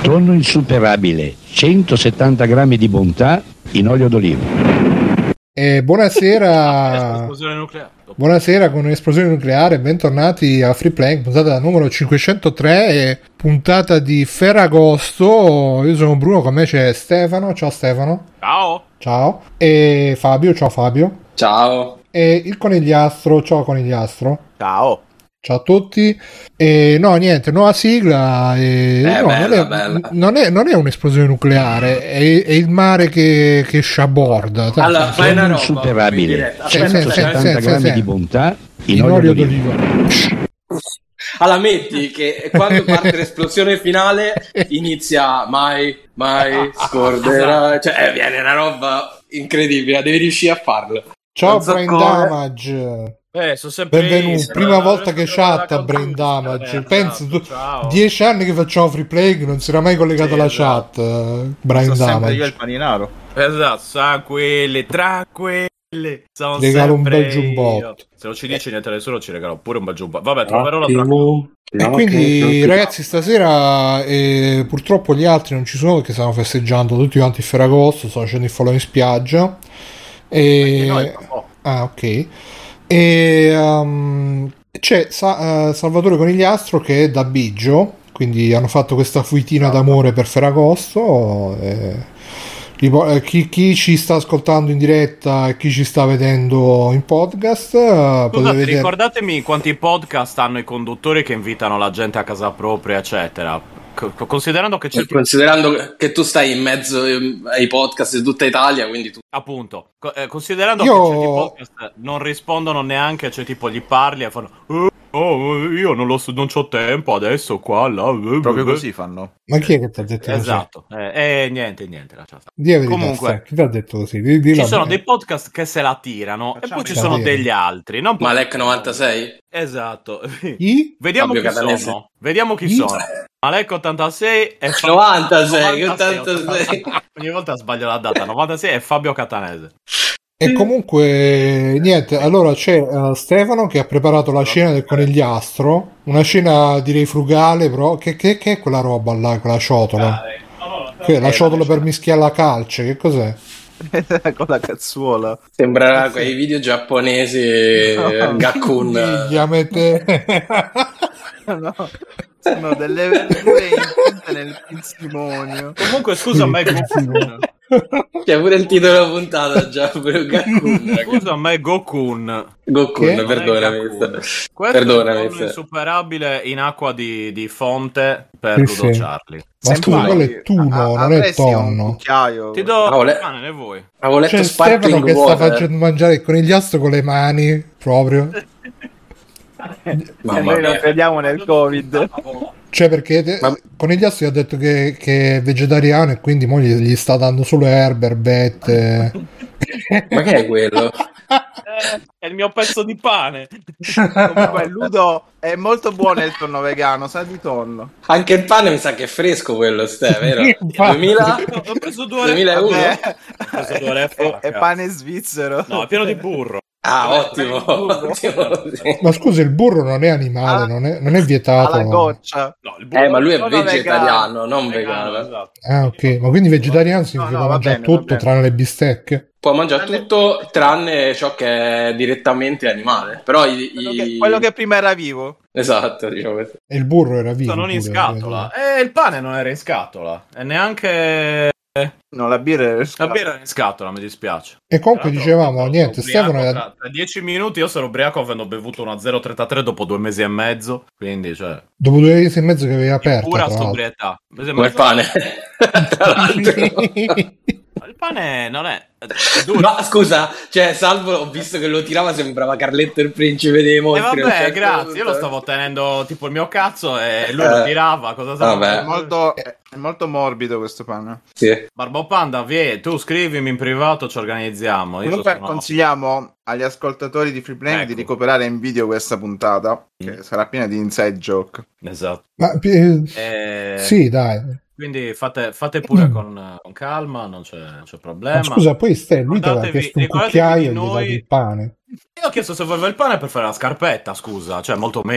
Tonno insuperabile, 170 grammi di bontà in olio d'oliva. Buonasera. Buonasera con un'esplosione nucleare, bentornati a Free Playing, puntata numero 503, puntata di Ferragosto. Io sono Bruno, con me c'è Stefano. Ciao Stefano. Ciao. Ciao. E Fabio. Ciao Fabio. Ciao. E il Conigliastro. Ciao Conigliastro. Ciao. Ciao a tutti. E no, niente, nuova sigla. Non è un'esplosione nucleare, è il mare che sciaborda. Allora, fai una roba insuperabile, 170 grammi di bontà in olio d'oliva. Allora, metti che quando parte l'esplosione finale inizia mai scorderai, cioè viene una roba incredibile, devi riuscire a farlo. Ciao Brain Damage. Sono sempre benvenuto, prima volta che chatta Brain Damage. Penso 10 anni che facciamo Free Play, non si era mai collegato alla chat. Brain Damage. Sempre io il paninaro. Esatto, tranquille. Sono regalo un bel giubbotto. Se non ci dici niente a nessuno, ci regalo pure un bel giubbotto. Vabbè, troverò la traccia. E quindi ragazzi, stasera purtroppo gli altri non ci sono perché stanno festeggiando tutti quanti il Ferragosto, stanno facendo il falò in spiaggia. Ok. E c'è Salvatore Conigliastro che è da Biggio, quindi hanno fatto questa fuitina d'amore per Ferragosto. Chi ci sta ascoltando in diretta e chi ci sta vedendo in podcast, scusate, ricordatemi quanti podcast hanno i conduttori che invitano la gente a casa propria, eccetera. Considerando che che tu stai in mezzo ai podcast di tutta Italia, quindi tu appunto considerando che certi podcast non rispondono neanche, cioè tipo gli parli e fanno io non c'ho tempo adesso qua là. Proprio così fanno. Ma chi è che ti ha detto così? Esatto. Niente comunque chi ti ha detto così? Ci sono dei podcast che se la tirano e poi ci sono degli altri, non Malek 96. Esatto. Vediamo chi sono. Malek 86 e 96. Ogni volta sbaglio la data. 96 e Fabio Catanese. E comunque niente, allora c'è Stefano che ha preparato la cena del conigliastro, una cena direi frugale, però che è quella roba là, quella ciotola? La ciotola per mischiare la calce, che cos'è? Con la cazzuola. Sembra quei video giapponesi Gakkun. No, sono delle verdure infinite nel pinzimonio. Comunque scusa a me C'è pure il titolo della puntata già, pure Gakkun. Scusa a me Gokun, perdonami. Questo è un insuperabile in acqua di fonte per Ludo Charlie. Ma scusa, quello è tuno, non è tonno. Ti do il pane, ne vuoi? Avevo letto Stefano che sta facendo mangiare il conigliastro con le mani proprio. Noi non crediamo nel Covid. Cioè perché Conigliastro gli ha detto che è vegetariano e quindi mo gli sta dando solo erbe, erbette. Ma che è quello? È il mio pezzo di pane. Comunque Ludo è molto buono il tonno vegano, sa di tonno. Anche il pane mi sa che è fresco quello, vero? 2000? Ho preso 2 2001? Ho preso 2 ore. È pane svizzero. No, è pieno di burro. Ottimo. Ma scusa, il burro non è animale, non è vietato. Alla goccia. No, il burro ma lui è vegetariano, non vegano. Esatto. Ok, ma quindi vegetariano significa mangiare tutto tranne le bistecche? Può mangiare tutto tranne ciò che è direttamente animale. Però quello che prima era vivo. Esatto, diciamo così. E il burro era vivo. Non in scatola. Il pane non era in scatola. E neanche... No, la birra era in scatola, mi dispiace. E comunque dicevamo, niente, Stefano tra 10 minuti io sarò ubriaco avendo bevuto una 0,33 dopo 2 mesi e mezzo, quindi cioè... Dopo 2 mesi e mezzo che avevi aperto. Pura sobrietà. Come il pane. Tra l'altro. Il pane non è... Ma scusa, cioè Salvo ho visto che lo tirava, sembrava Carletto il principe dei mostri. Vabbè, grazie, io lo stavo tenendo tipo il mio cazzo e lui lo tirava, cosa sa? È molto morbido questo pane. Sì. Barbo Panda, tu scrivimi in privato, ci organizziamo. Comunque consigliamo agli ascoltatori di Free Playing di recuperare in video questa puntata, che sarà piena di inside joke. Esatto. Ma, sì, dai. Quindi fate pure con calma, non c'è problema. Ma scusa, poi lui ti aveva chiesto un cucchiaio e gli hai dato il pane. Io ho chiesto se voleva il pane per fare la scarpetta, scusa, cioè molto meglio.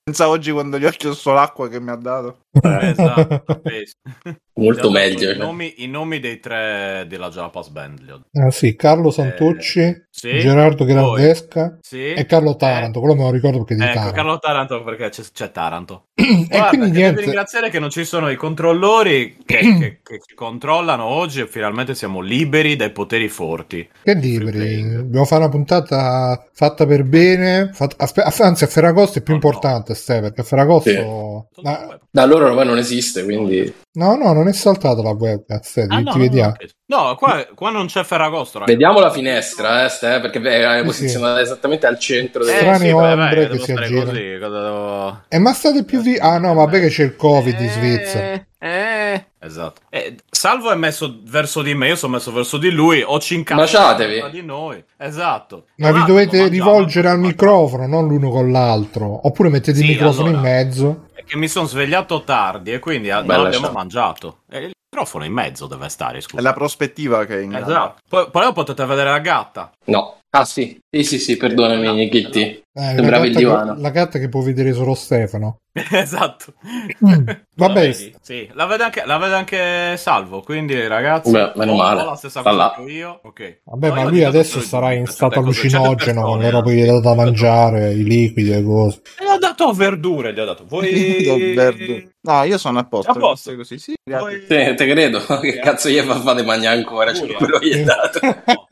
Pensa oggi quando gli ho chiesto l'acqua che mi ha dato. Esatto. Molto meglio. I nomi dei 3 della Jalapas Band li ho. Sì, Carlo Santucci, sì, Gerardo Gherardesca sì, e Carlo Taranto. Quello me lo ricordo perché di Taranto. Carlo Taranto perché c'è Taranto. E Guarda, quindi devi niente. ringraziare che non ci sono i controllori che controllano oggi e finalmente siamo liberi dai poteri forti. Che liberi? Dobbiamo fare una puntata fatta per bene. Anzi, a Ferragosto è più importante, Ste, perché a Ferragosto. Da loro ormai non esiste, quindi. No, non è saltata la web. Ste, ti vediamo. No, qua non c'è Ferragosto, ragazzi. Vediamo la finestra, Ste, perché è posizionata esattamente al centro. Strane ombre che si aggirano. Ma state più no, vabbè che c'è il Covid in Svizzera. Esatto. Salvo è messo verso di me, io sono messo verso di lui, o ci Baciatevi di noi. Esatto. Ma vi dovete rivolgere al microfono, non l'uno con l'altro. Oppure mettete il microfono in mezzo. È che mi sono svegliato tardi e quindi non abbiamo mangiato. E il microfono in mezzo deve stare, scusa. È la prospettiva che è in esatto. Poi potete vedere la gatta. No. Ah sì, perdonami Kitty. Sembrava il divano. La gatta che può vedere solo Stefano. Esatto. Vabbè. Sì, la vede anche Salvo, quindi ragazzi. Beh, meno male. La stessa cosa che io. Ok. Vabbè, ma lui adesso sarà in stato allucinogeno con le robe che gli ha dato da mangiare, i liquidi e cose. E ho dato verdure, gli ho dato. No, io sono a posto. Così, sì. Te credo. Che cazzo gli fate mangiare ancora? Ce quello gli è dato.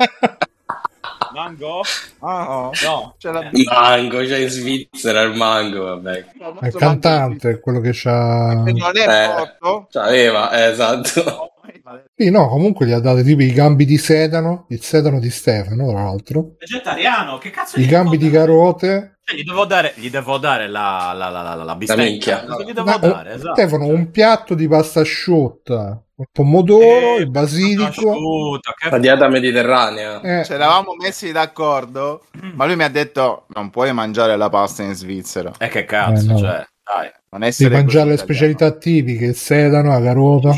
Mango? No. Mango, c'è in Svizzera il mango, vabbè. È il cantante, quello che c'ha. Non è morto? C'aveva, esatto. Sì, no, comunque gli ha dato tipo i gambi di sedano, il sedano di Stefano, tra l'altro. Vegetariano, che cazzo i gambi di carote. Gli devo dare la bistecca. Gli devo dare, esatto. Stefano, un piatto di pasta asciutta, il pomodoro, il basilico, la dieta mediterranea. Ci eravamo messi d'accordo, ma lui mi ha detto non puoi mangiare la pasta in Svizzera. Che cazzo, no. Cioè, dai. Devi mangiare le specialità tipiche, il sedano, la carota,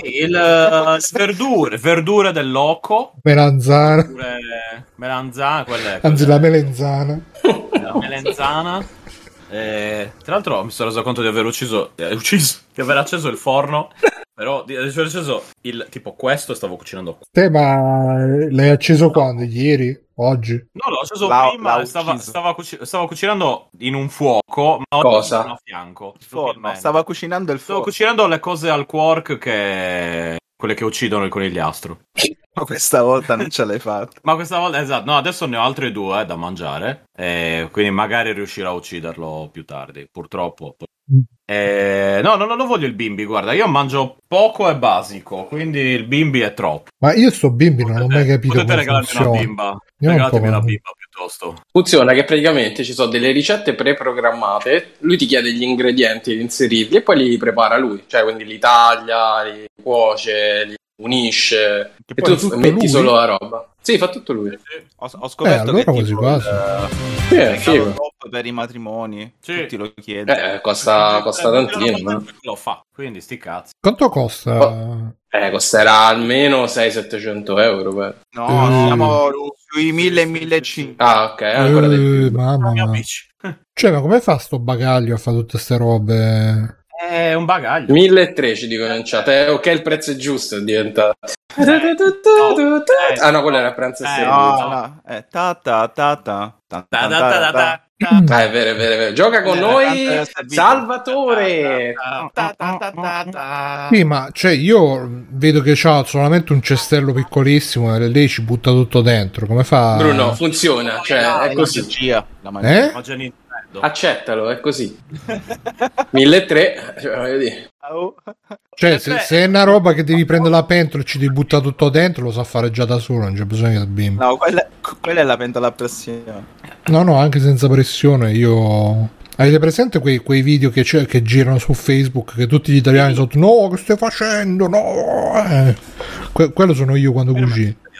verdure del loco, melanzana, quelle. Anzi la melenzana. La melenzana. Tra l'altro mi sono reso conto di aver di aver acceso il forno. Però di aver acceso tipo questo e stavo cucinando. Ma l'hai acceso quando? Ieri? Oggi? No, l'ho acceso prima. Stavo cucinando in un fuoco, ma cosa? A fianco. Stava cucinando il fuoco. Stavo cucinando le cose al quark quelle che uccidono il conigliastro. Ma questa volta non ce l'hai fatta. Ma questa volta, esatto. No, adesso ne ho altre 2 da mangiare. Quindi magari riuscirò a ucciderlo più tardi. Purtroppo. No, non voglio il bimbi. Guarda, io mangio poco e basico. Quindi il bimbi è troppo. Ma io sto bimbi non ho mai capito come regalarmi funziona. Una bimba. Regalatemi una bimba piuttosto. Funziona che praticamente ci sono delle ricette preprogrammate. Lui ti chiede gli ingredienti di inserirli e poi li prepara lui. Cioè, quindi li taglia, li cuoce, li unisce e tu metti lui? Solo la roba. Sì, fa tutto lui. Ho scoperto allora che quasi quasi. Per i matrimoni tutti lo chiedono. Costa tantino. Lo fa, quindi sti cazzi. Quanto costa? Costerà almeno 600-700 euro. No, siamo sui 1000 e 1500. Ah, ok, ancora di più. Mamma mia. Cioè, ma come fa sto bagaglio a fare tutte ste robe? È un bagaglio. 1.300 ci dicono in chat. Ok, il prezzo è giusto, è diventato. Ah no, quello era pranzo e servizio. No. È vero. Gioca con noi, Salvatore. Sì, ma cioè io vedo che c'ha solamente un cestello piccolissimo e lei ci butta tutto dentro. Come fa? Bruno, funziona, cioè è così. La magia. Accettalo, è così. 1.300, cioè, voglio dire. Cioè, se è una roba che devi prendere la pentola e ci devi buttare tutto dentro, lo sa fare già da solo, non c'è bisogno del bimbo. No, quella è la pentola a pressione. No, anche senza pressione. Avete presente quei video che girano su Facebook che tutti gli italiani sono no, che stai facendo? No! Quello sono io quando cucino.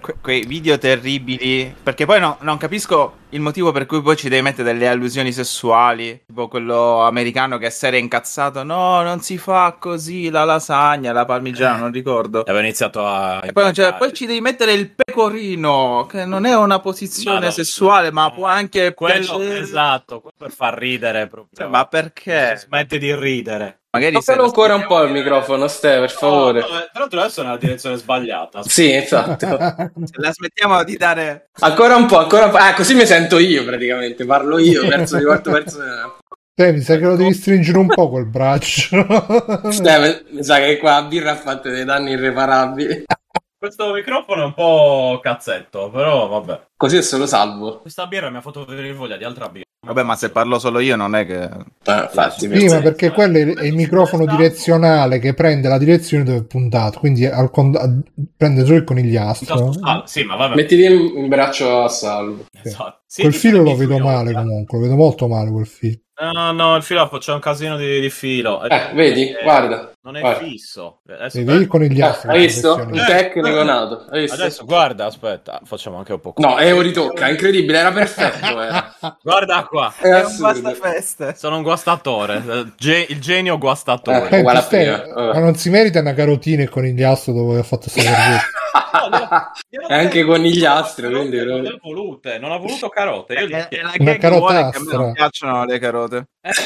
quei video terribili, perché poi non capisco il motivo per cui poi ci devi mettere delle allusioni sessuali, tipo quello americano che si era incazzato, no, non si fa così la lasagna, la parmigiana, non ricordo. Aveva iniziato a... E poi ci devi mettere il pecorino, che non è una posizione sessuale, ma può anche piacere. Esatto, per far ridere proprio. Ma perché? Smetti di ridere. Magari toccalo ancora un po' il microfono, Ste, per favore. No, tra l'altro adesso è nella direzione sbagliata. Sì, esatto. se la smettiamo di dare... Ancora un po'. Così mi sento io praticamente, parlo io verso di quarto persona. Mi sa che lo devi stringere un po' quel braccio. Mi sa che qua a birra ha fatto dei danni irreparabili. Questo microfono è un po' cazzetto, però vabbè. Così è solo salvo. Questa birra mi ha fatto venire voglia di altra birra. Vabbè, ma se parlo solo io non è che... Infatti, sì, ma perché quello è il microfono direzionale che prende la direzione dove è puntato, quindi prende solo il conigliastro. Sì, ma vabbè. Mettiti in braccio a salvo. Esatto. Sì, quel filo lo vedo male comunque, lo vedo molto male quel filo. No, il filo c'è un casino di filo. Vedi, guarda. Non è fisso. Vedi il conigliastro. Hai visto? Un tecnico nato. Adesso guarda, aspetta, facciamo anche un po'. No, ritocca, incredibile, era perfetto. Guarda qua. È un guastafeste. Sono un guastatore. Il genio guastatore. Ma non si merita una carotina e conigliastro dopo che ha fatto questa servizio. È anche conigliastro, quindi non ha voluto carote. Una carotastra. A me non piacciono le carote.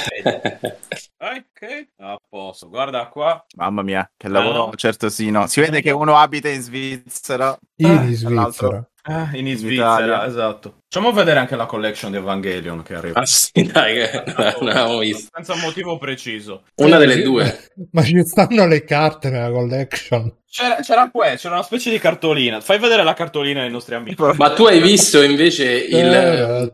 Ok, a posto. Guarda qua. Mamma mia, che lavoro certosino. Si vede che uno abita in Svizzera. In Svizzera. In Svizzera, esatto. Facciamo vedere anche la collection di Evangelion che arriva. Sì, dai, che non avevo visto. Senza un motivo preciso. Una delle due. Ma ci stanno le carte nella collection. C'era una specie di cartolina. Fai vedere la cartolina ai nostri amici. Ma tu hai visto invece il...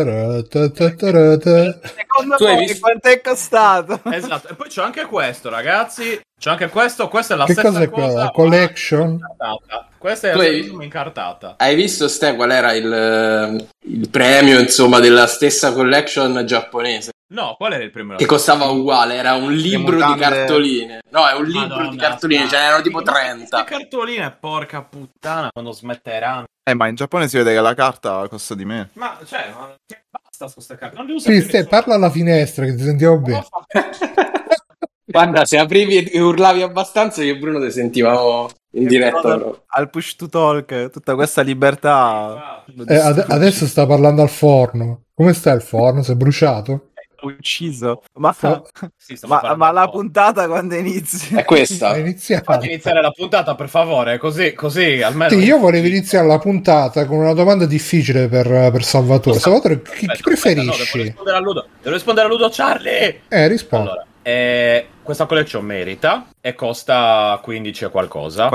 Secondo voi quanto è costato? Esatto. E poi c'è anche questo, ragazzi. C'è anche questo. Questa è la che stessa cosa è cosa. La collection? Questa è la incartata. Hai visto, Ste, qual era il premio, insomma, della stessa collection giapponese? No, qual era il primo? Che costava uguale, era un libro di cartoline. No, è un libro di cartoline, ce n'erano tipo 30. Queste cartoline, porca puttana, quando smetteranno. Ma in Giappone si vede che la carta costa di meno. Ma basta su queste carte. Non le usa sì, Ste, parla alla finestra che ti sentiamo bene. Guarda, se aprivi e urlavi abbastanza, io e Bruno ti sentivamo in diretta. Al push to talk, tutta questa libertà. Adesso sta parlando al forno. Come sta il forno? Si è bruciato? Ucciso. Ma la puntata quando inizia? È questa. Fatti iniziare la puntata, per favore, così almeno. Sì, io volevo iniziare la puntata con una domanda difficile per Salvatore. Salvatore, chi preferisci? Devo rispondere a Ludo Charlie. Rispondo. Allora, questa collection merita e costa 15 e qualcosa.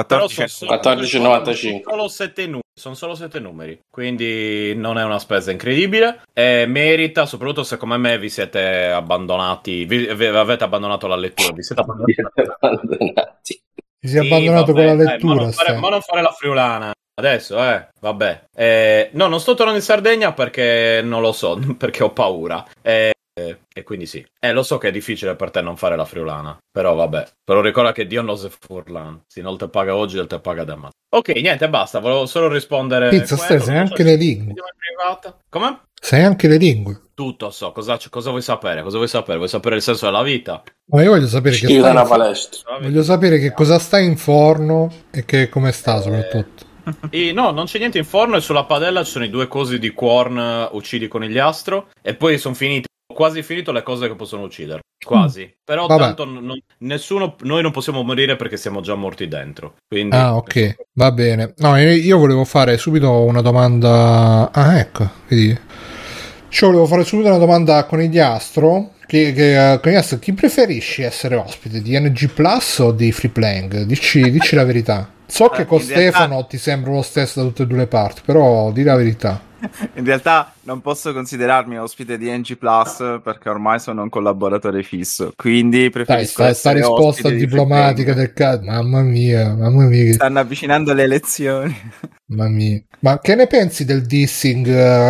14,95. Sono solo 7 numeri, quindi non è una spesa incredibile. E merita, soprattutto se come me vi siete abbandonati, avete abbandonato la lettura, vi siete abbandonati. Ti sei abbandonato con la lettura. Ma non fare la friulana. Adesso, vabbè. No, non sto tornando in Sardegna perché non lo so, perché ho paura. E quindi sì. Lo so che è difficile per te non fare la friulana, però vabbè. Però ricorda che Dio non se furlan. Se non te paga oggi, non te paga domani. Ok, niente, basta. Volevo solo rispondere. Pizza, sai anche le lingue. Come? Sai anche le lingue. Tutto so. Cosa vuoi sapere? Vuoi sapere il senso della vita? Ma io voglio sapere voglio sapere che cosa sta in forno e come sta soprattutto. No, non c'è niente in forno e sulla padella ci sono i 2 cosi di Quorn uccidi conigliastro e poi sono finiti. Quasi finito le cose che possono uccidere. Quasi. Però tanto nessuno. Noi non possiamo morire perché siamo già morti dentro. Quindi... ok, va bene. No, io volevo fare subito una domanda. Ecco, vedi. Volevo fare subito una domanda a Conigliastro. Conigliastro, chi preferisci essere ospite? Di NG Plus o di Freeplaying? Dici la verità. So che con Stefano ti sembra lo stesso da tutte e due le parti, però di la verità. In realtà non posso considerarmi ospite di NG Plus perché ormai sono un collaboratore fisso, quindi Dai, preferisco sta essere risposta ospite di diplomatica Freak del cazzo. Mamma mia, Stanno avvicinando le elezioni. mamma mia. Ma che ne pensi del dissing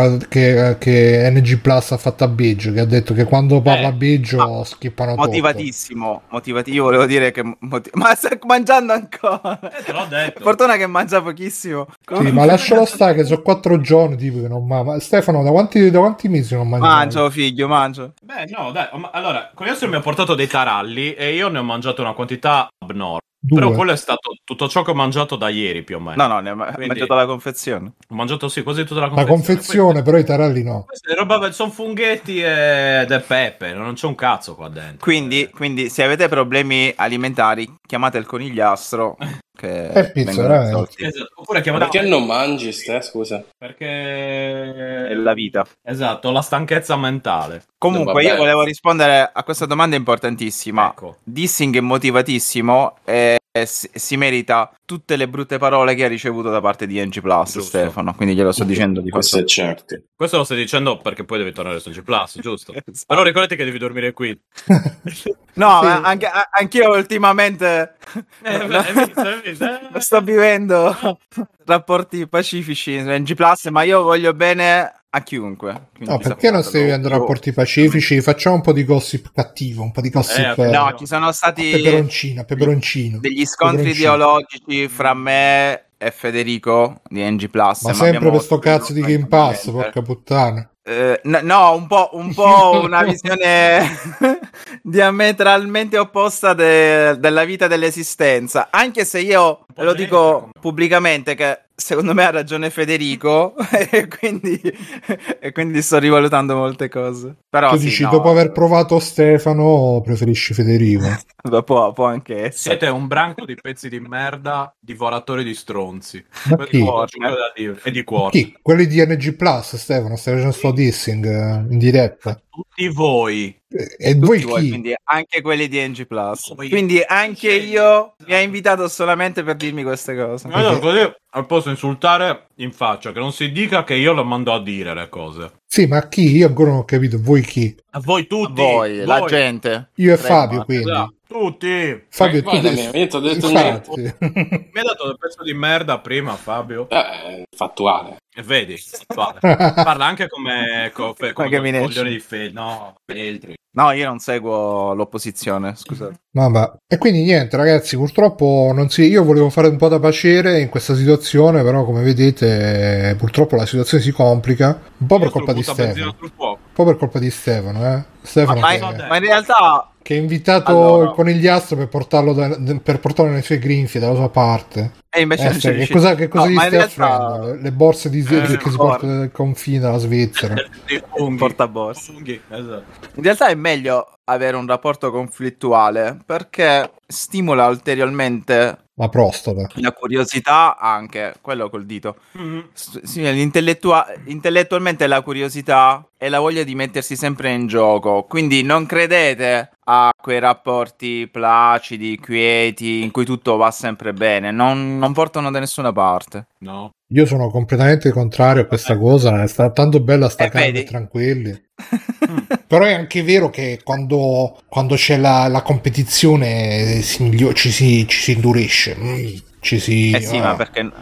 che NG Plus ha fatto a Biggio? Che ha detto che quando parla Biggio skippano tutto. Motivatissimo. Io volevo dire che ma sta mangiando ancora. Te l'ho detto. Fortuna che mangia pochissimo. Sì, ma lascialo stare che sono 4 giorni tipo che non mangia. Stefano, da quanti mesi non mangi? Mangio, figlio, mangio. Beh, no, dai. Allora, Conigliastro mi ha portato dei taralli e io ne ho mangiato una quantità abnorme. 2. Però quello è stato tutto ciò che ho mangiato da ieri più o meno. No, ne ho mangiato la confezione. Ho mangiato sì, quasi tutta la La confezione. confezione, però i taralli no. Queste roba sono funghetti e del pepe, non c'è un cazzo qua dentro. Quindi se avete problemi alimentari, chiamate il conigliastro che È pizza, vengono veramente. risolti. Esatto. Oppure chiamate Perché non mangi, scusa? Perché È la vita. Esatto, la stanchezza mentale. Comunque Vabbè. io volevo rispondere a questa domanda importantissima. Ecco. Dissing è motivatissimo e si merita tutte le brutte parole che ha ricevuto da parte di NG Plus, Giusto. Stefano, quindi glielo sto dicendo di Questo fatto. è certo. Questo lo stai dicendo perché poi devi tornare su G Plus, giusto? Però ricordati che devi dormire qui. No, Sì. ma anch'io ultimamente Hai visto? sto vivendo rapporti pacifici su NG Plus, ma io voglio bene a chiunque. Quindi No, perché non stai vivendo rapporti pacifici? Facciamo un po' di gossip cattivo, un po' di gossip No, ci sono stati peperoncino. degli scontri ideologici fra me e Federico di NG Plus. Ma sempre abbiamo per sto cazzo di Game Pass, niente. porca puttana. No, un po' una visione diametralmente opposta della vita dell'esistenza. Anche se io lo dico pubblicamente che secondo me ha ragione Federico e quindi sto rivalutando molte cose. Però Tu sì, dici, no, dopo aver provato Stefano, preferisci Federico? può anche essere. Siete un branco di pezzi di merda, divoratori di stronzi. Ma Questo chi? è quello che ho da dire. E di cuore. Chi? Quelli di NG Plus, Stefano, stai facendo sto dissing in diretta. Tutti voi. E voi chi? Quindi anche quelli di NG Plus. Voi- Quindi anche io mi ha invitato solamente per dirmi queste cose. Allora, così posso insultare in faccia, che non si dica che io lo mando a dire le cose. Sì, ma chi? Io ancora non ho capito. Voi chi? A voi tutti. Voi, la gente. Io e Prego, Fabio, quindi. Esatto, tutti. Fabio, Vai tu da me, io ti ho detto niente. infatti. Mi ha dato del pezzo di merda prima, Fabio. Fattuale. E vedi, parla anche come che minaccia. coglione di Feltri. No, io non seguo l'opposizione, scusate. Vabbè. E quindi niente, ragazzi, purtroppo non si... io volevo fare un po' da pacere in questa situazione, però come vedete purtroppo la situazione si complica un po' per colpa di Stefano. Un po' per colpa di Stefano, Stefano Ma in realtà che ha invitato Allora. il conigliastro per portarlo nei suoi grinfie dalla sua parte. e invece non ci Che riuscite. cosa No, gli ma in stai realtà offrendo? Le borse che si porta. porta dal confine dalla Svizzera. Portaborse. Esatto. In realtà è meglio avere un rapporto conflittuale perché stimola ulteriormente La prostata. la curiosità, anche quello col dito. Sì, intellettualmente la curiosità e la voglia di mettersi sempre in gioco. Quindi non credete a quei rapporti placidi, quieti, in cui tutto va sempre bene. Non portano da nessuna parte. No. Io sono completamente contrario a questa cosa. È stata tanto bella sta calma e vedi? tranquilli. Però è anche vero che quando c'è la competizione ci si indurisce. Ci si, Sì, ma perché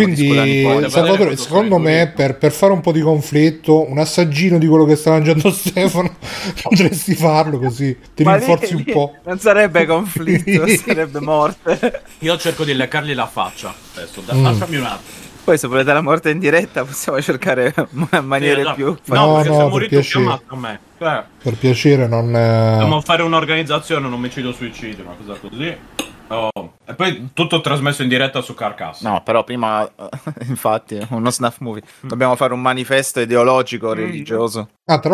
quindi Salvatore, secondo me per fare un po' di conflitto, un assaggino di quello che sta mangiando Stefano potresti farlo, così ti rinforzi un po'. Non sarebbe conflitto, sarebbe morte. Io cerco di leccargli la faccia adesso, lasciami un attimo. Poi se volete la morte in diretta possiamo cercare maniere Esatto. più No, perché se per morì tu piacere. chiamate a me. Per piacere non Dobbiamo fare un'organizzazione, un omicidio suicidio, una cosa così. Oh. E poi tutto trasmesso in diretta su Carcass. No, però prima, infatti, uno snuff movie. Dobbiamo fare un manifesto ideologico, religioso. tra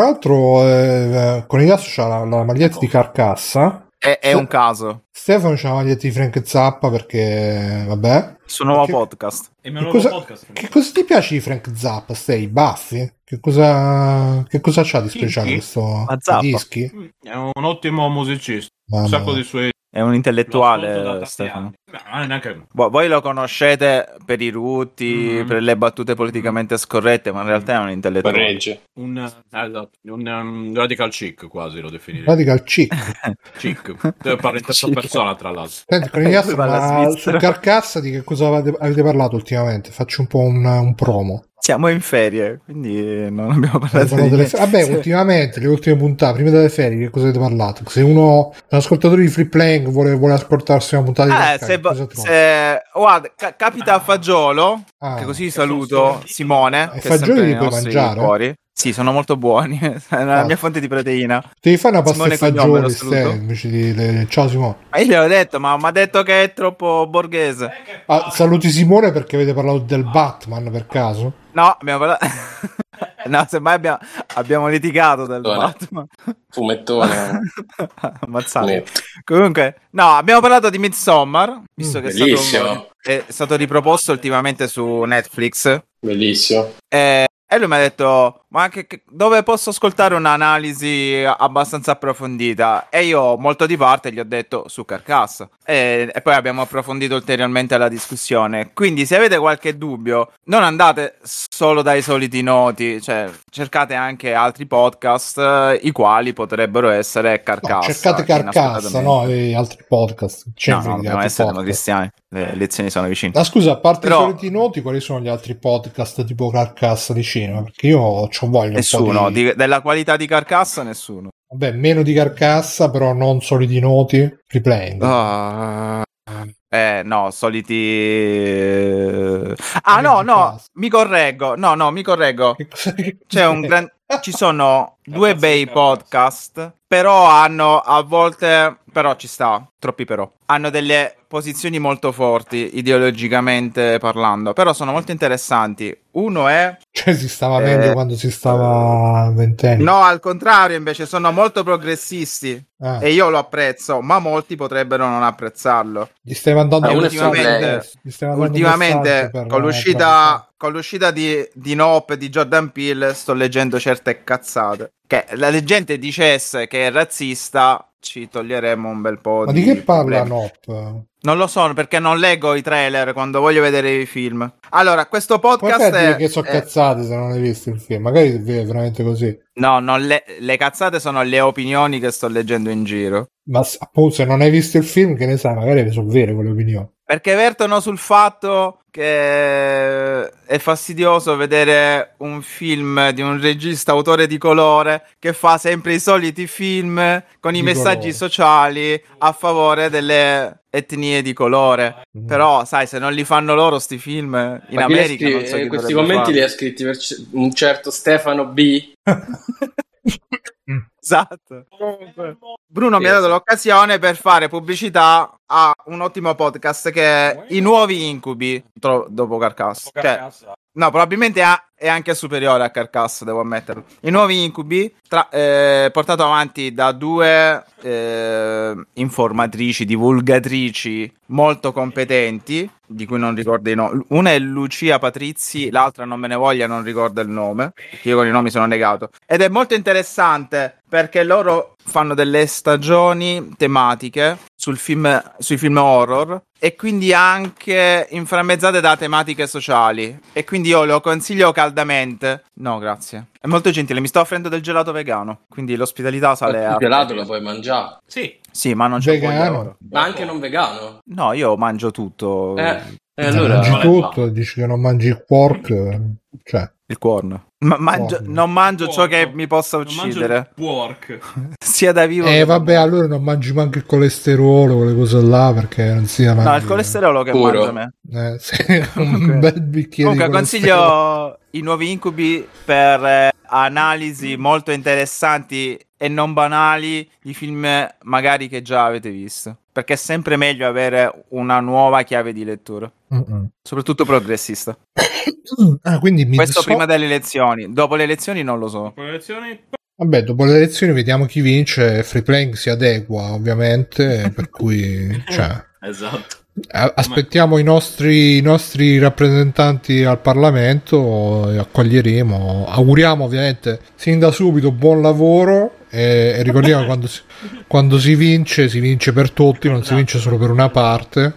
l'altro Conigliastro c'ha la maglietta di Carcassa. È un caso. Stefano c'ha la maglietta di Frank Zappa perché vabbè. Il suo nuovo Perché- podcast. Il mio nuovo podcast. Che cosa ti piace di Frank Zappa? Stai baffi? Che cosa c'ha di speciale Chi? questo Ma Zappa. dischi? È un ottimo musicista. Mamma Un sacco mia. di suoi È un intellettuale, Stefano. Voi lo conoscete per i rutti, per le battute politicamente scorrette, ma in realtà è un intellettuale. Regge. Un radical chic, quasi lo definirei. Radical chic. Chic. Parla in terza persona, tra l'altro. Senti, Conigliastro, ma su Carcassa di che cosa avete parlato ultimamente? Faccio un po' un promo. Siamo in ferie, quindi non abbiamo parlato di niente. Vabbè, ultimamente, le ultime puntate, prima delle ferie, che cosa avete parlato? Se un ascoltatore di Free Playing vuole ascoltarsi una puntata di guarda, capita a Fagiolo, che così saluto Simone, che fagioli li puoi mangiare? Cuori. Sì, sono molto buoni, è la mia fonte di proteina. Devi fare una pasta e fagioli invece di ciao Simone. Ma io gliel'ho detto, ma mi ha detto che è troppo borghese. Saluti Simone perché avete parlato del Batman per caso? No, abbiamo parlato... No, semmai abbiamo litigato del Batman. Fumettone. Ammazzato. Comunque, no, abbiamo parlato di Midsommar, visto che è stato riproposto ultimamente su Netflix. Bellissimo. E lui mi ha detto, ma dove posso ascoltare un'analisi abbastanza approfondita? E io, molto di parte, gli ho detto su Carcassa. E poi abbiamo approfondito ulteriormente la discussione. Quindi se avete qualche dubbio, non andate solo dai soliti noti, cioè cercate anche altri podcast, i quali potrebbero essere Carcassa. No, cercate Carcassa, no? E altri podcast. No, dobbiamo essere cristiani. Le lezioni sono vicine. Ma scusa, a parte i soliti noti, quali sono gli altri podcast tipo Carcassa di cinema? Perché io c'ho voglia nessuno, della qualità di Carcassa nessuno. Vabbè, meno di Carcassa, però non soliti noti, Replaying. No, soliti... no, mi correggo. C'è un gran... Ci sono due bei podcast, però hanno a volte... Però ci sta, troppi però. Hanno delle posizioni molto forti, ideologicamente parlando, però sono molto interessanti. Uno è... Cioè si stava meglio quando si stava ventenni. No, al contrario, invece sono molto progressisti. E io lo apprezzo, ma molti potrebbero non apprezzarlo. Gli stai mandando ultimamente con l'uscita di Nope di Jordan Peele sto leggendo certe cazzate. Che la gente dicesse che è razzista, ci toglieremo un bel po' di che parla Nope? Non lo so, perché non leggo i trailer quando voglio vedere i film. Allora, questo podcast dire che sono cazzate se non hai visto il film. Magari è veramente così. No, le cazzate sono le opinioni che sto leggendo in giro. Ma appunto, se non hai visto il film, che ne sai, magari sono vere quelle opinioni. Perché vertono sul fatto che è fastidioso vedere un film di un regista autore di colore che fa sempre i soliti film con i messaggi sociali a favore delle etnie di colore. Però, sai, se non li fanno loro sti film in America, non so chi questi commenti li ha scritti per un certo Stefano B. Esatto. Bruno mi ha dato l'occasione per fare pubblicità a un ottimo podcast che è I Nuovi Incubi dopo Carcassa. Cioè, no, probabilmente è anche superiore a Carcassa, devo ammetterlo. I Nuovi Incubi portato avanti da due informatrici, divulgatrici molto competenti, di cui non ricordo i nomi. Una è Lucia Patrizi, l'altra non me ne voglia, non ricordo il nome, perché io con i nomi sono negato. Ed è molto interessante perché loro fanno delle stagioni tematiche sui film horror e quindi anche inframmezzate da tematiche sociali, e quindi io lo consiglio caldamente. No, grazie, è molto gentile, mi sto offrendo del gelato vegano, quindi l'ospitalità sale il gelato lo puoi mangiare? Sì, ma non c'è vegano. Ma anche non vegano? No, io mangio tutto. Allora mangi tutto, dici che non mangi il pork, cioè il corn. Non mangio ciò che mi possa uccidere. Pork. Sia da vivo. Vabbè, allora non mangi manco il colesterolo, quelle cose là, perché non sia no, il colesterolo che puro. Mangio a me. Sì, un bel bicchiere. Comunque consiglio I Nuovi Incubi per analisi molto interessanti e non banali di film magari che già avete visto, perché è sempre meglio avere una nuova chiave di lettura. Soprattutto progressista. Quindi questo prima delle elezioni. Dopo le elezioni non lo so. Dopo le elezioni... Vabbè, dopo le elezioni vediamo chi vince. Free Playing si adegua, ovviamente, per cui cioè, esatto. Aspettiamo i nostri rappresentanti al Parlamento e accoglieremo. Auguriamo ovviamente sin da subito buon lavoro e ricordiamo quando si vince per tutti, non si vince solo per una parte.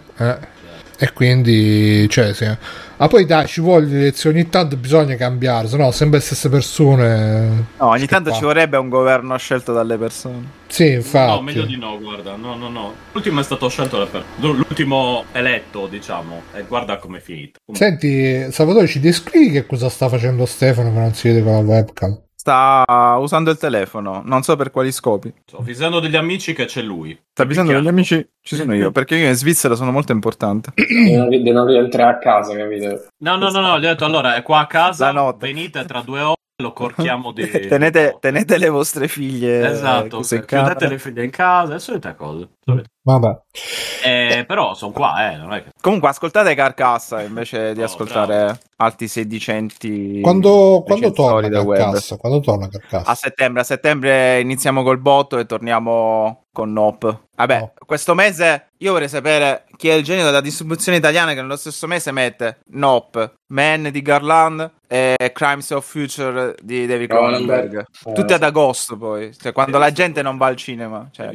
E quindi sì. Poi dai, ci vogliono ogni tanto bisogna cambiare, sennò sempre le stesse persone. No, ogni tanto ci vorrebbe un governo scelto dalle persone. Sì, infatti. No, meglio di no, guarda. No. L'ultimo è stato scelto l'ultimo eletto, diciamo. E guarda com'è finito. Senti, Salvatore, ci descrivi che cosa sta facendo Stefano che non si vede con la webcam? Sta usando il telefono, non so per quali scopi. Sto avvisando degli amici che c'è lui. Sta avvisando degli amici, ci sono io, perché io in Svizzera sono molto importante. Di non rientrare a casa, capito? No, gli ho detto allora, è qua a casa, La notte. venite tra 2 ore, lo corchiamo di... tenete le vostre figlie. Esatto, chiudete le figlie in casa, è solita cosa. Vabbè. Però sono qua, non è che... Comunque ascoltate Carcassa invece di ascoltare altri sedicenti. Quando torna recensori del web. Carcassa? Quando torna Carcassa? A settembre iniziamo col botto e torniamo con Nope. Vabbè, No. Questo mese io vorrei sapere chi è il genio della distribuzione italiana che nello stesso mese mette Nope, Man di Garland e Crimes of Future di David Cronenberg. Tutti ad agosto poi, cioè quando la gente non va al cinema. Cioè,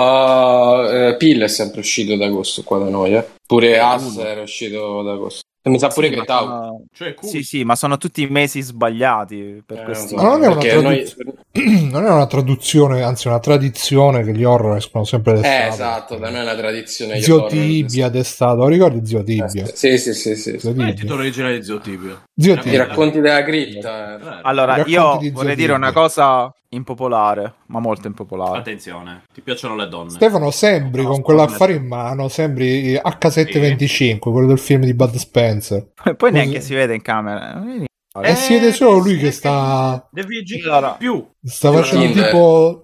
Però Pill è sempre uscito ad agosto qua da noi, Pure Us era uscito ad agosto. E mi sa pure che Tau. Cioè, cool. Sì, ma sono tutti mesi sbagliati per questi. Ma non è, Perché non è una traduzione, anzi una tradizione che gli horror escono sempre d'estate. Esatto, da noi è una tradizione. Zio Tibia d'estate, lo ricordi Zio Tibia? Sì. Zio Qual è il Tibia. titolo originale di Zio Tibio? Zio I Tibia. racconti della cripta. Allora, Racconti io di Zio vorrei dire Tibia. una cosa impopolare, ma molto impopolare. Attenzione, ti piacciono le donne? Stefano, sembri con quell'affare in mano, sembri H725, quello del film di Bud Spencer. Poi neanche si vede in camera. E si vede solo lui che sta Devi girare più. facendo Tinder. tipo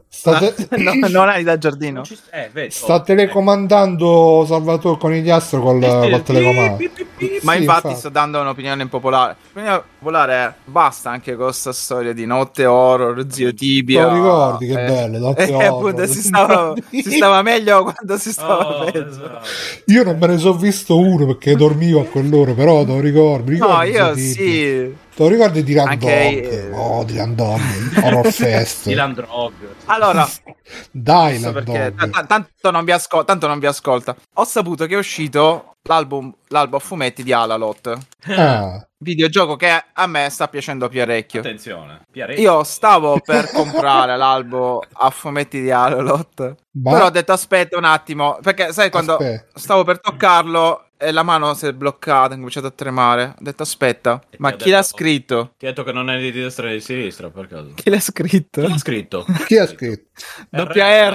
Non hai da giardino. Vedi, sta telecomandando Salvatore Conigliastro col telecomando. Ma Sì, infatti sto dando un'opinione impopolare. L'opinione popolare è basta anche con questa storia di notte horror, Zio Tibia. Te lo ricordi che belle, notte E horror. appunto si stava meglio quando si stava peggio. esatto. Io non me ne sono visto uno perché dormivo a quell'ora, però te lo ricordo. No, Zio io Tibia? sì. Te lo ricordi di Dylan Anche- Dog? Oh, Dylan Dog, Horror Fest. Dylan Drog. Allora, Dylan perché Dog. tanto non vi ascolta. Ho saputo che è uscito l'album a fumetti di Alalot. Ah, Videogioco che a me sta piacendo parecchio. Attenzione, Piarecchio. Io stavo per comprare l'album a fumetti di Alalot, ma però ho detto aspetta un attimo, perché sai quando Aspetta. stavo per toccarlo e la mano si è bloccata, ho cominciato a tremare. Ho detto aspetta, E ma ti ha chi l'ha detto- scritto? Ti ha detto che non è di destra e di sinistra, per caso. Chi l'ha scritto? Chi l'ha scritto? chi ha scritto? Doppia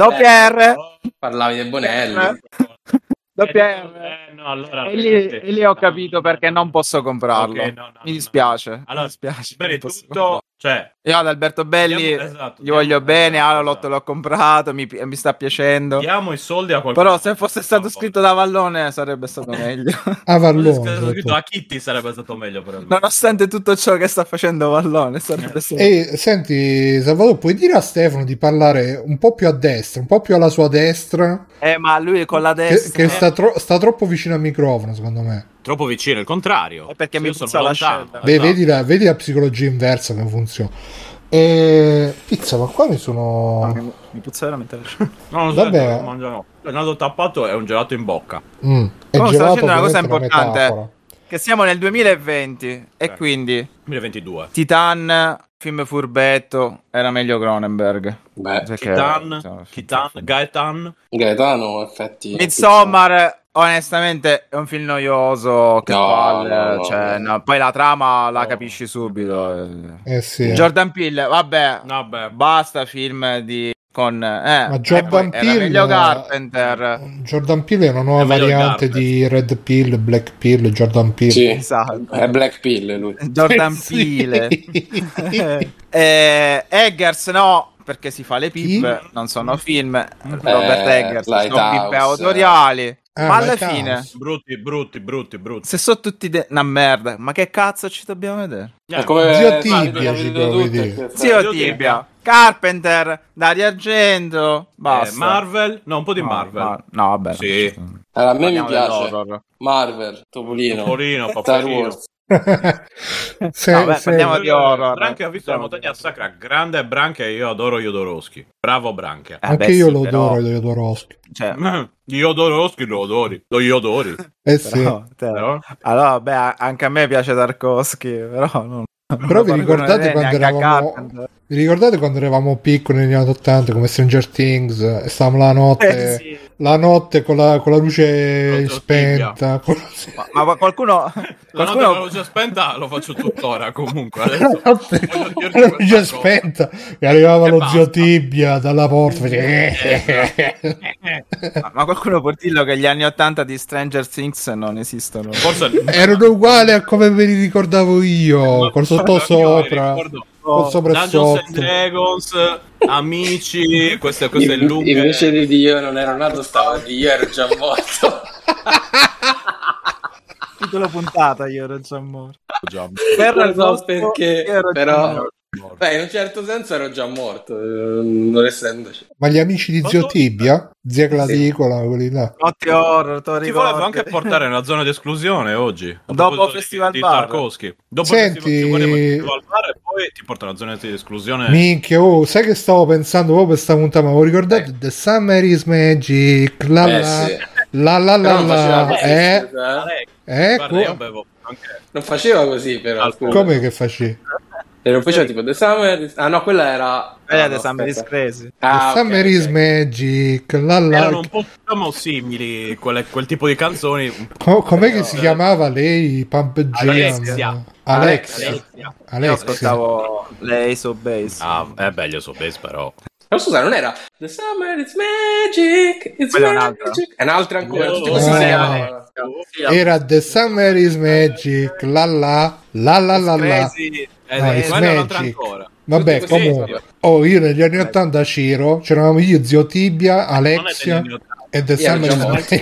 R. Parlavi di Bonelli. Doppia R. No, allora, E lì ho capito perché non posso comprarlo. Ok, no, Mi dispiace. Allora, mi dispiace. bene, non posso tutto, cioè, Io ad Alberto Belli Esatto, gli voglio bene, esatto, Alalot l'ho comprato, mi sta piacendo. diamo i soldi a qualcuno. Però se fosse stato scritto da Vallone sarebbe stato meglio. Ah, Se fosse Vallone. scritto a Kitty sarebbe stato meglio per me. Nonostante tutto ciò che sta facendo Vallone sarebbe stato... E senti, Salvatore, puoi dire a Stefano di parlare un po' più a destra, un po' più alla sua destra, ma lui con la che, destra... che sta troppo vicino al microfono, secondo me. Troppo vicino, il contrario. È perché Io mi sono puzza la lontano. scelta. Beh, Esatto. vedi la psicologia inversa come funziona. Pizza, ma qua mi sono... Mi puzza veramente la scelta. No, non Vabbè. so, mangiano. Il naso tappato è un gelato in bocca. È Comunque sto gelato, facendo una cosa ovviamente, importante. metafora. Che siamo nel 2020 e quindi 2022. Titan, film furbetto, era meglio Cronenberg. Beh, Perché- Kitan, Gaetan. Gaetano, effetti. Midsommar, onestamente, è un film noioso. Che No, palle. no, Cioè, no. no, poi la trama la capisci subito. Sì. Jordan Peele, vabbè, Vabbè. basta film di con Ma Jordan era Peele meglio Carpenter. Jordan Peele è una nuova È meglio variante Carpenter. di Red Pill, Black Pill, Jordan Peele. Sì, Esatto. è Black Pill lui. Jordan Sì. Peele. Eggers no, perché si fa le pippe, non sono film. Robert Eggers sono Lighthouse. pippe autoriali. Ma alla Lighthouse. fine, Brutti. se sono tutti una merda, ma che cazzo ci dobbiamo vedere? È come Zio Tibia, ci vedo provi tutte, dire. che- Zio Zio Tibia, Tibia. Carpenter, Dario Argento, basta. Marvel? No, un po' di Marvel. No, vabbè. Sì. Allora, a me mi Parliamo piace dell'horror. Marvel, Topolino, Topolino, Star Paperino. Wars. Parliamo di horror. Branca ha visto la montagna sacra, grande Branca, e io adoro Jodorowsky. Bravo Branca. Anche io lo adoro, Jodorowsky. Cioè, Jodorowsky lo adori. Lo adori. Sì. Però, allora, beh, anche a me piace Tarkovsky, però non... Però vi ricordate quando eravamo piccoli negli anni 80 come Stranger Things e stavamo la notte con la luce spenta ma qualcuno la notte con la luce spenta lo faccio tuttora comunque adesso la luce spenta e arrivava lo zio Tibia dalla porta ma qualcuno può dirlo che gli anni 80 di Stranger Things non esistono? Forse erano uguali a come ve li ricordavo io col sottosopra Dungeons and Dragons, Amici, queste lunghe. Invece di Dio non ero nato, stavo di io ero già morto. Titolo puntata, io ero già morto. Non so perché, però beh, in un certo senso ero già morto, non essendoci. Ma gli amici di zio Tibia? Zia Clavicola, quelli là. Notti horror, ti volevo anche portare nella zona di esclusione oggi. Dopo Festival di Bar. Tarkovsky. Dopo Senti... Festival Bar e poi ti porto nella zona di esclusione. Minchia, sai che stavo pensando proprio per sta puntata, ma vi ricordate The Summer is Magic? Sì. Guarda, io bevo anche... Non faceva così però. Come che facevi? E non faceva tipo The Summer... Ah no, quella era... The Summer is Crazy. The Summer is Magic. Erano un po' diciamo, simili quel tipo di canzoni. Com'è che si chiamava lei? Pump Jam? Alexia. Io ascoltavo le Ace of Base. È bello Ace of Base però. Però scusa, non era The Summer is Magic, it's Magic. È un'altra ancora. Tutti così si chiamavano. Era The Summer is Magic. La. Crazy. No, is Magic. Vabbè, comunque. Io negli anni 80 c'ero. C'eravamo io, zio Tibia, Alexia e The Summer is Magic.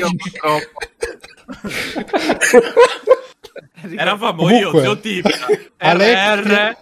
Eravamo io, zio Tibia, RR,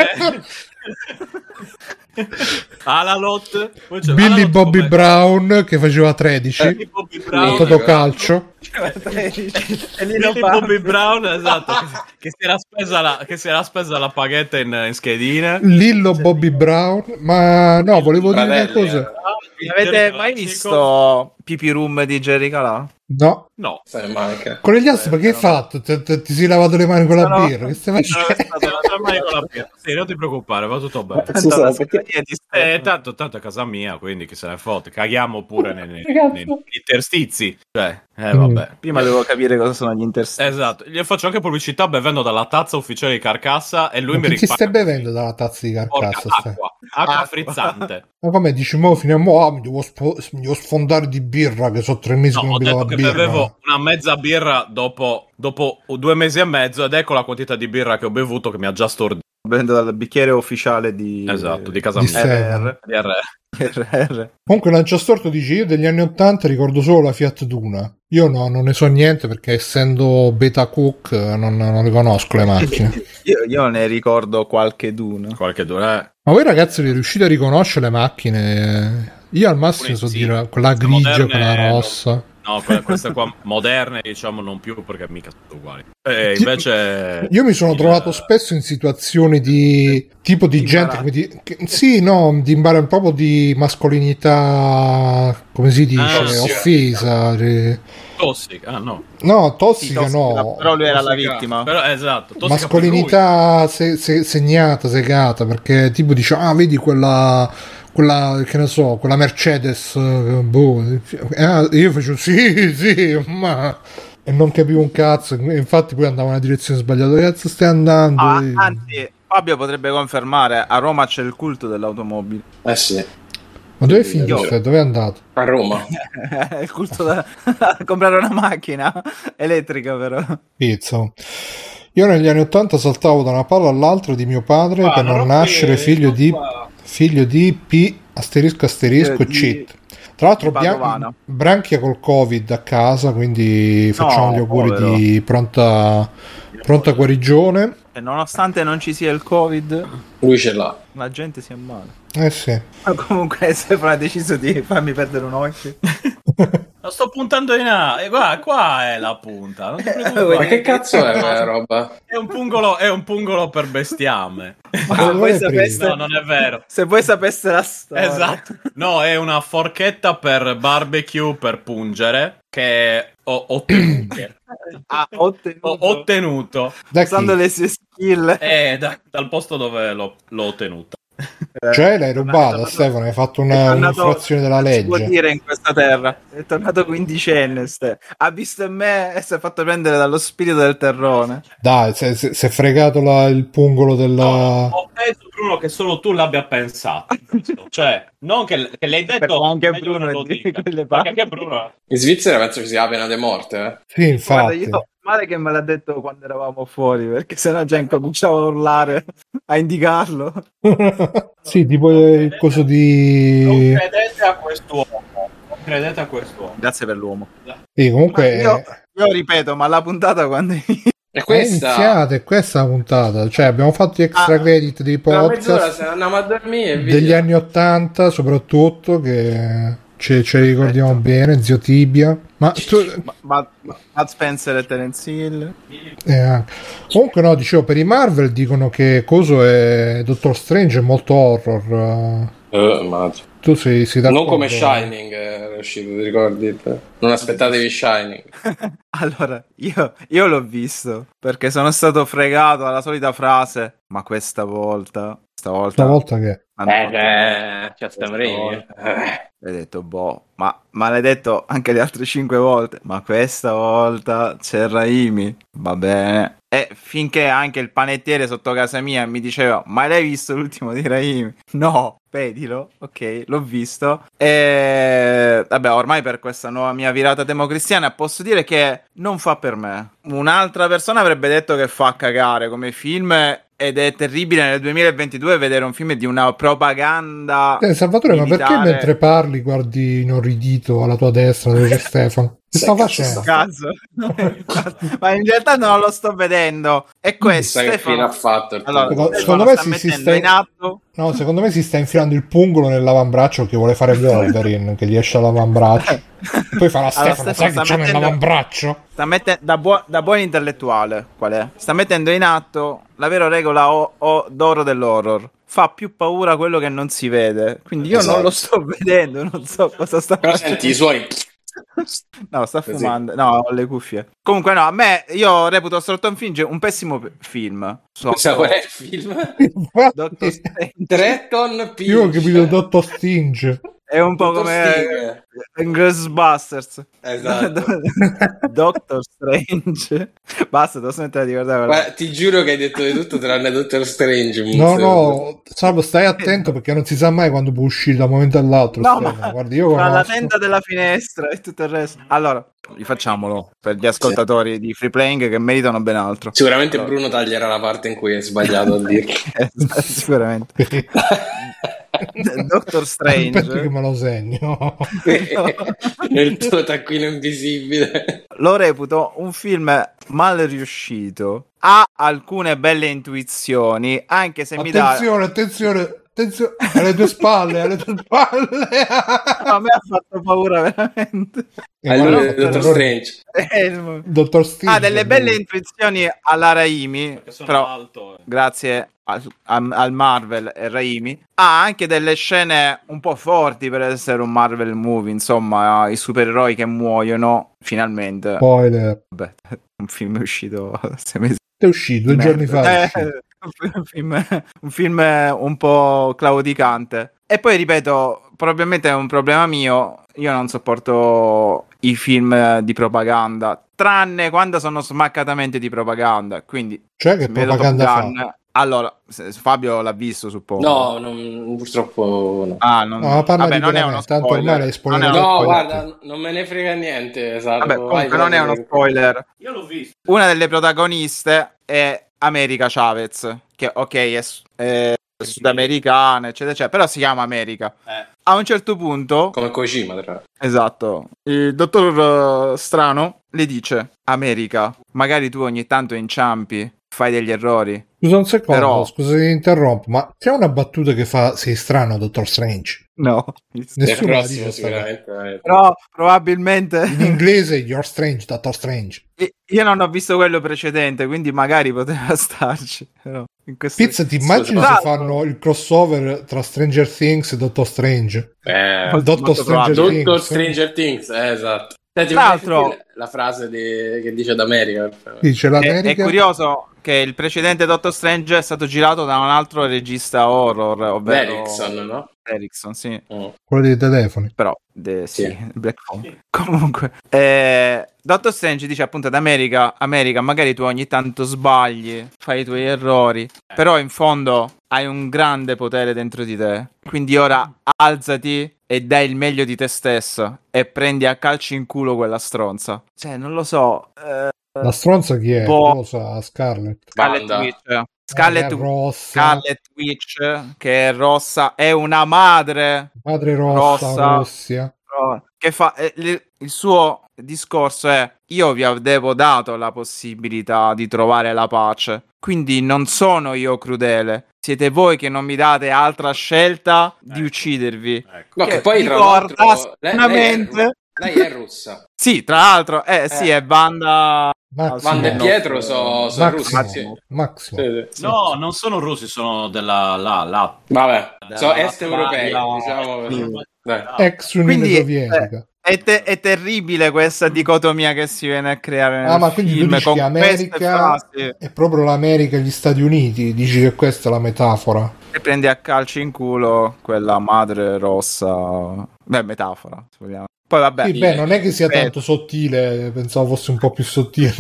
Alalot, Billy Bobby Brown che faceva 13 Toto Calcio. Billy Bobby Brown, esatto, che si era spesa la paghetta in schedine. Lillo Bobby Brown, ma no, volevo dire una cosa. Avete mai visto Pipi Room di Jerry Calà? No. Con gli altri, ma che hai fatto? Ti sei lavato le mani con la birra? Che stai facendo? Sì, non ti preoccupare, va tutto bene. Tanto a casa mia, quindi chi se ne fotte. Caghiamo pure nei interstizi. Cioè, vabbè. Prima devo capire cosa sono gli interstizi. Esatto. Gli faccio anche pubblicità bevendo dalla tazza ufficiale di Carcassa e lui mi risparmia. Chi stai bevendo dalla tazza di Carcassa? Acqua frizzante. Ma come dici, mo finiamo, mi devo sfondare di birra che sono 3 mesi che non bevo la birra. Bevevo una mezza birra dopo 2 mesi e mezzo ed ecco la quantità di birra che ho bevuto che mi ha già stordito. Bevendo dal bicchiere ufficiale di casa mia. RR. Comunque Lanciastorto dice: io degli anni 80 ricordo solo la Fiat Duna. Io non ne so niente perché essendo beta cook non le conosco le macchine. io ne ricordo qualche Duna. Ma voi ragazzi vi riuscite a riconoscere le macchine? Io al massimo so dire quella grigia, moderne, quella rossa. No, queste qua moderne diciamo non più perché mica sono uguali. Invece io mi sono trovato spesso in situazioni di tipo di gente di imbarare proprio di mascolinità, come si dice, offesa. Tossica, no, tossica no. Però lui era la vittima. Però, esatto, mascolinità segnata, segata, perché tipo dice vedi quella che ne so, quella Mercedes, io facevo sì, ma e non capivo un cazzo, infatti poi andavo nella direzione sbagliata. Dove cazzo stai andando? Anzi, Fabio potrebbe confermare, a Roma c'è il culto dell'automobile. Sì. Ma dove è finito? Dove è andato? A Roma. Il culto da comprare una macchina elettrica, però. Pizzo. Io negli anni 80 saltavo da una palla all'altra di mio padre per non nascere figlio di P *** cheat. Tra l'altro Branchia col Covid a casa, quindi facciamo gli auguri di pronta guarigione. E nonostante non ci sia il Covid, lui ce l'ha. la gente si ammala. Sì. Ma comunque Stefano ha deciso di farmi perdere un occhio. Lo sto puntando in A. E guarda, qua è la punta. Non ti preoccupare. Ma che cazzo è quella roba? È un pungolo per bestiame. Ma Ah, se voi dove è sapeste, No, non è vero. se voi sapeste la storia. Esatto. No, è una forchetta per barbecue per pungere che ho ottenuto. Ha Ho ottenuto. Da usando chi? le sue skill. Dal posto dove l'ho ottenuta. Cioè l'hai rubata, Stefano, hai fatto un'infrazione della si può legge. dire in questa terra. È tornato quindicenne. Ha visto in me e si è fatto prendere dallo spirito del terrone. Dai, si è fregato il pungolo della... Ho penso, Bruno, che solo tu l'abbia pensato. Cioè, non che l'hai detto, Perché anche meglio Bruno non lo è di dica. quelle Perché parti. anche Bruno... In Svizzera penso che sia la pena di morte, Sì, Guarda, infatti. io male che me l'ha detto quando eravamo fuori, perché sennò già incominciavo a urlare, a indicarlo. Sì, tipo il coso Non di... credete a quest'uomo. Non credete a quest'uomo. Grazie per l'uomo. Sì, comunque Io ripeto, ma la puntata quando E è questa... iniziata, è questa la puntata. Cioè abbiamo fatto gli extra credit dei Tra mezz'ora podcast se ne andiamo a dormire e degli via. anni 80 soprattutto, che ce li ricordiamo bene, Zio Tibia. Ma tu... Matt Spencer e Terence Hill. Anche. Comunque no, dicevo, per i Marvel dicono che coso è Doctor Strange è molto horror. Ma... Tu sei d'accordo? Non come Shining è uscito, ti ricordi? Non aspettatevi Shining. Allora, io l'ho visto perché sono stato fregato alla solita frase, ma questa volta Stavolta che... C'è Sam Raimi. Hai detto, boh, ma l'hai detto anche le altre 5 volte, ma questa volta c'è Raimi, va bene. E finché anche il panettiere sotto casa mia mi diceva, ma l'hai visto l'ultimo di Raimi? No, pedilo, ok, l'ho visto. E vabbè, ormai per questa nuova mia virata democristiana posso dire che non fa per me. Un'altra persona avrebbe detto che fa cagare come film. Ed è terribile nel 2022 vedere un film di una propaganda Salvatore, militare. ma perché mentre parli guardi inorridito alla tua destra dove c'è Stefano? Che sta facendo? Caso. Ma in realtà non lo sto vedendo. E questo Chissà che fine ha fatto il tuo. Secondo me sta si mettendo in atto. No, secondo me si sta infilando il pungolo nell'avambraccio che vuole fare Wolverine, che gli esce l'avambraccio. Poi farà Stefano, sai che c'è nell'avambraccio? Sta mettendo da buon intellettuale, qual è? Sta mettendo in atto la vera regola d'oro dell'horror. Fa più paura quello che non si vede. Quindi io non lo sto vedendo, non so cosa sta Però facendo. senti i suoi... No, sta fumando. No, ho le cuffie. Comunque no, a me, io reputo Stratton Finch un pessimo film. Cosa qual è il film? Doctor Strange. Tretton Pinch. Io ho capito Dottor Stinge. È un po' Dottor come Sting. Ghostbusters. Esatto. Doctor Strange. Basta, devo smettere di guardare. Guarda, ti giuro che hai detto di tutto tranne Doctor Strange. No, Salvo, stai attento perché non si sa mai quando può uscire da un momento all'altro. No, Stefano. ma Guardi, io fra la conosco. tenda della finestra e tutto il resto. Allora, rifacciamolo per gli ascoltatori di Free Playing che meritano ben altro. Sicuramente Bruno taglierà la parte in cui hai sbagliato a dirlo. Sicuramente. Doctor Aspetta che Strange me lo segno. Nel tuo taccuino invisibile. lo reputo un film mal riuscito. Ha alcune belle intuizioni, anche se mi dà. Attenzione, alle tue spalle, alle tue spalle. A me ha fatto paura veramente. Allora, Doctor Strange. Dottor Stinge. Ha delle belle intuizioni alla Raimi, Perché sono però alto. grazie al Marvel e Raimi ha anche delle scene un po' forti per essere un Marvel movie, insomma, i supereroi che muoiono finalmente. Spoiler. Vabbè, un film è uscito 6 mesi. È uscito 2 giorni fa. è uscito. Un film un po' claudicante. E poi ripeto, probabilmente è un problema mio. Io non sopporto i film di propaganda, tranne quando sono smaccatamente di propaganda. Quindi, Cioè che se mi vedo propaganda Top fa? Gun, allora, Fabio l'ha visto, suppongo. No, purtroppo no. Ah, non... No, parla Vabbè, non è uno liberamente, tanto ormai spoiler. l'hai spoilerato. Non è uno No, spoiler. guarda, non me ne frega niente. Esatto. Vabbè, comunque non è uno spoiler. Io l'ho visto. Una delle protagoniste è America Chavez, che ok è sudamericana, eccetera, eccetera, però si chiama America. A un certo punto, Come Kojima, tra l'altro. esatto, il dottor Strano le dice: America, magari tu ogni tanto inciampi, fai degli errori. Scusa un secondo, Però- scusa se ti interrompo, ma c'è una battuta che fa sei strano, Dottor Strange. No. Nel Nessuno la prossimo dice sta cosa. sicuramente. Però probabilmente... In inglese You're Strange, Dottor Strange. Io non ho visto quello precedente, quindi magari poteva starci. Però in questo... Pizza, ti immagini Scusa. se fanno il crossover tra Stranger Things e Dottor Strange? Dottor molto Stranger probabile. Doctor Things. Stranger Things, esatto. Senti, Tra vorrei l'altro- sentire la frase che dice d'America. Dice È l'America. curioso che il precedente Doctor Strange è stato girato da un altro regista horror, ovvero Erickson, no? Erickson, sì. Quello dei telefoni. Però, sì, Sì. Black Phone. Comunque, Doctor Strange dice appunto ad America, magari tu ogni tanto sbagli, fai i tuoi errori, però in fondo hai un grande potere dentro di te. Quindi ora alzati e dai il meglio di te stesso e prendi a calci in culo quella stronza. Cioè, non lo so. La stronza chi è? Boh. Cosa? Scarlett. Scarlet Banda. Witch. Scarlet È rossa. Scarlet Witch, che è rossa, è una madre Madre rossa, Rossa. Russia. che fa il suo discorso è: io vi avevo dato la possibilità di trovare la pace, quindi non sono io crudele, siete voi che non mi date altra scelta di Ecco. uccidervi. Ecco. No, che poi tra ricorda l'altro stranamente- lei è russa. Sì, tra l'altro, sì, è Wanda. Massimo. Van de no. Pietro sono russi. Massimo. Sì. Massimo. Sì. No, non sono russi, sono della Vabbè, sono della est europei, Latvalia. diciamo. Dai. Ex Unione Quindi Sovietica. è terribile questa dicotomia che si viene a creare nel Ah, ma quindi tu film dici con che queste America frasi. è proprio l'America e gli Stati Uniti? Dici che questa è la metafora? E prendi a calci in culo quella madre rossa. Beh, metafora, se vogliamo. Poi vabbè. Sì, beh, non è che sia ripeto. tanto sottile, pensavo fosse un po' più sottile.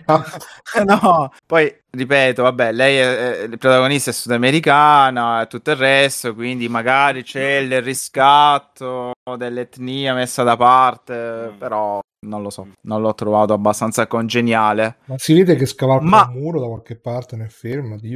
No, poi ripeto, vabbè, lei è il protagonista è sudamericana e tutto il resto, quindi magari c'è il riscatto dell'etnia messa da parte, però non lo so, non l'ho trovato abbastanza congeniale. Ma si vede che scavalca Ma- un muro da qualche parte nel film, Dio.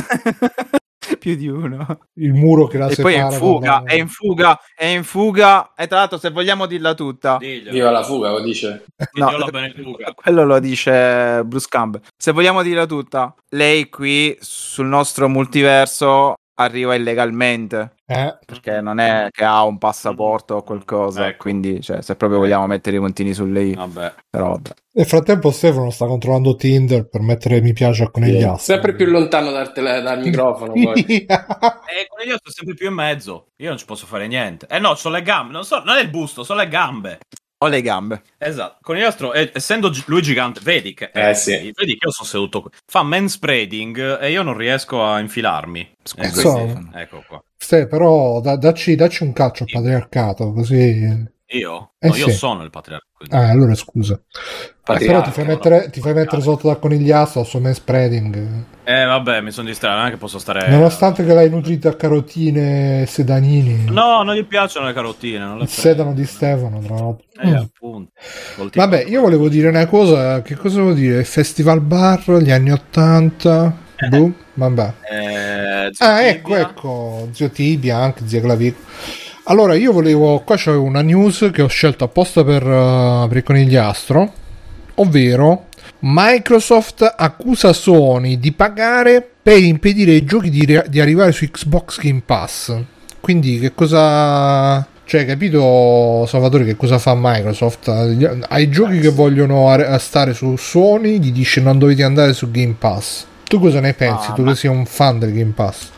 Più di uno. Il muro che la E poi è in separa fuga, dalla- è in fuga, e tra l'altro se vogliamo dirla tutta, Viva la fuga, lo dice. no, la benefuga. quello lo dice Bruce Campbell. Se vogliamo dirla tutta, lei qui sul nostro multiverso arriva illegalmente, perché non è che ha un passaporto o qualcosa, Ecco. quindi cioè, se proprio vogliamo mettere i puntini sulle i, Vabbè. però vabbè. Nel frattempo Stefano sta controllando Tinder per mettere mi piace a Conigliastro. Sempre più lontano dal microfono. Poi. Con io sto sempre più in mezzo. Io non ci posso fare niente. No, sono le gambe. Non è il busto, sono le gambe. Ho le gambe. Esatto. Conigliastro, essendo lui gigante, vedi che Sì. vedi che io sono seduto qui. Fa manspreading e io non riesco a infilarmi. Scusa. Ecco qua. Ste, però dacci un calcio al patriarcato, così... Io? Eh No, io sì. sono il patriarca. quindi. allora scusa. Però Patriarca, ti fai mettere sotto da Conigliastro al suo manspreading. Vabbè, mi sono distratto, non è che posso stare... Nonostante che l'hai nutrito a carotine e sedanini. No, non gli piacciono le carotine. Non le Il sedano di Stefano, tra l'altro. appunto. Col tipo- Vabbè, io volevo dire una cosa. Che cosa volevo dire? Festival Bar, gli anni 80. Boh, vabbè. Zio Tibia. ecco, zio Tibia, anche zia Clavico. Allora, io volevo. Qua c'è una news che ho scelto apposta per il Conigliastro. Ovvero, Microsoft accusa Sony di pagare per impedire ai giochi di arrivare su Xbox Game Pass. Quindi, che cosa. Cioè, capito, Salvatore, che cosa fa Microsoft? Ai giochi che vogliono stare su Sony gli dice non dovete andare su Game Pass. Tu cosa ne pensi? Tu che sei un fan del Game Pass?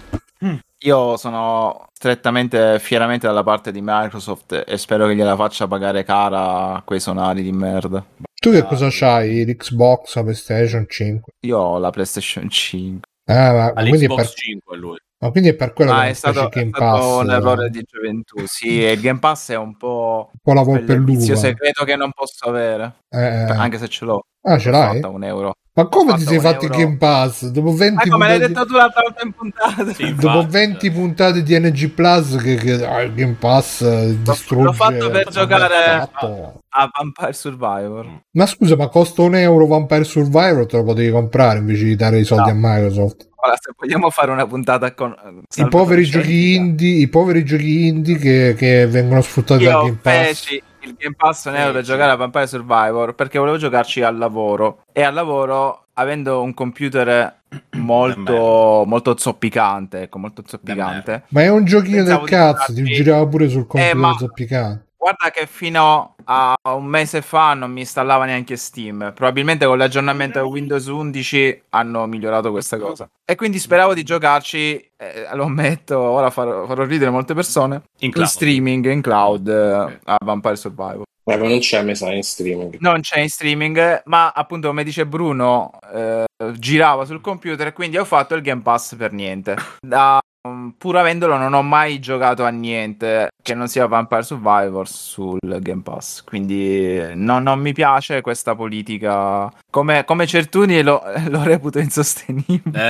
Io sono strettamente, fieramente dalla parte di Microsoft e spero che gliela faccia pagare cara a quei sonari di merda. Tu che cosa c'hai? L'Xbox, la PlayStation 5? Io ho la PlayStation 5. Ma quindi, all'Xbox 5 lui. ma quindi è per quello Ma che è non piace stato, il Game è stato Pass. un errore di gioventù. Sì, e il Game Pass è un po' Un po' la quel volpe vizio l'uva. segreto che non posso avere, anche se ce l'ho. Ce l'hai? Fatta €1. Ma come Ho ti sei fatto fatto il €1. Game Pass? Dopo 20 Ma come l'hai puntate, detto tu l'altra volta in puntata? Sì, dopo infatti. 20 puntate di NG Plus che il Game Pass distrugge. L'ho fatto per giocare Fatto. a Vampire Survivor. Ma scusa, ma costa €1 Vampire Survivor? Te lo potevi comprare invece di dare i soldi a Microsoft. Ora, se vogliamo fare una puntata con I poveri giochi indie che vengono sfruttati dal io Game Pass. feci il Game Pass €1 per giocare a Vampire Survivor perché volevo giocarci al lavoro, e al lavoro, avendo un computer molto zoppicante, ecco, molto zoppicante. Ma è un giochino Pensavo del cazzo, ti girava pure sul computer ma zoppicante. guarda che fino a un mese fa non mi installava neanche Steam. Probabilmente con l'aggiornamento a Windows 11 hanno migliorato questa cosa. E quindi speravo di giocarci, lo ammetto, ora farò ridere molte persone, in streaming, in cloud, a Vampire Survivor. Ma non c'è, mi sa, in streaming. Non c'è in streaming, ma appunto come dice Bruno, girava sul computer e quindi ho fatto il Game Pass per niente. Pur avendolo non ho mai giocato a niente che non sia Vampire Survivor sul Game Pass, quindi non mi piace questa politica, come Certuni lo reputo insostenibile.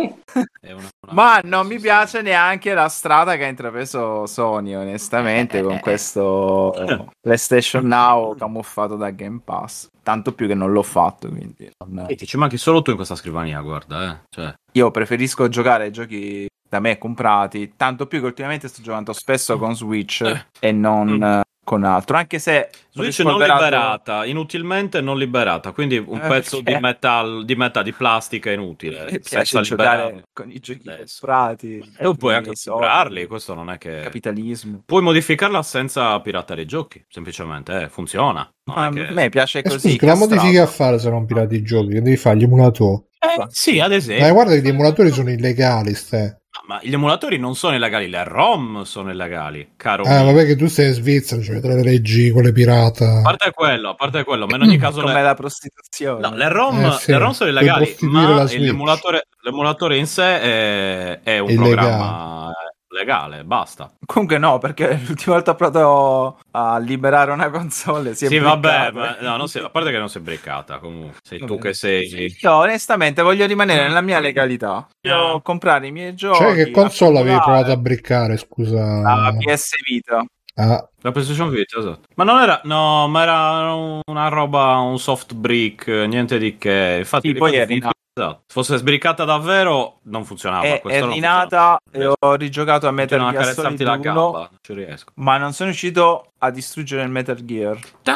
Ma non mi piace neanche la strada che ha intrapreso Sony, onestamente, con questo PlayStation Now camuffato da Game Pass. Tanto più che non l'ho fatto, quindi ci manchi solo tu in questa scrivania, guarda, cioè. Io preferisco giocare ai giochi da me comprati, tanto più che ultimamente sto giocando spesso con Switch e non con altro, anche se Switch non liberata, inutilmente non liberata, quindi un pezzo di di plastica inutile. Mi piace giocare con i giochi comprati. E tu puoi anche comprarli, questo non è che... Capitalismo. Puoi modificarla senza pirattare i giochi, semplicemente, funziona. A me piace così. Che la modifica a fare se non pirati i giochi? Che devi fare gli emulatori? Sì, ad esempio. Ma guarda che gli emulatori sono illegali, Ma gli emulatori non sono illegali, le ROM sono illegali, caro. Vabbè che tu sei in Svizzera, cioè le leggi con le pirata. A parte quello, ma in ogni caso come la prostituzione. No, le ROM sono illegali, ma l'emulatore in sé è un programma legale, basta. Comunque no, perché l'ultima volta ho provato a liberare una console si è vabbè, ma a parte che non si è briccata, comunque sei tu che sei. Io onestamente voglio rimanere nella mia legalità. Io comprare i miei giochi. Cioè che console avevi provato a briccare, scusa? La PS Vita. La PlayStation Vita, esatto. Ma non era, no, ma era una roba, un soft brick, niente di che. Infatti poi è rinata. Esatto. Se fosse sbricata davvero non funzionava. È rinata e ho rigiocato a Metal Gear Solid 1, non ci riesco. ma non sono riuscito a distruggere il Metal Gear.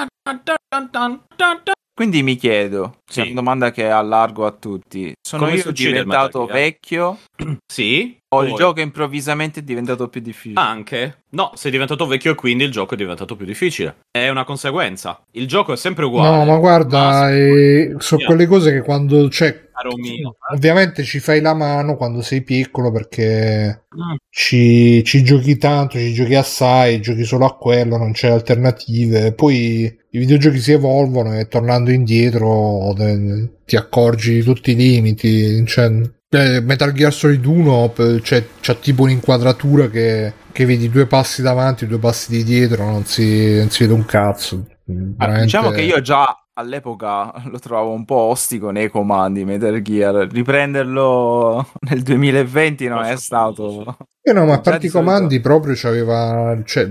Quindi mi chiedo, è una domanda che allargo a tutti, sono io diventato vecchio? Sì. O il gioco improvvisamente è diventato più difficile? Anche. No, sei diventato vecchio e quindi il gioco è diventato più difficile. È una conseguenza. Il gioco è sempre uguale. No, ma guarda, sono quelle cose che quando c'è... Ovviamente ci fai la mano quando sei piccolo perché ci giochi tanto, ci giochi assai, giochi solo a quello, non c'è alternative. Poi i videogiochi si evolvono e tornando indietro ti accorgi di tutti i limiti. Cioè, Metal Gear Solid 1 c'ha tipo un'inquadratura che vedi 2 passi davanti, 2 passi di dietro, non si vede un cazzo. Veramente... Diciamo che io già all'epoca lo trovavo un po' ostico nei comandi Metal Gear, riprenderlo nel 2020 non è stato... no, ma a parte i comandi proprio c'aveva, cioè,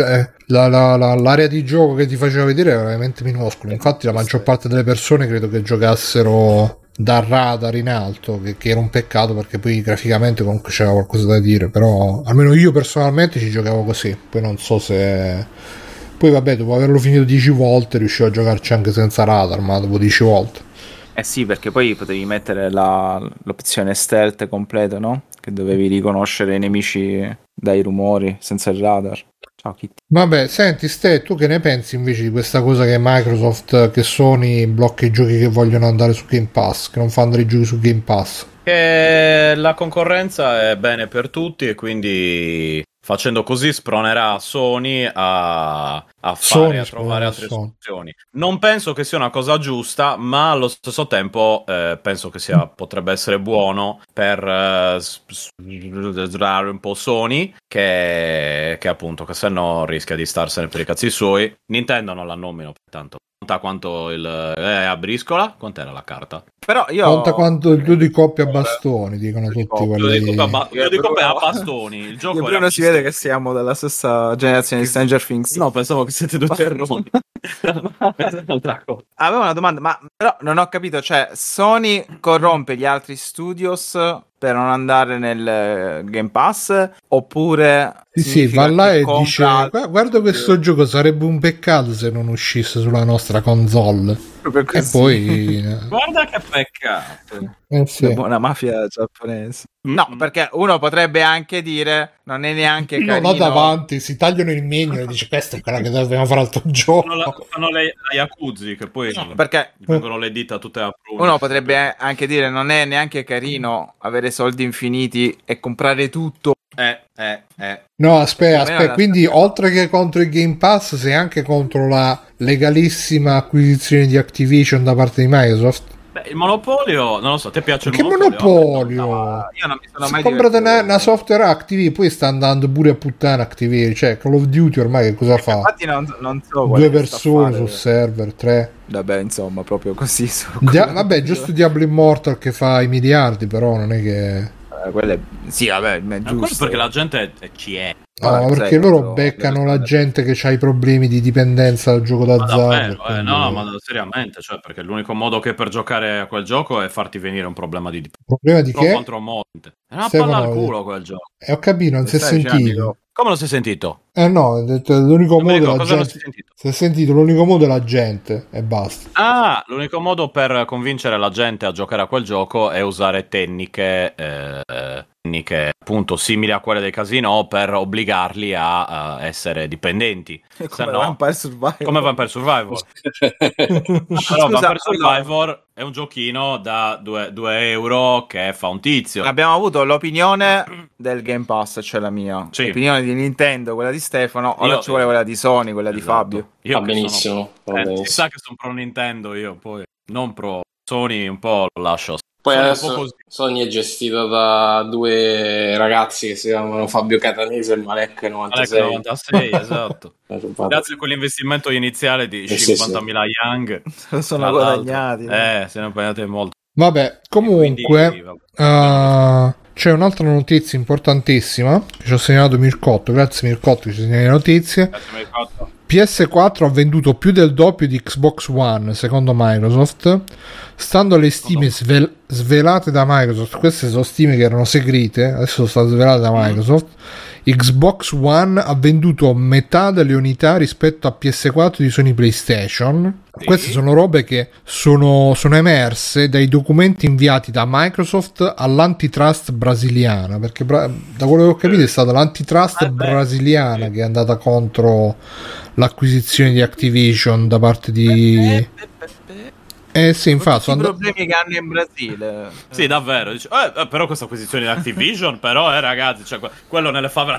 l'area di gioco che ti faceva vedere era veramente minuscola. Infatti la maggior parte delle persone credo che giocassero dal radar in alto, che era un peccato perché poi graficamente comunque c'era qualcosa da dire, però almeno io personalmente ci giocavo così. Poi non so se... Poi vabbè, dopo averlo finito 10 volte riuscivo a giocarci anche senza radar, ma dopo 10 volte. Sì, perché poi potevi mettere l'opzione stealth completo, no? Che dovevi riconoscere i nemici dai rumori senza il radar. Ciao Kitty. Vabbè, senti Ste, tu che ne pensi invece di questa cosa che Microsoft, che Sony blocca i giochi che vogliono andare su Game Pass, che non fa andare i giochi su Game Pass? Che la concorrenza è bene per tutti e quindi facendo così spronerà Sony a trovare altre soluzioni. Non penso che sia una cosa giusta, ma allo stesso tempo penso che potrebbe essere buono per sdraiare un po' Sony, che appunto, che se no rischia di starsene per i cazzi suoi. Nintendo non la nomino, pertanto conta quanto a briscola, quant'era la carta? Però io conta quanto il due di coppia a bastoni, dicono tutti quelli. Io di coppia a bastoni. Il gioco io Bruno si vede che siamo della stessa generazione di Stranger Things. No, pensavo che siete due terroni. Avevo una domanda, ma però non ho capito, cioè Sony corrompe gli altri studios per non andare nel Game Pass, oppure Sì, va là e dice compra guarda questo gioco, sarebbe un peccato se non uscisse sulla nostra console. proprio E così. poi Guarda che peccato. sì. La buona mafia giapponese. No, perché uno potrebbe anche dire non è neanche No, carino. là davanti si tagliano il menu e dice questa è quella che dobbiamo fare altro gioco. Fanno la Yakuza, che poi Perché vengono le dita tutte a prune. uno potrebbe anche dire non è neanche carino avere soldi infiniti e comprare tutto. No, aspetta, Più o meno quindi oltre che contro il Game Pass sei anche contro la legalissima acquisizione di Activision da parte di Microsoft? Beh, il monopolio, non lo so, ti piace il Che monopolio? Io non mi sono Se mai comprate divertito. una software Activision, poi sta andando pure a puttana Activision, cioè Call of Duty ormai che cosa fa? Infatti non so quale Due sta a persone fare. sul server, 3. Vabbè, insomma, proprio così. Vabbè, giusto Diablo Immortal che fa i miliardi, però non è che... Sì, vabbè, è Quello giusto. perché la gente ci è. No, perché loro beccano la gente che ha i problemi di dipendenza dal gioco Ma d'azzardo. davvero, quindi- no, ma seriamente, cioè, perché l'unico modo che per giocare a quel gioco è farti venire un problema di Problema di troppo che? contro monte. È una Stefano, palla al culo quel gioco. Ho capito, non si è Stai dicendo, sentito. io- Come lo sei sentito? No, ho detto, l'unico Non mi modo ricordo, la cosa non gente... si è sentito? Si è sentito, l'unico modo è la gente e basta. Ah, l'unico modo per convincere la gente a giocare a quel gioco è usare tecniche appunto simili a quelle dei casino per obbligarli a essere dipendenti. Se Come no, Vampire Survivor. come Vampire Survivor. Però Scusa, Vampire Survivor è un giochino da 2 euro che fa un tizio. Abbiamo avuto l'opinione del Game Pass, cioè la mia. Sì. L'opinione di Nintendo, quella di Stefano. Ora Io- ci vuole quella di Sony, quella di Esatto. Fabio. Io Va che benissimo, va si benissimo. sa che sono pro Nintendo io, poi non pro Sony, un po' lo lascio. Poi Sono un po' adesso così. Sony è gestita da due ragazzi che si chiamano Fabio Catanese e Malek Malek 96. 96, esatto. Grazie. Grazie a quell'investimento iniziale di Sì, 50.000 Young. Sono tra l'altro. guadagnati. No? Se ne guadagnate molto. Vabbè, comunque... Quindi, vabbè. C'è un'altra notizia importantissima che ci ha segnalato Mircotto. Grazie Mircotto che ci segnala le notizie. Grazie, mi ricordo. PS4 ha venduto più del doppio di Xbox One secondo Microsoft, stando alle stime svelate da Microsoft. Queste sono stime che erano segrete, adesso sono state svelate da Microsoft. Xbox One ha venduto metà delle unità rispetto a PS4 di Sony PlayStation. Sì. Queste sono robe che sono emerse dai documenti inviati da Microsoft all'antitrust brasiliana, perché da quello che ho capito è stata l'antitrust brasiliana che è andata contro l'acquisizione di Activision da parte di... sì, infatti I problemi che hanno in Brasile. Sì, davvero. Dice, però questa acquisizione di Activision, però, ragazzi, cioè, quello nelle favela.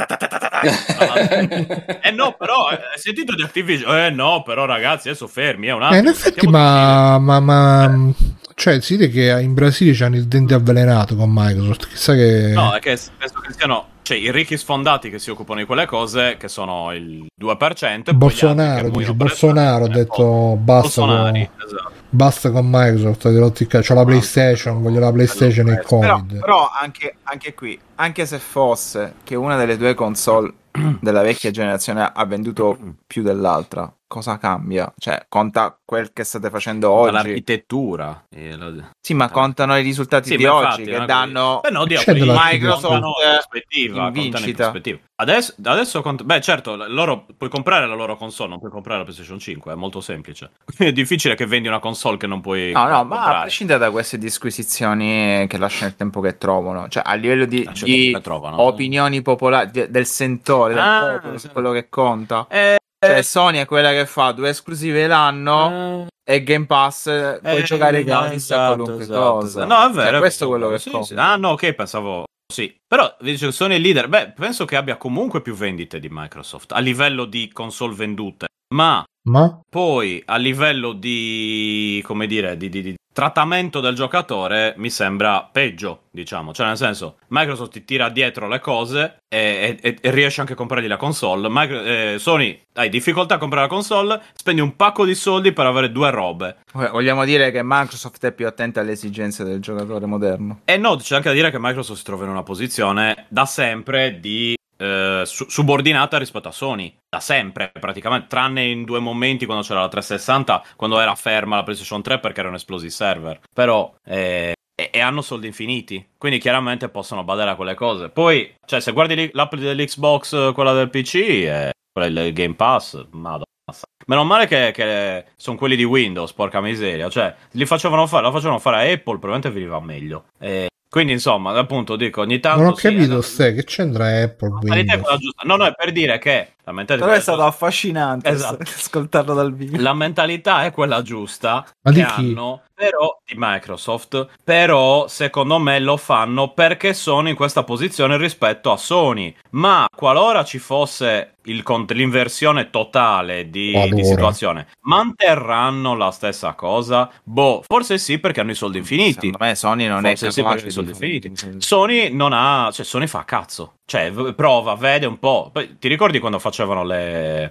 No, però, hai sentito di Activision? No, però, ragazzi, adesso fermi, è un attimo. in effetti, ma cioè, si vede che in Brasile c'hanno il dente avvelenato con Microsoft. Chissà che... No, è che penso che siano, cioè, i ricchi sfondati che si occupano di quelle cose, che sono il 2%. E Bolsonaro, poi gli altri che dice, muoiono Bolsonaro ha per detto basta Bolsonari, con, esatto. basta con Microsoft, c'ho la PlayStation, voglio la PlayStation e il Covid. Però anche qui, anche se fosse che una delle due console della vecchia generazione ha venduto più dell'altra, cosa cambia? Cioè, conta quel che state facendo oggi. L'architettura. Sì, ma contano i risultati Sì, di ma oggi infatti, che no, danno beh, no, C'è Dio, dell'architettura. Microsoft in vincita. Adesso beh, certo, loro puoi comprare la loro console, non puoi comprare la PlayStation 5, è molto semplice. Quindi è difficile che vendi una console che non puoi No, ma a comprare. prescindere da queste disquisizioni che lasciano il tempo che trovano, cioè a livello di che trovano. opinioni popolari, del sentore, del popolo, su quello che conta. Cioè Sony è quella che fa 2 esclusive l'anno e Game Pass puoi giocare gratis a qualunque cosa. No, è vero. Cioè, questo è quello che sì, conta. sì. Ah, no, ok, pensavo. Sì, però dice che Sony è il leader. Beh, penso che abbia comunque più vendite di Microsoft a livello di console vendute, ma poi a livello di, come dire, di trattamento del giocatore mi sembra peggio, diciamo. Cioè, nel senso, Microsoft ti tira dietro le cose e riesce anche a comprargli la console. Sony hai difficoltà a comprare la console, spendi un pacco di soldi per avere 2 robe. Vogliamo dire che Microsoft è più attenta alle esigenze del giocatore moderno. E no, c'è anche da dire che Microsoft si trova in una posizione da sempre di subordinata rispetto a Sony, da sempre praticamente, tranne in 2 momenti quando c'era la 360, quando era ferma la PlayStation 3 perché erano esplosi i server, però è e hanno soldi infiniti, quindi chiaramente possono badare a quelle cose. Poi, cioè, se guardi l'app dell'Xbox, quella del PC, quella del Game Pass, madonna. Meno male che sono quelli di Windows, porca miseria, cioè la facevano fare a Apple, probabilmente veniva meglio. Quindi insomma, appunto dico, ogni tanto non ho capito che c'entra Apple Windows. No, è per dire che la mentalità però è stato affascinante esatto. ascoltarlo dal vivo. La mentalità è quella giusta. Ma che di chi? hanno, però di Microsoft, però secondo me lo fanno perché sono in questa posizione rispetto a Sony. Ma qualora ci fosse l'inversione totale di situazione, manterranno la stessa cosa? Boh, forse sì, perché hanno i soldi infiniti. Secondo me Sony non forse è sì, perché i soldi infiniti. Sony non ha, cioè Sony fa cazzo. Cioè, prova, vede un po'. Poi, ti ricordi quando facevano le...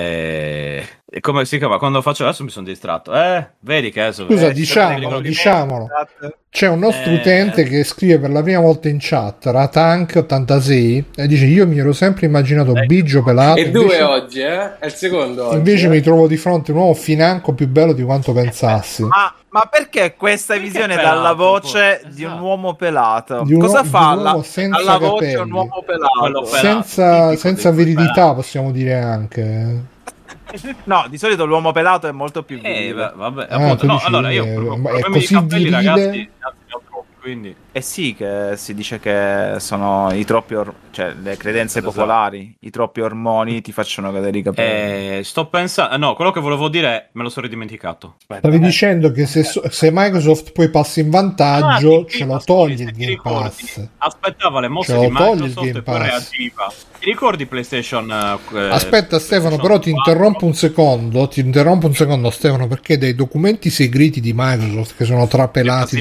come si chiama? Quando facevano... Adesso mi sono distratto. Vedi che adesso... Scusa, diciamolo. C'è un nostro utente che scrive per la prima volta in chat, Ratank86, e dice: io mi ero sempre immaginato Biggio pelato. E due oggi, È il secondo oggi. Invece mi trovo di fronte a un uomo financo più bello di quanto pensassi. Ma perché questa visione dalla voce di un uomo pelato? Cosa fa alla voce un uomo pelato? Senza veridità, possiamo dire anche. No, di solito l'uomo pelato è molto più virile. Vabbè, appunto, no, allora io è così capelli, virile, ragazzi, quindi sì, che si dice che sono i troppi cioè le credenze popolari, i troppi ormoni ti facciano cadere i capelli. Sto pensando, no, quello che volevo dire me lo sono ridimenticato. Stavi dicendo che se Microsoft poi passa in vantaggio, ce lo toglie il Game Pass. Aspettava le mosse di Microsoft e poi reagiva. Ti ricordi PlayStation? Aspetta Stefano, però ti interrompo un secondo, Stefano, perché dei documenti segreti di Microsoft che sono trapelati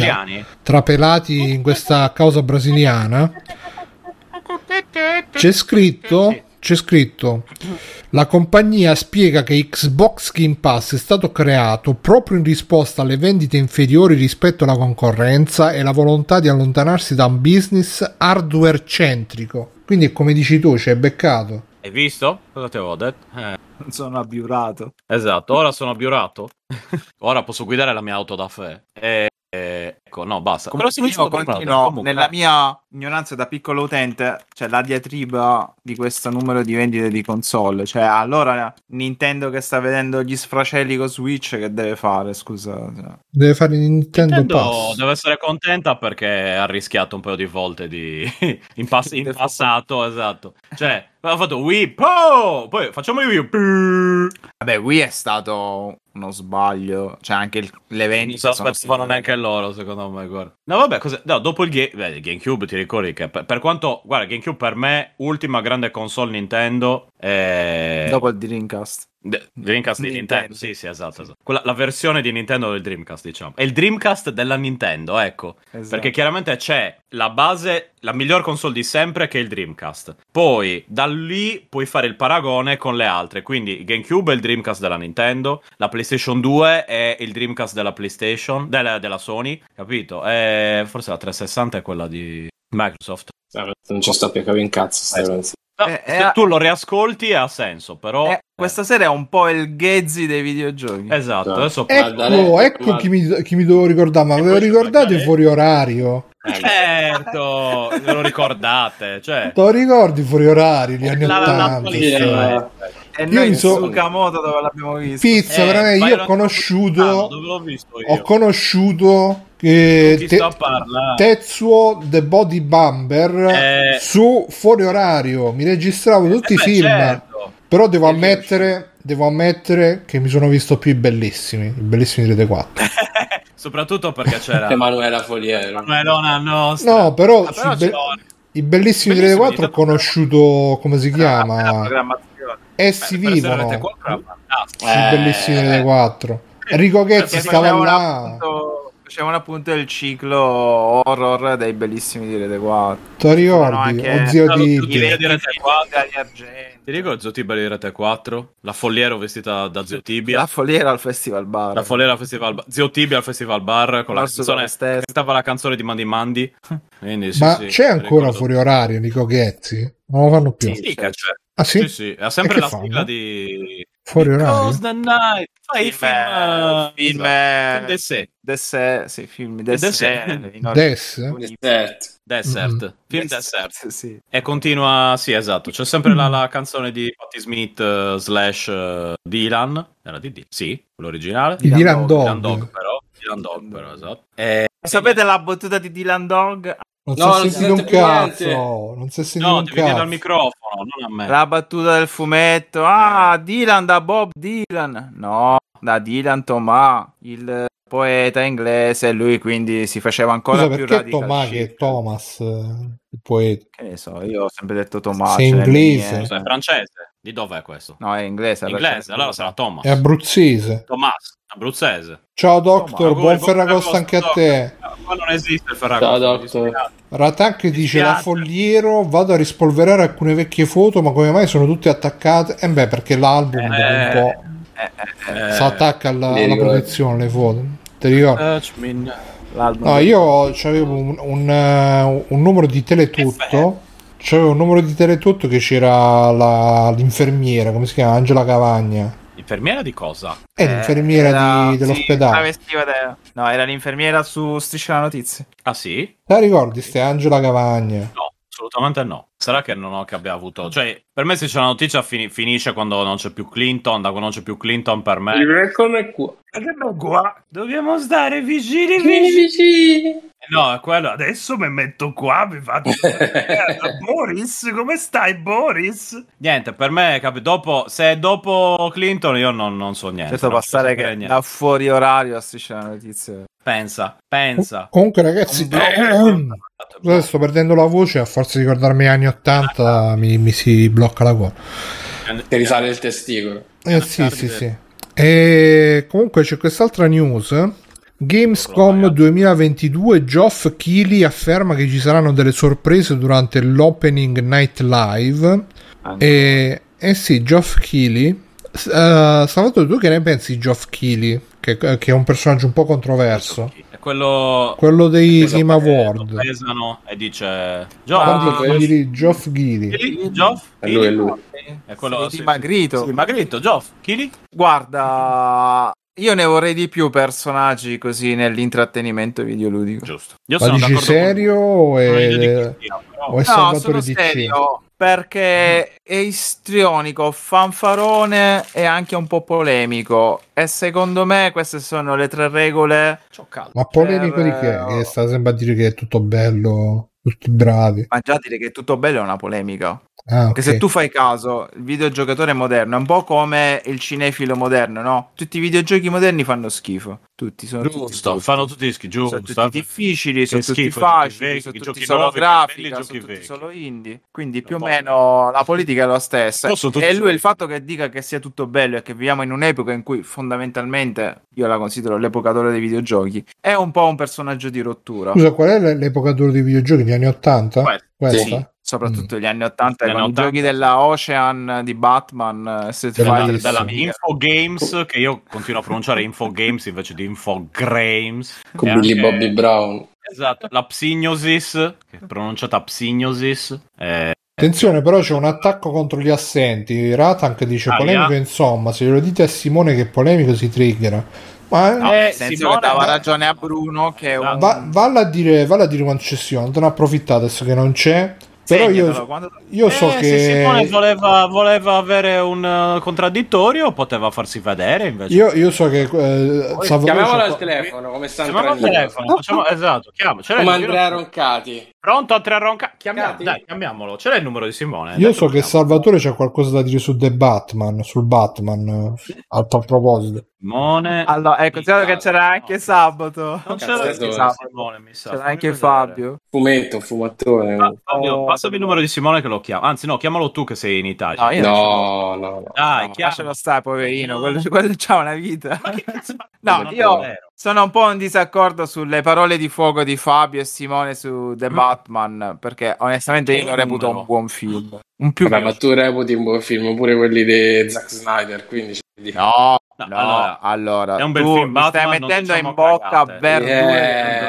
in questa causa brasiliana c'è scritto la compagnia spiega che Xbox Game Pass è stato creato proprio in risposta alle vendite inferiori rispetto alla concorrenza e la volontà di allontanarsi da un business hardware centrico. Quindi, come dici tu, c'è beccato. Hai visto? Cosa ti avevo detto? Sono abbiurato. Esatto, ora sono abbiurato. Ora posso guidare la mia auto da fè. Ecco, no, basta. Però se io continuo, nella mia ignoranza da piccolo utente, cioè la diatriba di questo numero di vendite di console, cioè allora Nintendo che sta vedendo gli sfracelli con Switch, che deve fare, scusa? Deve fare Nintendo Pass. Deve essere contenta perché ha rischiato un paio di volte in passato, esatto. Cioè, ha fatto Wii, poi facciamo Wii. Vabbè, Wii è stato uno sbaglio, cioè anche le vendite non se l'aspettavano neanche loro, secondo me, guarda. No, vabbè, dopo il GameCube, ti ricordi che per quanto, guarda, GameCube per me ultima grande console Nintendo dopo il Dreamcast. Dreamcast di Nintendo. Sì, esatto. La versione di Nintendo del Dreamcast, diciamo. È il Dreamcast della Nintendo, ecco. Esatto. Perché chiaramente c'è la base, la miglior console di sempre, che è il Dreamcast. Poi, da lì puoi fare il paragone con le altre. Quindi, GameCube è il Dreamcast della Nintendo, la PlayStation 2 è il Dreamcast della PlayStation, della Sony, capito? Forse la 360 è quella di Microsoft. Non ci sto più capendo in cazzo. No, se tu lo riascolti ha senso, però questa serie è un po' il Ghezzi dei videogiochi. Esatto, adesso ecco chi mi devo ricordare, ma ve lo ricordate Fuori Orario? Certo, ve lo ricordate, cioè. Te lo ricordi Fuori Orario gli anni 80? E noi in Sukamoto dove l'abbiamo visto? Pizza, veramente, io ho conosciuto Tetsuo The Body Bomber su Fuori Orario. Mi registravo tutti i film, certo. Però devo ammettere che mi sono visto più i bellissimi di Rete 4. Soprattutto perché c'era Emanuela Foliero. Emanuela nostra. No, però i bellissimi di Rete 4 ho conosciuto, come si chiama? Essi vivono. I bellissimi di Rete 4. Enrico Ghezzi stava là. Facevano appunto il ciclo horror dei bellissimi di Rete 4. Ti ricordi? Zio Tibia di Rete 4. Ti ricordi Zio Tibia di Rete 4? La Folliero vestita da Zio Tibia. La Folliera al Festival Bar. Zio Tibia al Festival Bar con la canzone. Stava la canzone di Mandi Mandi. Quindi, ma c'è ancora Fuori Orario, Enrico Ghezzi? Non lo fanno più? Sì, che c'è. Ah sì? Sì. Ha sempre la sigla di Fuori Orario. The night Fai film d'essè. sì, film Desert? Desert. Film Desert. Sì. E continua, sì, esatto. C'è sempre la canzone di Patti Smith / Dylan. Era di Dylan? Sì, quello originale. Di Dylan Dylan Dog. Dog, però, esatto. Sapete la battuta di Dylan Dog? Non si è sentito un cazzo. Non si è sentito un devi dire dal cazzo. microfono, non a me. La battuta del fumetto. Dylan da Bob Dylan. No, da Dylan Thomas, il poeta inglese. Lui quindi si faceva ancora Scusa, più perché radical Thomas chic. che è Thomas, il poeta? Che ne so, io ho sempre detto Thomas. Sei inglese? È francese. Di dov'è questo? No, è inglese. Inglese, allora sarà Thomas. È abruzzese. Thomas, abruzzese. Ciao Doctor, Thomas, buon Ferragosto anche a te. Ma non esiste il Ferragosto. Ciao Doctor. Ratank dice: spiace. La Fogliero, vado a rispolverare alcune vecchie foto, ma come mai sono tutte attaccate? Beh, perché l'album dopo un po' si attacca alla protezione, le foto. Ti ricordi? No, io c'avevo un numero di Teletutto. C'avevo un numero di Teletutto che c'era l'infermiera, come si chiama? Angela Cavagna. Infermiera di cosa? È l'infermiera dell'ospedale. No, era l'infermiera su Striscia la Notizia. Ah sì? La ricordi? Ste Angela Cavagna. No, assolutamente no. Sarà che non ho che abbia avuto. Cioè, per me se c'è la notizia finisce quando non c'è più Clinton. Da quando non c'è più Clinton, per me. Come qua? Dobbiamo stare vicini. No, è quello. Adesso mi metto qua, mi faccio. Boris, come stai, Boris? Niente, per me, se è dopo Clinton, io non so niente. Adesso passare che da fuori orario a Striscia la Notizia. Pensa. Comunque, ragazzi, sto perdendo la voce. A forza di ricordarmi gli anni 80, mi si blocca la gola. Che risale il testicolo. Sì. E comunque c'è quest'altra news. Gamescom 2022, Geoff Keighley afferma che ci saranno delle sorprese durante l'Opening Night Live. E sì, Geoff Keighley. Salvatore, tu che ne pensi di Geoff Keighley? Che è un personaggio un po' controverso. È quello dei Game Award. Lo pesano e dice Geoff Keighley. È lui. È quello dimagrito. Geoff Keighley. Guarda, io ne vorrei di più personaggi così nell'intrattenimento videoludico. Giusto. Io Ma sono dici serio o è Salvatore DC? Serio, perché è istrionico, fanfarone e anche un po' polemico. E secondo me queste sono le 3 regole. Ma polemico di che? Che sta sempre a dire che è tutto bello, tutti bravi. Ma già dire che è tutto bello è una polemica. Okay. Che se tu fai caso, il videogiocatore moderno è un po' come il cinefilo moderno, no? Tutti i videogiochi moderni fanno schifo. Tutti sono giusto, fanno tutti schifo, sono tutti difficili, sono tutti schifo, facili, sono tutti tutti solo nuovi, grafica, belli, sono tutti vecchi. solo indie. Quindi più o meno la politica è la stessa. E lui il fatto che dica che sia tutto bello e che viviamo in un'epoca in cui fondamentalmente io la considero l'epoca d'oro dei videogiochi, è un po' un personaggio di rottura. Scusa, qual è l'epoca d'oro dei videogiochi? Gli anni 80? Questa? Sì. Soprattutto gli anni 80 con i giochi della Ocean di Batman, Street Fighter, della Infogames, che io continuo a pronunciare Infogames invece di Infogrames, con Billy Bobby Brown. Esatto, la Psignosis, che è pronunciata Psignosis. Attenzione, però c'è un attacco contro gli assenti. Ratank dice polemico, insomma, se glielo dite a Simone che è polemico si triggera. Ma senso che dava ragione a Bruno che valla a dire quando c'è Simone, non te ne approfittate adesso che non c'è. Però io so che se Simone voleva avere un contraddittorio, poteva farsi vedere invece. Io so che chiamiamolo al telefono come sta esatto, come Andrea Roncati. Pronto Andrea Roncati? Chiamiamolo. Ce l'hai il numero di Simone? Io so che Salvatore c'ha qualcosa da dire su The Batman, sul Batman a tal proposito. Simone. Allora, ecco, che c'era anche Sabato. Non c'era Simone, mi sa. C'era anche Fabio. Fumattone. Fabio, passami il numero di Simone che lo chiamo. Anzi, no, chiamalo tu che sei in Italia. No. Dai, lascialo stare, poverino. Quello c'ha una vita. Ma che cazzo? No, io sono un po' in disaccordo sulle parole di fuoco di Fabio e Simone su The Batman, perché onestamente io lo reputo un buon film. Ma tu reputi un buon film pure quelli di Zack Snyder, quindi allora è un bel tu film. mi stai mettendo in bocca verdure. Non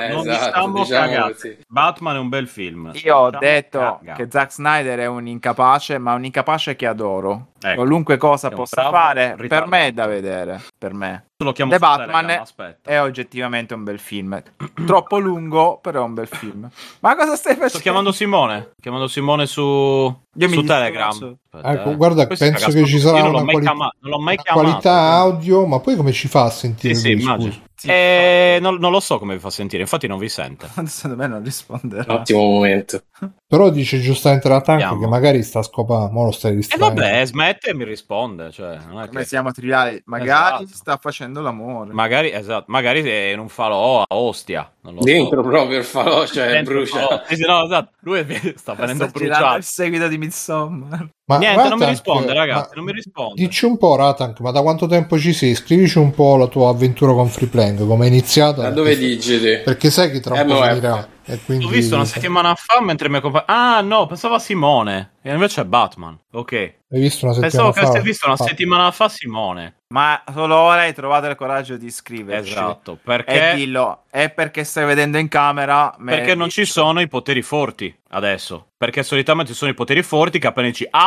esatto, diciamo così. Batman è un bel film. Io ho detto che Zack Snyder è un incapace, ma un incapace che adoro. Ecco. Qualunque cosa possa bravo fare, per ritardato. me è da vedere. Per me. Lo chiamo The su Batman Telegram, aspetta. è oggettivamente un bel film. Troppo lungo, però è un bel film. Ma cosa stai facendo? Sto chiamando Simone su Telegram. Aspetta, ecco, guarda, Questo penso ragazzo, che ci sarà io non una, l'ho mai chiamato, qualità audio, ma poi come ci fa a sentire Sì, lui, immagino. scusa? Non lo so come vi fa sentire, infatti non vi sente. Secondo me non risponderà. Un ottimo momento. Però dice giustamente la Tank Vediamo. che magari sta scopando, mo lo stai E distraendo. vabbè, smette e mi risponde. Cioè, non è Come che... siamo triviali, magari Esatto. sta facendo l'amore. Magari è in un falò a Ostia. Non lo Dentro so. proprio il falò, cioè Dentro il brucia. falò. Sì, no, esatto. Lui sta venendo Sta girando bruciato. il seguito di Midsommar. Ma Niente, non mi Ratank, risponde, ragazzi. ma Non mi risponde. dici un po', Ratank, ma da quanto tempo ci sei? Scrivici un po' la tua avventura con Freeplank, come è iniziata. Da dove digiti? Perché sai che tra un po' MOF. finirà. E quindi... L'ho visto una settimana fa mentre mi accompagna. Ah, no, pensavo a Simone. E invece è Batman. Ok. Hai visto una settimana Pensavo che fa? avessi visto una settimana fa Simone. Ma solo ora hai trovato il coraggio di scriverci. Esatto. E Perché? dillo, è perché stai vedendo in camera. Perché non ci sono i poteri forti adesso. Perché solitamente ci sono i poteri forti che appena dici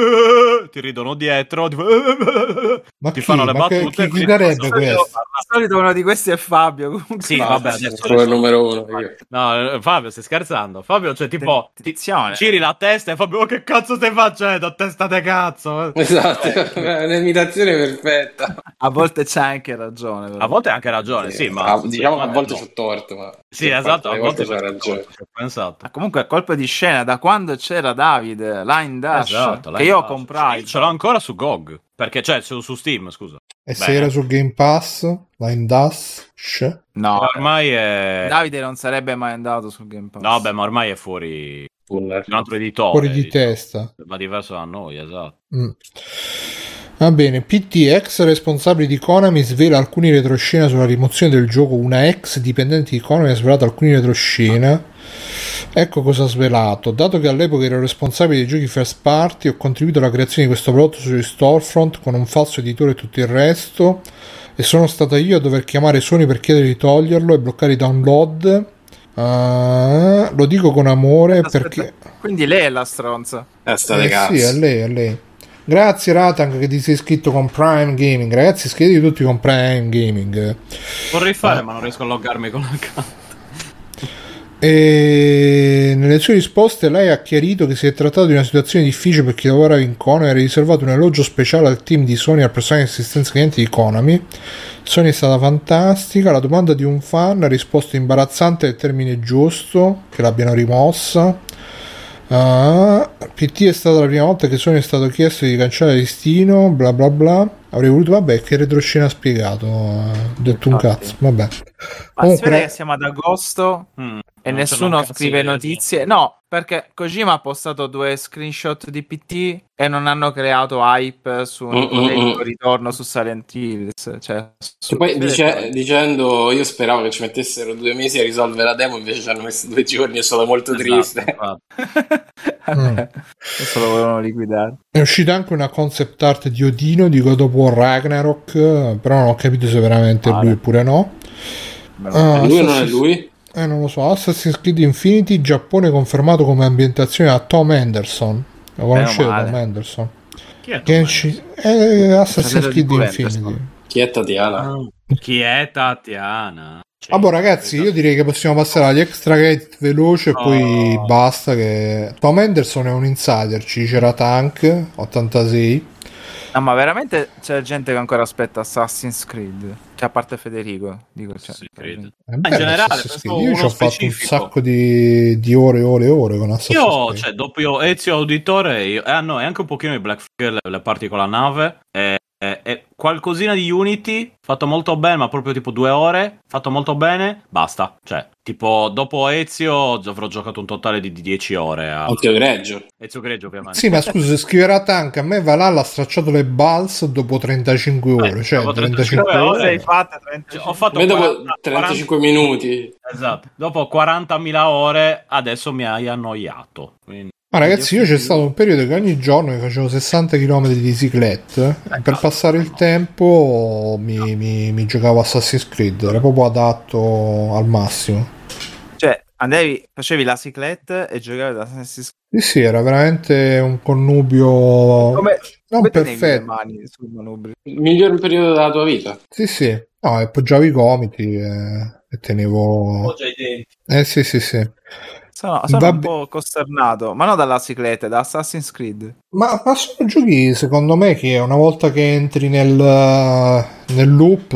ti ridono dietro. Ma ti chi? fanno le Ma che- battute. chi darebbe Di questo? Di solito uno di questi è Fabio. Comunque. Sì, No, vabbè, adesso sono il numero uno. Io. No, Fabio, stai scherzando? Fabio, cioè, tipo, Attenzione. giri la testa e Fabio, che cazzo stai facendo? Testa de cazzo. Esatto, è un'imitazione perfetta. A volte c'è anche ragione. Però. A volte hai anche ragione, sì, ma... diciamo che a volte no. c'ho torto, ma Sì, esatto, a volte c'ho ragione. Ci ho pensato. Ma comunque a colpo di scena, da quando c'era Davide, Line Dash, Esatto, che io comprai. Ce l'ho ancora su GOG. Perché, cioè, su Steam, scusa. E se era su Game Pass? Line Dash? No, Ormai è... Davide non sarebbe mai andato sul Game Pass. No, vabbè, ma ormai è fuori... Tunnel. Un altro editore. Fuori di diciamo. testa. Va diverso da noi, esatto. Va bene, PT, ex responsabile di Konami, svela alcuni retroscena sulla rimozione del gioco. Una ex dipendente di Konami ha svelato alcuni retroscena. Ecco cosa ha svelato. Dato che all'epoca ero responsabile dei giochi first party, ho contribuito alla creazione di questo prodotto sugli storefront con un falso editore e tutto il resto, e sono stata io a dover chiamare Sony per chiedere di toglierlo e bloccare i download. Lo dico con amore. Aspetta, perché quindi lei è la stronza. State cazzo. sì, è lei. Grazie Ratank che ti sei iscritto con Prime Gaming. Ragazzi, iscrivetevi tutti con Prime Gaming. Vorrei fare, ma non riesco a loggarmi con l'account. E nelle sue risposte lei ha chiarito che si è trattato di una situazione difficile per chi lavorava in Konami e ha riservato un elogio speciale al team di Sony e al personale di assistenza clienti di Konami. Sony è stata fantastica. La domanda di un fan ha risposto imbarazzante è il termine giusto, che l'abbiano rimossa. PT è stata la prima volta che Sony è stato chiesto di cancellare il listino, bla bla bla. Avrei voluto, vabbè, che retroscena ha spiegato, detto un cazzo, vabbè. Ma si vede che siamo ad agosto e non nessuno c'è scrive cazzo notizie. No, perché Kojima ha postato 2 screenshot di PT e non hanno creato hype su un ipotetico ritorno su Silent Hills. Cioè, E poi dicendo io speravo che ci mettessero 2 mesi a risolvere la demo, invece ci hanno messo 2 giorni, è stato molto triste. Esatto. Adesso lo volevano liquidare. È uscita anche una concept art di Odino di God of War Ragnarok, però non ho capito se veramente è lui oppure no. Lui non è lui? Non lo so. Assassin's Creed Infinity, Giappone confermato come ambientazione a Tom Anderson. Lo conoscete Tom Anderson? Chi è Tom Assassin's Creed Infinity. Chi è Tatiana? Chi è Tatiana? Vabbè ragazzi, io direi che possiamo passare agli extra credit veloce e poi basta. Che Tom Anderson è un insider, ci dice Ratank 86. No, ma veramente c'è gente che ancora aspetta Assassin's Creed. Cioè, a parte Federico, dico, cioè, Creed. In generale, io ci ho fatto un sacco di ore con Assassin's Io, Creed. cioè, dopo Ezio Auditore, no, e anche un pochino di Black Flag, le parti con la nave, e qualcosina di Unity, fatto molto bene, ma proprio tipo 2 ore, fatto molto bene, basta. Cioè, tipo, dopo Ezio avrò giocato un totale di 10 ore a Ezio Greggio. Ezio Greggio, ovviamente. Sì, ma scusa, se scriverà Tank, a me Valhalla ha stracciato le balls dopo 35 ore, cioè dopo 35 35 ore. Hai fatto 35. Ho fatto Dopo 35 minuti. Esatto. Dopo 40.000 ore, adesso mi hai annoiato. Quindi... Ma ragazzi, io c'è stato un periodo che ogni giorno mi facevo 60 km di cyclette e per passare il tempo mi giocavo Assassin's Creed, era proprio adatto al massimo. Andavi, facevi la ciclette e giocavi da Assassin's Sì, sì, era veramente un connubio Come non tenevi le perfetto. mani sul manubrio? Il miglior periodo della tua vita. Sì, sì. No, appoggiavo i gomiti e tenevo... Appoggia i denti. Sì, sì, sì. Sono un Vabbè. po' costernato, ma non dalla cicletta, da Assassin's Creed. Ma sono giochi, secondo me, che una volta che entri nel loop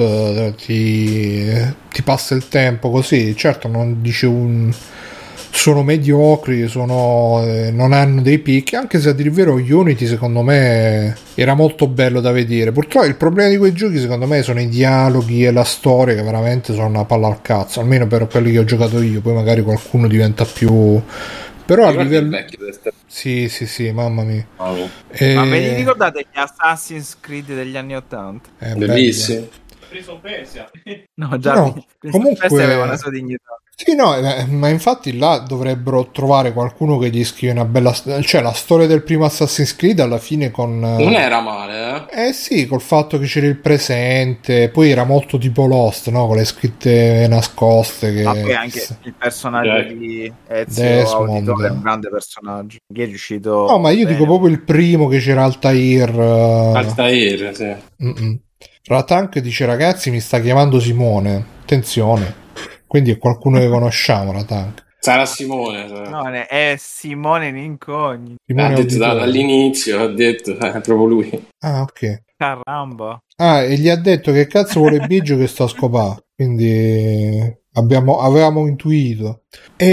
ti passa il tempo così. Certo, non dice sono mediocri, non hanno dei picchi, anche se a dire il vero Unity secondo me era molto bello da vedere. Purtroppo il problema di quei giochi secondo me sono i dialoghi e la storia, che veramente sono una palla al cazzo, almeno per quelli che ho giocato io. Poi magari qualcuno diventa più... Però a Ricordi il livello... vecchio Destiny? Sì, sì, sì, mamma mia. Oh, Ma ve li ricordate gli Assassin's Creed degli anni 80? bellissimo. Prince of Persia. No, già No, Prince of comunque- Persia aveva una sua dignità. Sì, no, ma infatti là dovrebbero trovare qualcuno che gli scrive una bella... Cioè, la storia del primo Assassin's Creed alla fine con... Non era male, eh? sì, col fatto che c'era il presente, poi era molto tipo Lost, no? Con le scritte nascoste che... Ma poi anche il personaggio Jack. di Ezio Desmond. Auditore è un grande personaggio. Chi è riuscito... No, ma io bene. dico proprio il primo che c'era Altair. Altair, sì. Ratank dice ragazzi mi sta chiamando Simone, attenzione. Quindi è qualcuno che conosciamo, Ratank. Sarà Simone. Sarà. No, è Simone Nincogni. Simone Ha detto Auditore. dall'inizio, ha detto, proprio lui. Ah, ok. Caramba. Ah, e gli ha detto che cazzo vuole Biggio che sta a scopare. Quindi avevamo intuito.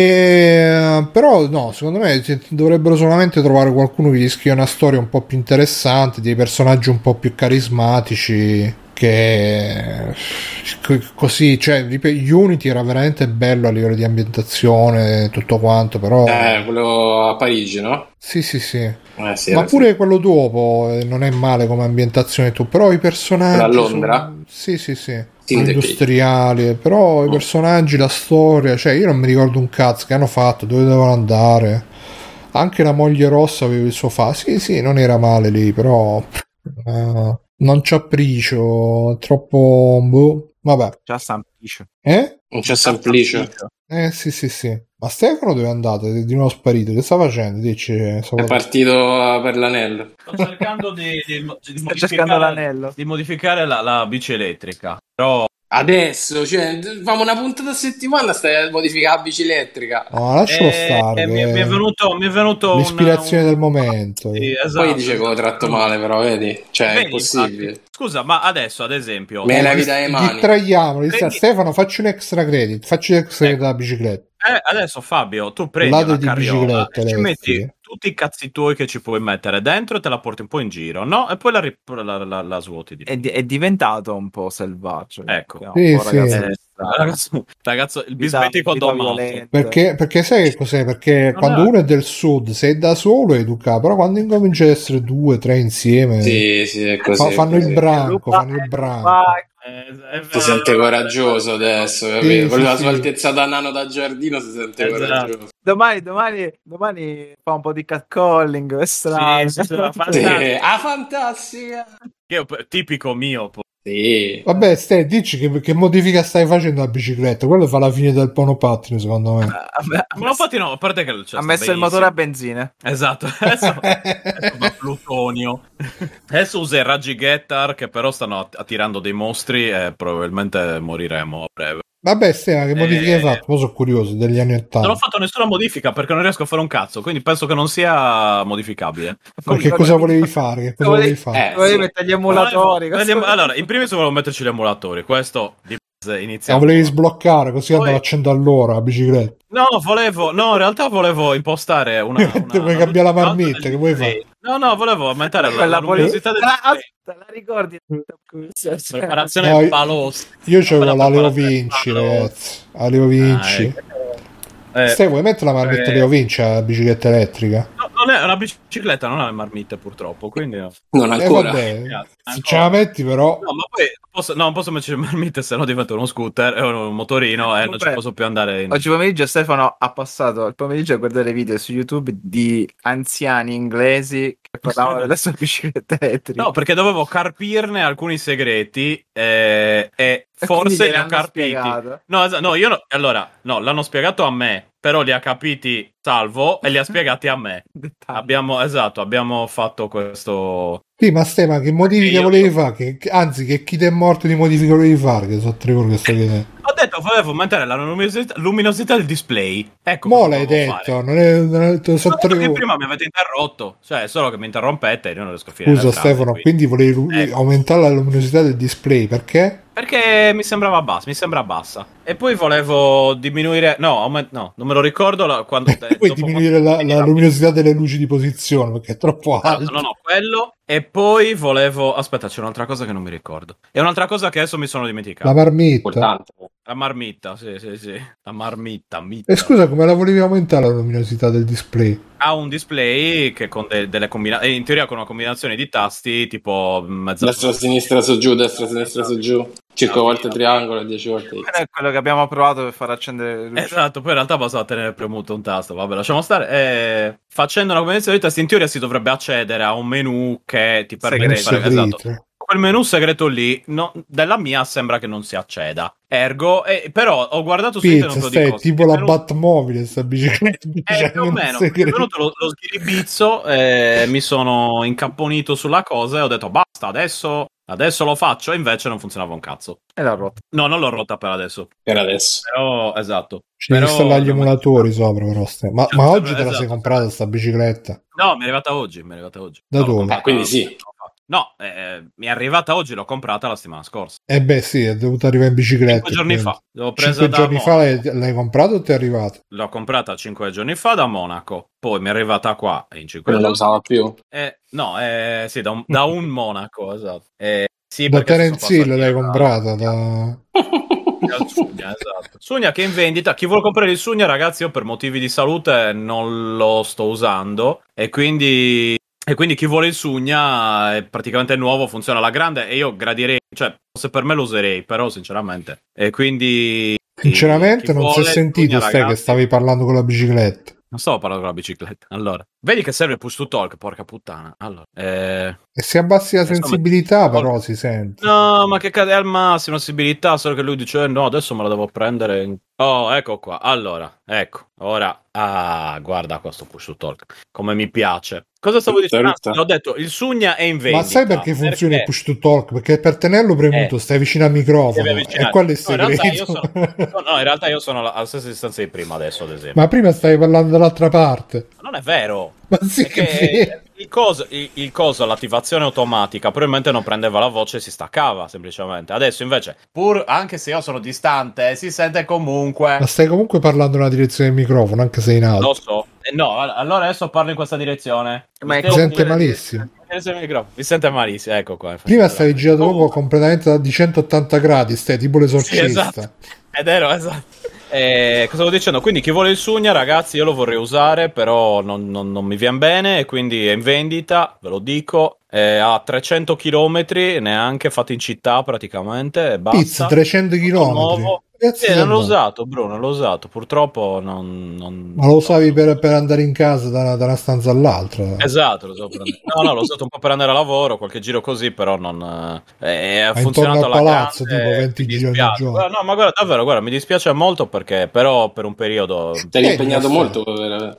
Però no, secondo me dovrebbero solamente trovare qualcuno che gli scriva una storia un po' più interessante, dei personaggi un po' più carismatici. Che così, cioè, Unity era veramente bello a livello di ambientazione, tutto quanto, però Quello a Parigi, no? sì, sì, sì. Sì, Ma era pure quello dopo non è male come ambientazione tu, però i personaggi Quello a Londra? sì, sì, sì, Syndicate. industriali, però i personaggi, la storia, cioè io non mi ricordo un cazzo che hanno fatto, dove dovevano andare. Anche la moglie rossa aveva il suo sì, sì, non era male lì, però non c'ho pricio, troppo boh, vabbè. Già San Piscio. Non c'è semplice. Sì, sì, sì. Ma Stefano dove è andato? È di nuovo sparito. Che sta facendo? Dice, È partito per l'anello. Sto cercando di Sta cercando l'anello. di modificare la bici elettrica. Però Adesso, cioè, famo una puntata a settimana, stai a modificare la bici elettrica. No, lascialo stare. mi è venuto l'ispirazione del momento. Sì, esatto. Poi dice che ho tratto male, però, vedi? Cioè, è Vedi, impossibile. infatti. Scusa, ma adesso, ad esempio... Me la vita ai mani. Distraiamo. Prendi- Stefano, facci un extra credit. Facci l'extra credit della bicicletta. adesso Fabio, tu prendi Lato una di carriola biciclette e ci elettriche. metti tutti i cazzi tuoi che ci puoi mettere dentro e te la porti un po' in giro, no? E poi la svuoti di nuovo. È diventato un po' selvaggio. Ecco. Un Sì, po' sì. Ragazzo, il bisbetti con vita domato. violenta. Perché sai che cos'è? Perché Non quando è- uno è del sud, sei da solo educa, però quando incomincia ad essere 2, 3 insieme, Sì, è così. fanno è così. il branco, fanno il branco. Si sente coraggioso adesso, Sì, capito? sì, Con la sì. sua altezza da nano da giardino si sente Esatto. coraggioso. Domani fa un po' di catcalling per strada. Sì, Sì. fantastico. Ah, fantastica! Tipico mio. Sì. Vabbè, Ste, dici che modifica stai facendo alla bicicletta? Quello fa la fine del monopattino, secondo me. Ma infatti no, a parte che Ha messo il motore a benzina. Esatto, adesso va plutonio. Adesso usa i raggi Getter che però stanno attirando dei mostri e probabilmente moriremo a breve. Vabbè, Ste, che modifiche hai fatto? Poi sono curioso, degli anni Non ho 80. fatto nessuna modifica perché non riesco a fare un cazzo, quindi penso che non sia modificabile. Ma che cosa volevi fare? Che cosa volevi fare? Volevi sì. mettere gli emulatori. Allora, in primis volevo metterci gli emulatori, questo di base inizia. La volevi sbloccare così Poi- andava a 100 all'ora la bicicletta. No, in realtà volevo impostare una Te vuoi cambiare la marmitta, che vuoi fare? No, volevo aumentare la Quella luminosità del te la ricordi? preparazione No, palosa. Io c'avevo Quella la Leo preparazione Vinci, palosa. ragazzi. La Leo Vinci. Ste, vuoi mettere la marmitta Leo Vinci alla bicicletta elettrica? No, non è una bicicletta, non ha le marmitte purtroppo, quindi no. Non ancora. Vabbè, Cazzo, se ce la metti però... No, ma poi non posso mettere le marmitte, se no diventa uno scooter, è un motorino e non ci Vabbè. posso più andare in... Oggi pomeriggio Stefano ha passato il pomeriggio a guardare video su YouTube di anziani inglesi che parlavano della sua bicicletta elettrica. No, perché dovevo carpirne alcuni segreti e quindi forse li ho gliel'hanno carpiti. spiegato. No, allora, no, l'hanno spiegato a me. però li ha capiti Salvo e li ha spiegati a me. Abbiamo fatto questo. Sì, ma Stefano, che modifiche volevi fare? Anzi, che chi ti è morto di modifiche volevi fare? Che sono 3 ore che sto chiedendo. Ho detto volevo aumentare la luminosità del display. Ecco, Mo' l'hai detto, non è sono 3 ore. Prima mi avete interrotto, cioè solo che mi interrompete e io non riesco a finire. Scusa Stefano, quindi volevi aumentare la luminosità del display, perché? Perché mi sembrava mi sembra bassa. E poi volevo diminuire. No, non me lo ricordo. Quando puoi diminuire la luminosità delle luci di posizione perché è troppo alto. No, quello. E poi volevo. Aspetta, c'è un'altra cosa che non mi ricordo. È un'altra cosa che adesso mi sono dimenticato. La marmitta. La marmitta, sì. La marmitta. E scusa, come la volevi aumentare la luminosità del display? Ha un display che con delle combinazioni. In teoria con una combinazione di tasti tipo destra, sinistra, su giù, destra, sinistra, su giù. 5 volte triangolo e 10 volte X. È quello che abbiamo provato per far accendere le luci. Esatto, poi in realtà bastava tenere premuto un tasto. Vabbè, lasciamo stare. Facendo una combinazione di tasti, in teoria si dovrebbe accedere a un menu che ti permette di fare. Esatto. Quel menu segreto lì, della mia sembra che non si acceda. Ergo, però ho guardato su internet di tipo la Batmobile, sta bicicletta. Più o meno. È venuto lo schiribizzo, mi sono incapponito sulla cosa e ho detto basta, adesso lo faccio, e invece non funzionava un cazzo. E l'ho rotta. No, non l'ho rotta per adesso. Però, esatto. Ci devi installare gli emulatori sopra, però. Ma oggi te la sei comprata sta bicicletta? No, mi è arrivata oggi. Da dove? Quindi sì. No, mi è arrivata oggi, l'ho comprata la settimana scorsa. Beh sì, è dovuta arrivare in bicicletta. 5 giorni fa. L'ho presa 5 giorni fa l'hai comprato o ti è arrivata? L'ho comprata 5 giorni fa da Monaco, poi mi è arrivata qua in 5 giorni. Non la usava più? No, sì, da un Monaco, esatto. Sì, da Terence Hill l'hai comprata, Sugna, esatto. Sugna che è in vendita. Chi vuole comprare il Sugna, ragazzi, io per motivi di salute non lo sto usando e quindi chi vuole il Sugna è praticamente nuovo, funziona alla grande e io gradirei, cioè se per me lo userei, però sinceramente. E quindi sinceramente non si è sentito, Sugna, che stavi parlando con la bicicletta. Non stavo parlando con la bicicletta. Allora, vedi che serve push to talk, porca puttana. Allora, e se abbassi la sensibilità, però si sente. No, ma che cade al massimo la sensibilità, solo che lui dice no, adesso me la devo prendere. Oh, ecco qua. Allora, ecco. Ora, guarda questo push to talk. Come mi piace. Cosa stavo dicendo? Ho detto, il Sugna è in vendita. Ma sai perché funziona il push to talk? Perché per tenerlo premuto stai vicino al microfono. E quello è il segreto. In realtà io sono alla stessa distanza di prima adesso, ad esempio. Ma prima stavi parlando dall'altra parte. Non è vero. Ma sì che il coso all'attivazione automatica probabilmente non prendeva la voce e si staccava semplicemente. Adesso invece, pur anche se io sono distante, si sente comunque. Ma stai comunque parlando nella direzione del microfono, anche se in alto. Lo so. No, allora adesso parlo in questa direzione. Ma mi sente malissimo. Mi sente malissimo, ecco qua. Prima stavi girato proprio completamente di 180 gradi, stai tipo l'esorcista. Sì, esatto. Ed ero, esatto. Cosa stavo dicendo? Quindi chi vuole il Sugna, ragazzi, io lo vorrei usare, però non mi viene bene, e quindi è in vendita, ve lo dico. A 300 km, neanche fatto in città praticamente, e basta. Pizza, 300 km. Non l'ho usato, Bruno, l'ho usato. Purtroppo non... Ma lo usavi per andare in casa da una stanza all'altra? Esatto, lo usato l'ho usato un po' per andare a lavoro, qualche giro così, però non... ha funzionato al palazzo, tipo 20 giri ogni giorno. No, ma guarda, mi dispiace molto perché però per un periodo... Ti hai impegnato molto? Mi ero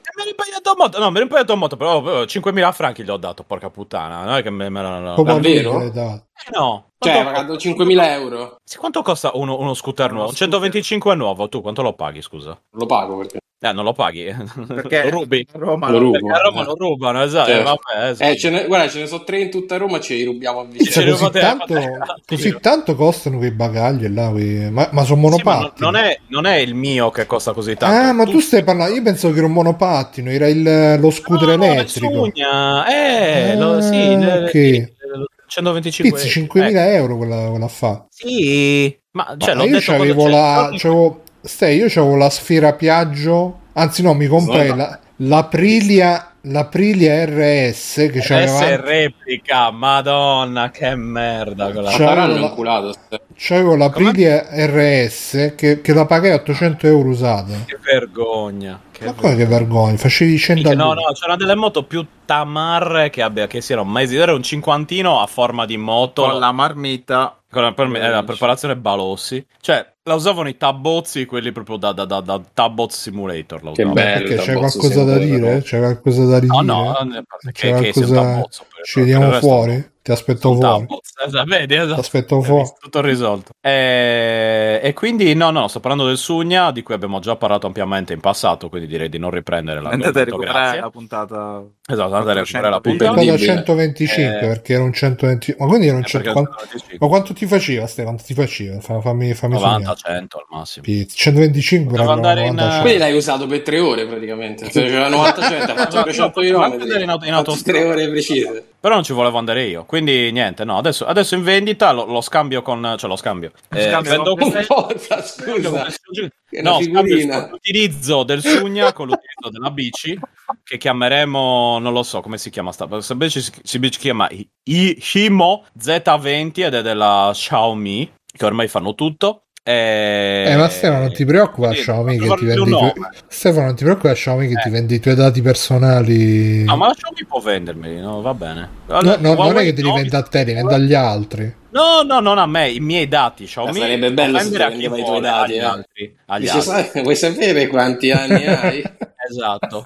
impegnato molto, però 5.000 franchi gli ho dato, porca puttana. Non è che me l'hanno... Davvero? No. Cioè, hai pagato 5.000 euro? Sì, quanto costa uno scooter nuovo? 125 è nuovo, tu quanto lo paghi, scusa? Lo pago perché... Non lo paghi? Perché lo rubi? Roma lo rubo. Perché a Roma lo rubano, esatto. Certo. Vabbè, guarda, ce ne sono 3 in tutta Roma, ce li rubiamo a vicino. Così tanto costano quei bagagli là, ma sono monopattini. Sì, non è il mio che costa così tanto. Ma tu stai parlando, io pensavo che era un monopattino, era lo scooter elettrico. Ok. 125 Pizzi, 5.000 euro quella fa. Sì, ma cioè, io c'avevo io c'avevo la Sfera Piaggio, anzi no, mi comprai l'Aprilia RS che c'aveva replica, madonna che merda quella. C'avevo l'Aprilia RS che la pagai 800 euro usata. Che vergogna. Che vergogna, facevi 100 No, c'erano delle moto più tamarre che siano mai esistite. Era un cinquantino a forma di moto con la marmita, con la preparazione Balossi. Cioè, La usavano i tabbozzi, quelli proprio da Tabboz Simulator. La Che usavano. bello. Perché c'è Tabbozzo qualcosa da sempre, dire? no? C'è qualcosa da ridire? No, C'è che sia un qualcosa... tabbozzo. Ci vediamo Per il resto fuori? no. Ti aspetto Un fuori. tabbozzo, vedi, esatto. Ti aspetto fuori. Tutto risolto. E quindi no, sto parlando del Sugna, di cui abbiamo già parlato ampiamente in passato, quindi direi di non riprendere Andate a l'argomento, recuperare grazie. la puntata. Esatto, andate a recuperare la Puntata puntata. da Imperdibile. 125 perché era un 120. Ma quindi era un Perché 100. Ma quanto ti faceva, Stefano? Quanto ti faceva? Fammi 90, sognare. 100 al massimo. 125 Devo era andare in- 90. Quindi l'hai usato per 3 ore praticamente. Cioè, c'era 90 ha fatto 300 km. in autostrada. 3 ore precise. Però non ci volevo andare io, quindi niente, no, adesso in vendita lo scambio con... cioè lo scambio. Scambio Vendo con- Un po', scusa. È una No, figurina. scambio l'utilizzo del Sugna con l'utilizzo della bici, che chiameremo, non lo so come si chiama questa bici, si chiama Himo Z20 ed è della Xiaomi, che ormai fanno tutto. Ma Stefano, non ti preoccupa Xiaomi che ti vende Stefano, non ti preoccupa Xiaomi che ti vende i tuoi dati personali. No, ma la Xiaomi può vendermeli, no? Va bene. No, non è che te li vende a te, li vende agli altri. No, non a me, i miei dati Xiaomi. Sarebbe bello se ti vendere a chi vendeva i tuoi vuole, dati, agli altri. Agli Dice, altri. vuoi sapere quanti anni hai? Esatto.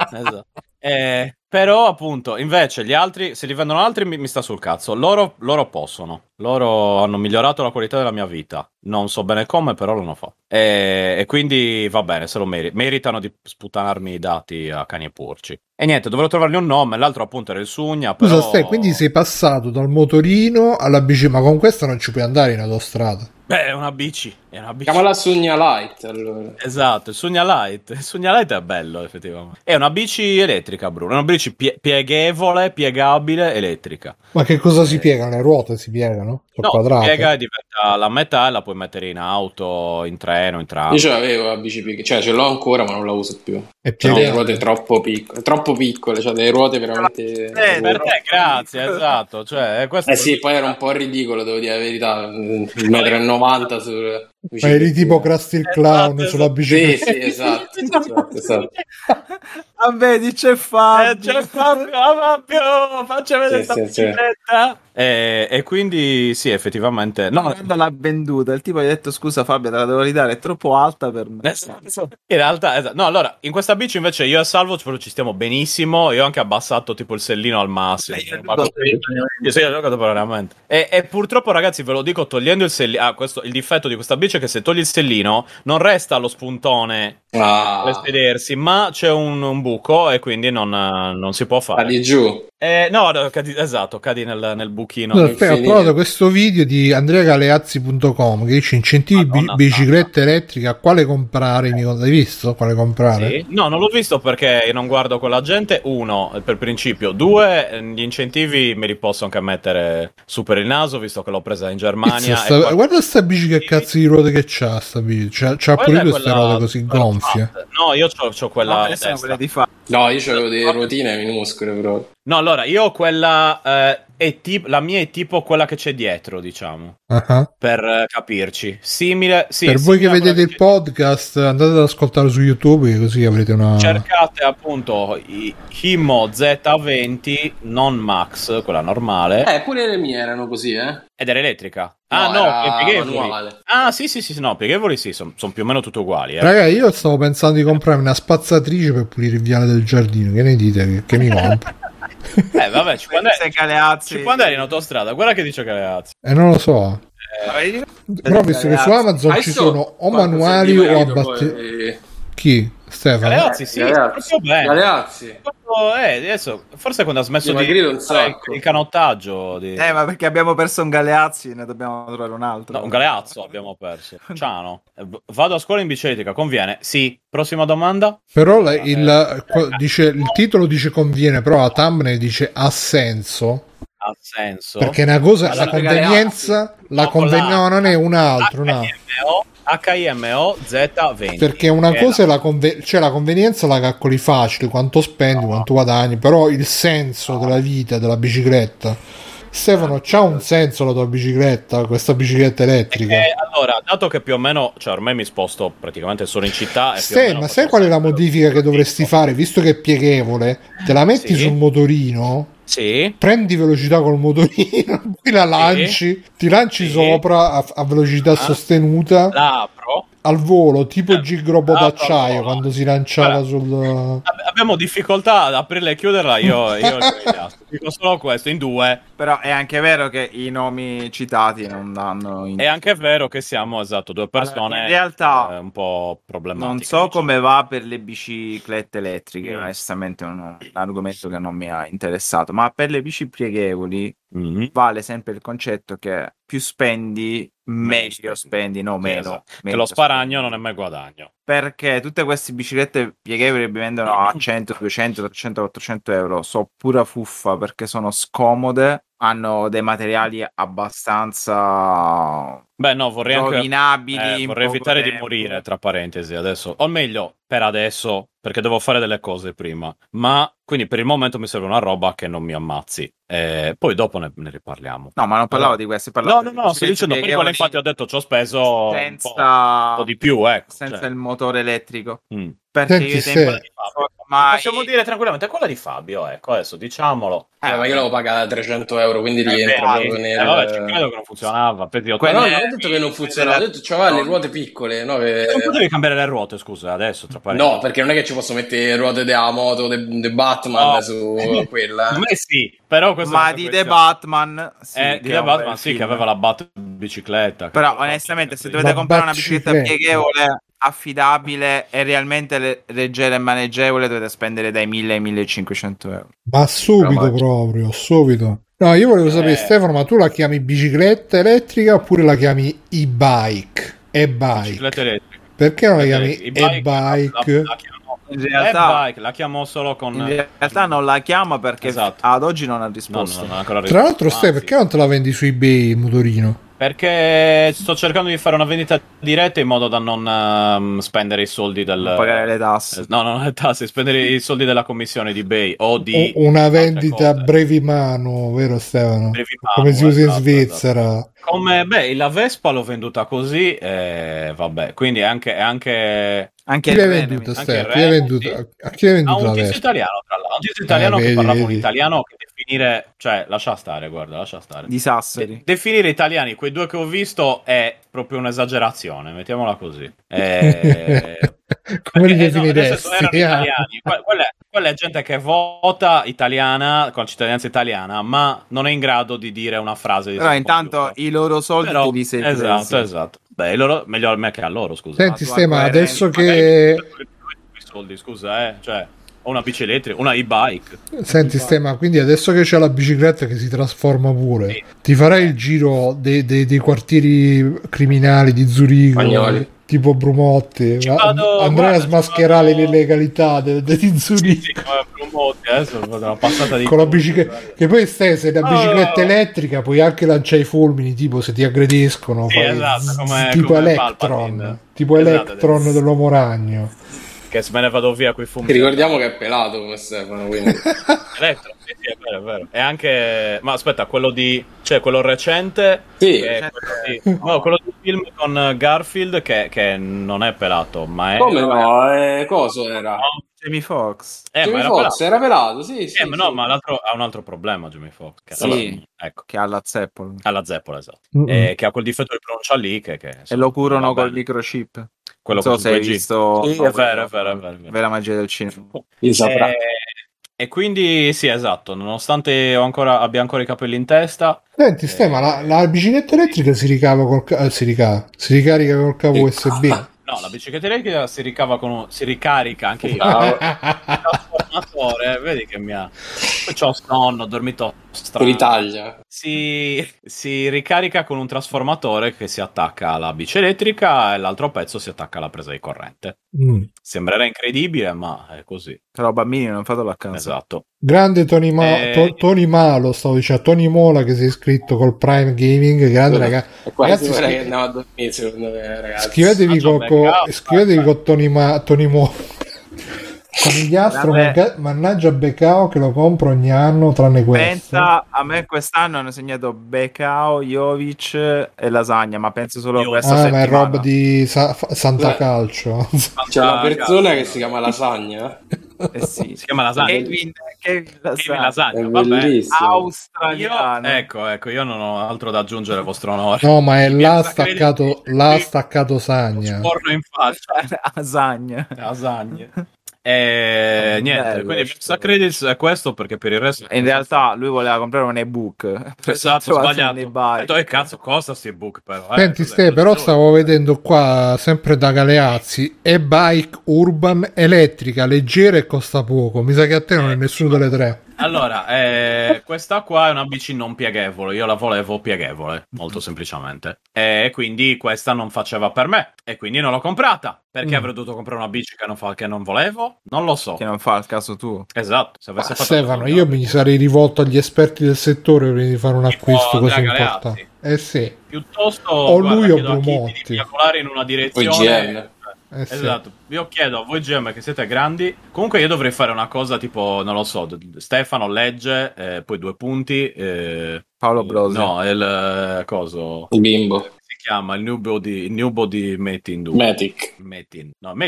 Però appunto invece gli altri, se li vendono altri mi sta sul cazzo. Loro possono, loro hanno migliorato la qualità della mia vita, non so bene come, però l'hanno fatto e quindi va bene, se lo meritano di sputtanarmi i dati a cani e porci. E niente, dovrò trovargli un nome. L'altro appunto era il Sugna, però... Scusa Ste, quindi sei passato dal motorino alla bici, ma con questa non ci puoi andare in autostrada. Beh, è una bici. Chiamala Sugna Light allora. Esatto, il Sugna Light. Il Sugna Light è bello, effettivamente. È una bici elettrica, Bruno. È una bici pieghevole, piegabile, elettrica. Ma che cosa si piegano? Le ruote si piegano? Sono quadrate? Piega e diventa la metà e la puoi mettere in auto, in treno, in tram. Io ce l'avevo la bici piccola, cioè ce l'ho ancora ma non la uso più. E Sono piega... delle ruote troppo piccole, cioè delle ruote veramente... Per te, grazie, esatto. Cioè, questo sì, poi era un po' ridicolo, devo dire la verità. 1,90 m sul... Ma eri tipo Krusty il Clown sulla bicicletta. Sì, esatto. Vedi, c'è Fabio. faccia vedere questa bicicletta. E quindi sì, effettivamente Quando l'ha venduta, il tipo gli ha detto scusa Fabio, te la devo ridare, è troppo alta per me. in realtà, esatto. No, allora, in questa bici invece io e Salvo però ci stiamo benissimo. Io ho anche abbassato tipo il sellino al massimo. Io sì, ho giocato veramente. E purtroppo, ragazzi, ve lo dico, togliendo il sellino, il difetto di questa bici è che se togli il sellino non resta lo spuntone per sedersi, ma c'è un buco e quindi non si può fare. Cadi giù. Cadi nel buchino. No, aspetta, ho trovato questo video di andreagaleazzi.com che dice incentivi biciclette elettriche, a quale comprare. Hai visto quale comprare? Sì. No, non l'ho visto perché non guardo quella gente. 1, per principio. 2, gli incentivi me li posso anche mettere su per il naso, visto che l'ho presa in Germania. Guarda sta bici che cazzo di ruote che c'ha sta bici. C'ha pure queste ruote così gonfie. No, io c'ho quella destra. No, io c'avevo delle rotine minuscole proprio. No, allora, io ho quella... la mia è tipo quella che c'è dietro, diciamo. Per capirci. Simile... Sì, per voi che vedete il podcast, andate ad ascoltare su YouTube, che così avrete una... Cercate appunto Himo Z20, non Max, quella normale. Pure le mie erano così, Ed era elettrica. Pieghevoli. Sì, no, pieghevoli sì, sono più o meno tutte uguali. Raga, io stavo pensando di comprarmi una spazzatrice per pulire il viale del giardino. Che ne dite? Che mi compro? Vabbè, ci può andare in autostrada. Guarda che dice Galeazzi. Non lo so. Però visto che su Amazon ci sono o manuali o a batteria. Chi? Stefano? Galeazzi, sì, proprio bene. Galeazzi. Adesso, forse quando ha smesso di il canottaggio. Ma perché abbiamo perso un Galeazzi, ne dobbiamo trovare un altro. No, un Galeazzo abbiamo perso. Ciano. Vado a scuola in bici elettrica, conviene? Sì. Prossima domanda? Però il titolo dice conviene, però la thumbnail dice ha senso. Ha senso. Perché una cosa, la convenienza, no, non è un altro. HIMO Z20. Perché una cosa è la convenienza, la calcoli facile, quanto spendi, quanto guadagni, però il senso della vita della bicicletta. Stefano, c'ha un senso la tua bicicletta, questa bicicletta elettrica? Allora, dato che più o meno, cioè ormai mi sposto praticamente solo in città. Ma sai qual è la modifica che dovresti fare? Visto che è pieghevole, te la metti sul motorino. Sì. Prendi velocità col motorino, poi la lanci, ti lanci sopra a velocità sostenuta. La apro. al volo, tipo Gigrobo d'acciaio quando si lanciava sul... Abbiamo difficoltà ad aprirla e chiuderla, io dico solo questo, in due. Però è anche vero che i nomi citati non danno... È anche vero che siamo, due persone allora, in realtà un po' problematiche. Non so come va per le biciclette elettriche, onestamente è un argomento che non mi ha interessato, ma per le bici pieghevoli vale sempre il concetto che più spendi, meglio spendi, no meno. Esatto. Che meglio lo sparagno spendi. non è mai guadagno. Perché tutte queste biciclette pieghevoli che vendono a 100, 200, 300, 400 euro sono pura fuffa perché sono scomode, hanno dei materiali abbastanza vorrei rovinabili. Vorrei evitare di morire, tra parentesi, adesso. O meglio, per adesso, perché devo fare delle cose prima. Ma, quindi per il momento mi serve una roba che non mi ammazzi. Poi dopo ne riparliamo. No, ma non parlavo di questo. No, sto dicendo, per quello infatti ho detto ci ho speso un po' di più, ecco. Senza il motore elettrico. Senti, Perché possiamo dire tranquillamente, quella di Fabio, ecco, adesso diciamolo. Ma io l'avevo pagata 300 euro, quindi rientra proprio nel... Vabbè, ci credo che non funzionava. No, non ho detto che non funzionava, ho detto che c'aveva le ruote piccole, no? Che... Non potevi cambiare le ruote, scusa, adesso, tra parentesi. No, perché non è che ci posso mettere le ruote della moto, de Batman su quella. A me sì, però questo ma di The Batman sì, di The Batman sì, che aveva la Bat bicicletta. Però onestamente se dovete comprare una bicicletta pieghevole affidabile e realmente leggera e maneggevole, dovete spendere dai 1.000 ai 1.500 euro. Ma subito proprio, subito. No, io volevo sapere, Stefano, ma tu la chiami bicicletta elettrica oppure la chiami e-bike? Bicicletta elettrica. Perché non la chiami e-bike? In realtà la chiamo solo con... In realtà non la chiama perché ad oggi non ha risposto. Non ancora Tra l'altro, perché non te la vendi su eBay il motorino? Perché sto cercando di fare una vendita diretta in modo da non spendere i soldi non pagare le tasse. No, le tasse, spendere i soldi della commissione di eBay o di una vendita brevi mano, vero Stefano? Come si usa in Svizzera. Esatto. Come la Vespa l'ho venduta così, vabbè, quindi anche chi l'hai venduta, Stefano? Chi l'hai venduta? A chi l'hai venduta? A un tizio italiano, tra l'altro. Un tizio italiano che parlava un italiano che definire, cioè lascia stare. Di Sassari. Definire italiani quei due che ho visto è proprio un'esagerazione, mettiamola così. Come li definiresti? Italiani. Quella è gente che vota italiana, con cittadinanza italiana, ma non è in grado di dire una frase di... Però intanto i loro soldi li sei presi. Esatto. Beh, meglio a me che a loro, scusa. Senti, Stema, adesso che... soldi, scusa, cioè... Ho una bici elettrica, una e-bike. Senti, Stema, quindi adesso che c'è la bicicletta che si trasforma pure, sì, ti farai il giro dei quartieri criminali di Zurigo, Spagnoli, tipo Brumotti. Andrai a smascherare le illegalità di Zurigo. Sì, come Brumotti, adesso una passata di... Con la bicicletta, che poi se è una bicicletta elettrica puoi anche lanciare i fulmini, tipo se ti aggrediscono. Sì, esatto, tipo Electron, tipo Electron dell'Uomo Ragno. Che se me ne vado via quei fumi. Ti ricordiamo che è pelato come Stefano, quindi. Elettro, sì, è vero. E anche... Ma aspetta, quello di... Cioè, quello recente... Sì. Quello di film con Garfield che non è pelato, ma è... Come no? Coso era? Jamie Foxx. Jamie Foxx era pelato, sì. No, ma l'altro ha un altro problema, Jamie Foxx. Che ha la zeppola. Ha la zeppola, esatto. Che ha quel difetto di pronuncia lì che e lo curano col microchip. Quello non so se hai visto... Sì, è vero. Vera magia del cinema. E quindi sì, esatto, nonostante abbia ancora i capelli in testa. Senti, Stema, la bicicletta elettrica si ricarica col cavo USB. No, la bicicletta elettrica si ricarica anche io. Il trasformatore, vedi che poi c'ho sonno, ho dormito strano. Ritaglia. Si ricarica con un trasformatore che si attacca alla bici elettrica e l'altro pezzo si attacca alla presa di corrente. Sembrerà incredibile, ma è così. Però bambini non fatelo a casa. Esatto. Grande Tony Malo, stavo dicendo, Tony Mola che si è iscritto col Prime Gaming. Grande ragazzi. Che andiamo a dormire, secondo me, ragazzi. Scrivetevi con Tony Mola. Conigliastro, mannaggia Becao che lo compro ogni anno tranne questo. Pensa, a me quest'anno hanno segnato Becao, Jovic e Lasagna, ma penso solo a questa settimana. Ma è roba di Santa Calcio. C'è una persona che si chiama Lasagna. Sì, si chiama Lasagna. Kevin Lasagna, è vabbè. bellissimo. Australiano. Ecco, io non ho altro da aggiungere al vostro onore. No, ma è là staccato Sagna. Sporno in faccia. Lasagna. Niente, quindi Versa Credits è questo, perché per il resto in realtà lui voleva comprare un ebook. Esatto, sbagliato. E cazzo costa sti ebook però. Senti però stavo vedendo qua sempre da Galeazzi e-bike urban elettrica, leggera e costa poco. Mi sa che a te non è nessuno delle tre. Allora, questa qua è una bici non pieghevole, io la volevo pieghevole, molto semplicemente. E quindi questa non faceva per me, e quindi non l'ho comprata. Perché avrei dovuto comprare una bici che non volevo? Non lo so. Che non fa il caso tuo. Esatto. Se avesse fatto Stefano, io mi sarei rivolto agli esperti del settore prima di fare un acquisto così importante. Sì. Piuttosto o lui o Brumotti. Di volare in una direzione. OGM. Esatto, io chiedo a voi GM che siete grandi. Comunque io dovrei fare una cosa tipo, non lo so, Stefano legge, poi 2 punti, Paolo Brosi. No, il coso, il bimbo si chiama il new body Metin 2. Metin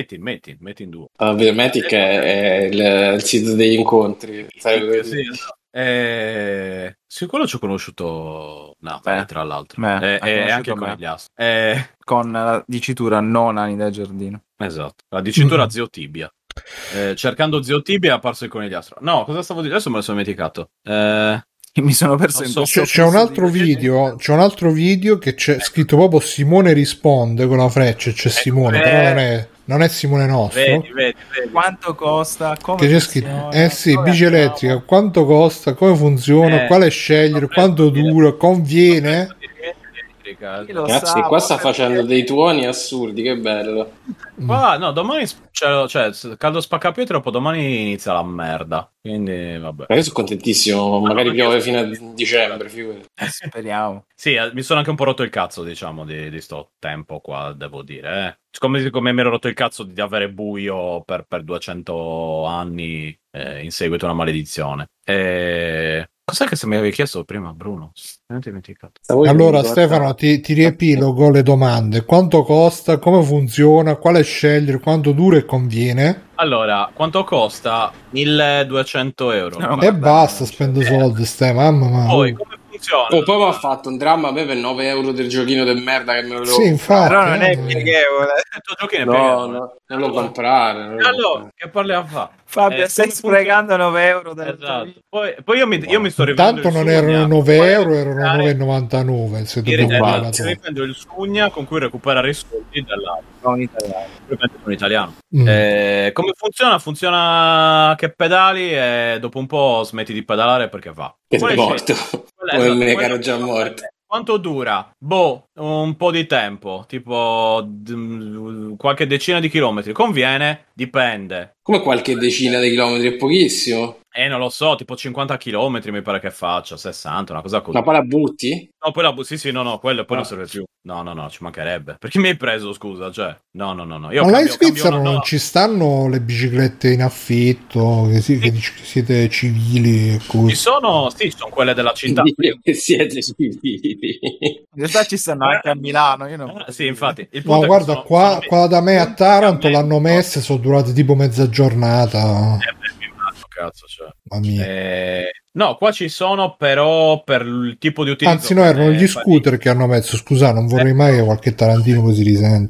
2. Matic è il sito degli incontri, sai? Sì, esatto. Sì, quello ci ho conosciuto tra l'altro, e anche con gli As. Con la dicitura non Ani da Giardino. Esatto, la dicitura Zio Tibia. Cercando Zio Tibia è apparso il conigliastro. No, cosa stavo dicendo? Adesso me lo sono dimenticato. Mi sono perso c'è un altro video che c'è scritto proprio Simone risponde con la freccia, c'è Simone, però non è Simone nostro. Vedi. Quanto costa? Come che c'è scritto? Sì, bici elettrica, quanto costa, come funziona, quale scegliere, quanto dura, conviene. Ragazzi, qua sta facendo dei tuoni assurdi, che bello. No, domani cioè caldo spaccapietre, poi domani inizia la merda. Quindi vabbè. Ma io sono contentissimo, magari piove fino a dicembre, figurati. Speriamo. Sì, mi sono anche un po' rotto il cazzo, diciamo, di sto tempo qua, devo dire. Come mi ero rotto il cazzo di avere buio per 200 anni in seguito a una maledizione. Cos'è che se mi avevi chiesto prima, Bruno? Non ti ho dimenticato. Allora, Stefano, ti riepilogo le domande. Quanto costa? Come funziona? Quale scegliere? Quanto dura e conviene? Allora, quanto costa? 1.200 euro. No, e basta, spendo soldi, mamma. Poi, come funziona? Poi mi ha fatto un dramma a me per 9 euro del giochino del merda che me lo... Sì, infatti. Però non è pieghevole. No, non lo comprare. Allora, che parli a fa? Fabio, stai sprecando 9 euro. Esatto. Poi io mi sto riprendendo. Tanto non erano 9 euro, erano 9,99. Se riprendo il Sugna con cui recuperare i soldi dall'altro. Un italiano. Come funziona? Funziona che pedali e dopo un po' smetti di pedalare perché va. Che sei morto. Come me che ero già morto. Quanto dura? Un po' di tempo, tipo qualche decina di chilometri. Conviene? Dipende. Come qualche decina di chilometri? È pochissimo. Non lo so, tipo 50 chilometri mi pare che faccia, 60, una cosa così. Ma poi la butti? No, poi la butti, sì, no, quello poi non serve più. No, ci mancherebbe. Perché mi hai preso, scusa, cioè? No. Io ma in Svizzera non ci stanno le biciclette in affitto, che siete civili e così. Ci sono quelle della città. Che siete civili. In realtà ci stanno anche a Milano, io non... Sì, infatti. Il punto guarda, qua da me a Taranto l'hanno messe, sono durate tipo mezza giornata. Cazzo, cioè. No, qua ci sono, però per il tipo di utilizzo. Anzi, no, erano gli scooter che hanno messo. Scusa, non vorrei mai che qualche tarantino così risente.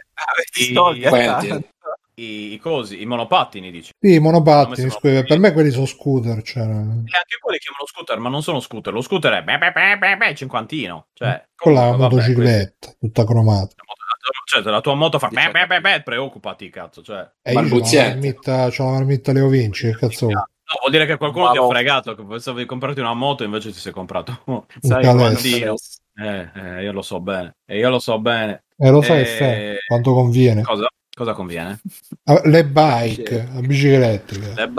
I cosi, i monopattini, dici? Sì, i monopattini, per me quelli sono scooter. Cioè... E anche quelli chiamano scooter, ma non sono scooter. Lo scooter è cinquantino. Cioè, quella è una motocicletta, tutta cromata. Cioè, la tua moto fa preoccupati, cazzo, cioè. C'ho la marmitta Leo Vinci, che cazzo. No, vuol dire che qualcuno ti ha fregato, che pensavi di comprarti una moto, invece ti sei comprato un calestro. Io lo so bene. E lo sai, quanto conviene? Cosa conviene? Le bike, la bici elettrica. Le bike.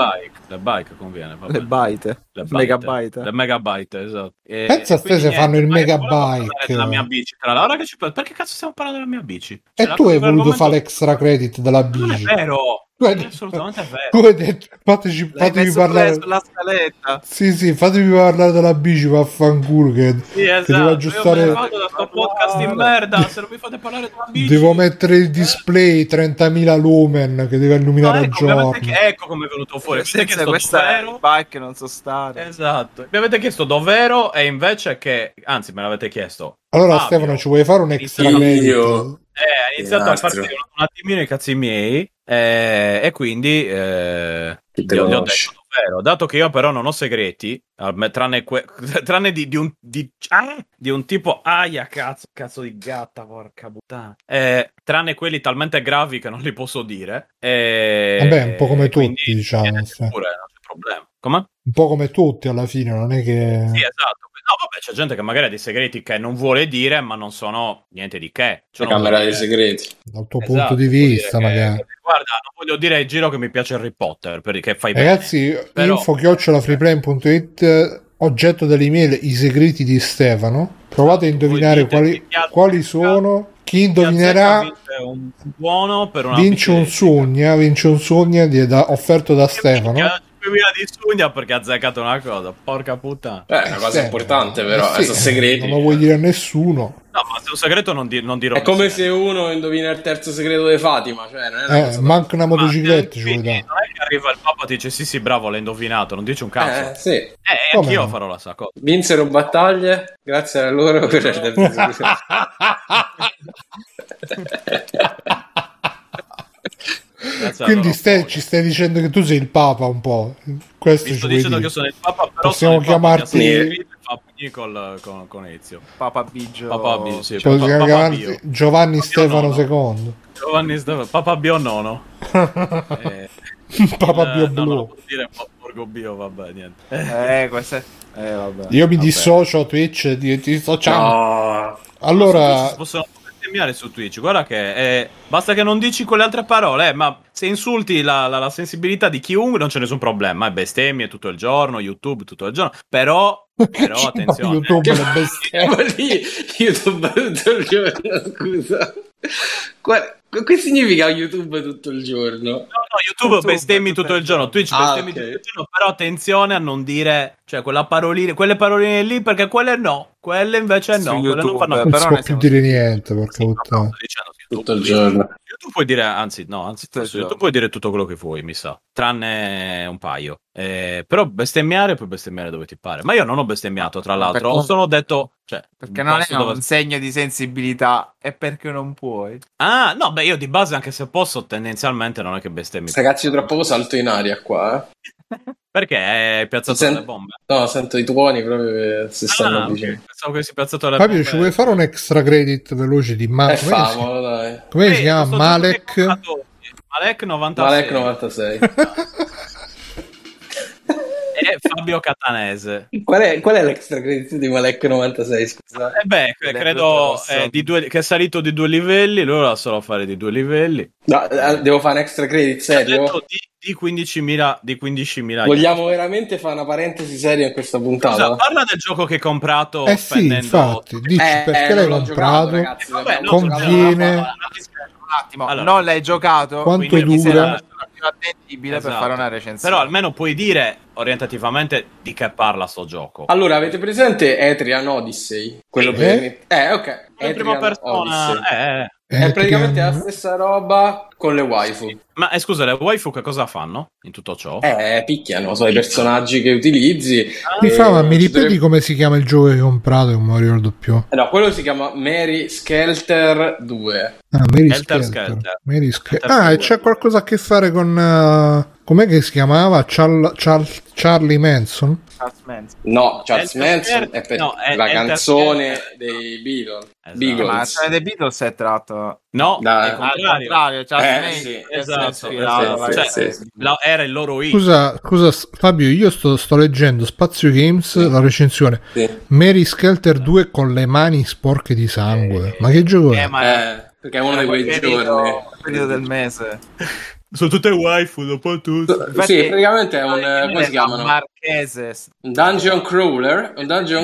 Le bike conviene. Vabbè. Le byte. Le Megabyte. Le megabyte, esatto. Pensa a te se fanno il megabike. La mia bici, tra l'altro, che perché cazzo stiamo parlando della mia bici? E Cioè, tu hai voluto fare l'extra credit della bici. Non è vero. Non è assolutamente vero. Tu hai detto, fatemi parlare sulla scaletta. Sì, fatemi parlare della bici, vaffanculo che Esatto. devo aggiustare. Io me ne vado da sto podcast di merda, se non mi fate parlare della bici. Devo mettere il display 30.000 lumen che deve illuminare il giorno. Ecco come è venuto fuori. Senza questa è il bike non so stare. Esatto. Mi avete chiesto dovvero e invece che, anzi me l'avete chiesto. Allora Stefano, ci vuoi fare un extra credit? Ha iniziato a farsi un attimino i cazzi miei e quindi gli ho detto davvero, dato che io però non ho segreti, tranne di un tipo cazzo di gatta, porca puttana, tranne quelli talmente gravi che non li posso dire. Vabbè, un po' come tutti, diciamo. Pure, non c'è problema. Come? Un po' come tutti alla fine, non è che... Sì, esatto. No, vabbè, c'è gente che magari ha dei segreti che non vuole dire, ma non sono niente di che. La camera dei segreti. Dal tuo punto di vista, magari. Guarda, non voglio dire ai giro che mi piace Harry Potter, perché fai ragazzi, bene. Però... info@freeplane.it, oggetto dell'email i segreti di Stefano. Provate a indovinare quali sono. Chi indovinerà vince un sogna offerto da Stefano. 2000 di Sugna perché ha azzeccato una cosa, porca puttana. È una cosa importante, però sì, segreti. Non lo vuoi dire a nessuno. No, ma se è un segreto non dirò. È come se uno indovina il terzo segreto di Fatima, cioè non è manca una motocicletta, ci vuoi dare. Non è che arriva il Papa e ti dice sì bravo, l'hai indovinato, non dici un cazzo. Sì. Anch'io farò la stessa cosa. Vinsero battaglie grazie a loro per il terzo segreto. Quindi ci stai dicendo che tu sei il Papa un po'. Questo sto dicendo che sono il Papa, però possiamo chiamarti con Ezio. Papa Biggio. Sì, possiamo chiamarti Giovanni Papa Stefano II. Giovanni Stefano, Papa Bio nono. Papa Bio blu. Non posso dire Borgo Bio, vabbè, niente. Queste vabbè. Io mi dissocio Twitch, ti dissociamo. No. Allora possono bestemmiare su Twitch, guarda che basta che non dici quelle altre parole, ma se insulti la sensibilità di chiunque non c'è nessun problema, bestemmie tutto il giorno, YouTube tutto il giorno, però attenzione, YouTube le bestemmie. YouTube tutto il giorno, scusa. Che significa YouTube tutto il giorno? No, YouTube bestemmi tutto il giorno, Twitch bestemmi tutto il giorno, però attenzione a non dire, cioè quelle paroline lì, perché quelle no, quelle invece no, quelle non fanno, non si può più dire niente, porca puttana. Tutto il giorno. YouTube puoi dire, anzi YouTube puoi dire tutto quello che vuoi, mi sa, tranne un paio. Però bestemmiare puoi bestemmiare dove ti pare. Ma io non ho bestemmiato, tra l'altro, ho solo detto, cioè, perché non è un segno di sensibilità, è perché non puoi. Ah, no, beh, io di base, anche se posso, tendenzialmente non è che bestemmi. Ragazzi, io tra poco salto in aria qua, Perché hai piazzato le bombe? No, sento i tuoni proprio che si stanno vicino. Okay. Pensavo che si piazzato le bombe. Fabio, ci vuoi fare un extra credit veloce di dai. Come si chiama? Malek 96. E Fabio Catanese. Qual è l'extra credit di Malek 96? Scusa. Credo che è salito di 2 livelli. Lui la solo fare di 2 livelli. No, devo fare un extra credit serio? Di 15.000. Vogliamo veramente fare una parentesi seria in questa puntata? Scusa, parla del gioco che hai comprato. Sì, infatti, dici perché l'hai comprato? Giocato, ragazzi, conviene. Un attimo, allora, non l'hai giocato, quanto dura? Più attendibile per fare una recensione. Però almeno puoi dire orientativamente di che parla sto gioco. Allora, avete presente Etrian Odyssey? Quello per ok. In prima persona è praticamente la stessa roba con le waifu. Sì. Ma scusa, le waifu che cosa fanno in tutto ciò? Picchiano, sono i personaggi che utilizzi. Mi ripeti come si chiama il gioco che hai comprato? Che non mi ricordo più. No, quello si chiama Mary Skelter 2. Mary Skelter. E c'è qualcosa a che fare con com'è che si chiamava? Charlie Manson? No, Charles Manson è per la canzone dei Beatles. Esatto. Ma la canzone dei Beatles è tratto. No, al contrario, Charles Manson era il loro hit. Scusa Fabio, io sto leggendo Spazio Games, la recensione. Mary Skelter 2 con le mani sporche di sangue. Ma che gioco è? Perché è uno di quei giorni. Periodo del mese. Sono tutte waifu, dopo tutto. Sì, praticamente è un come si chiamano? Marchese. Un dungeon crawler,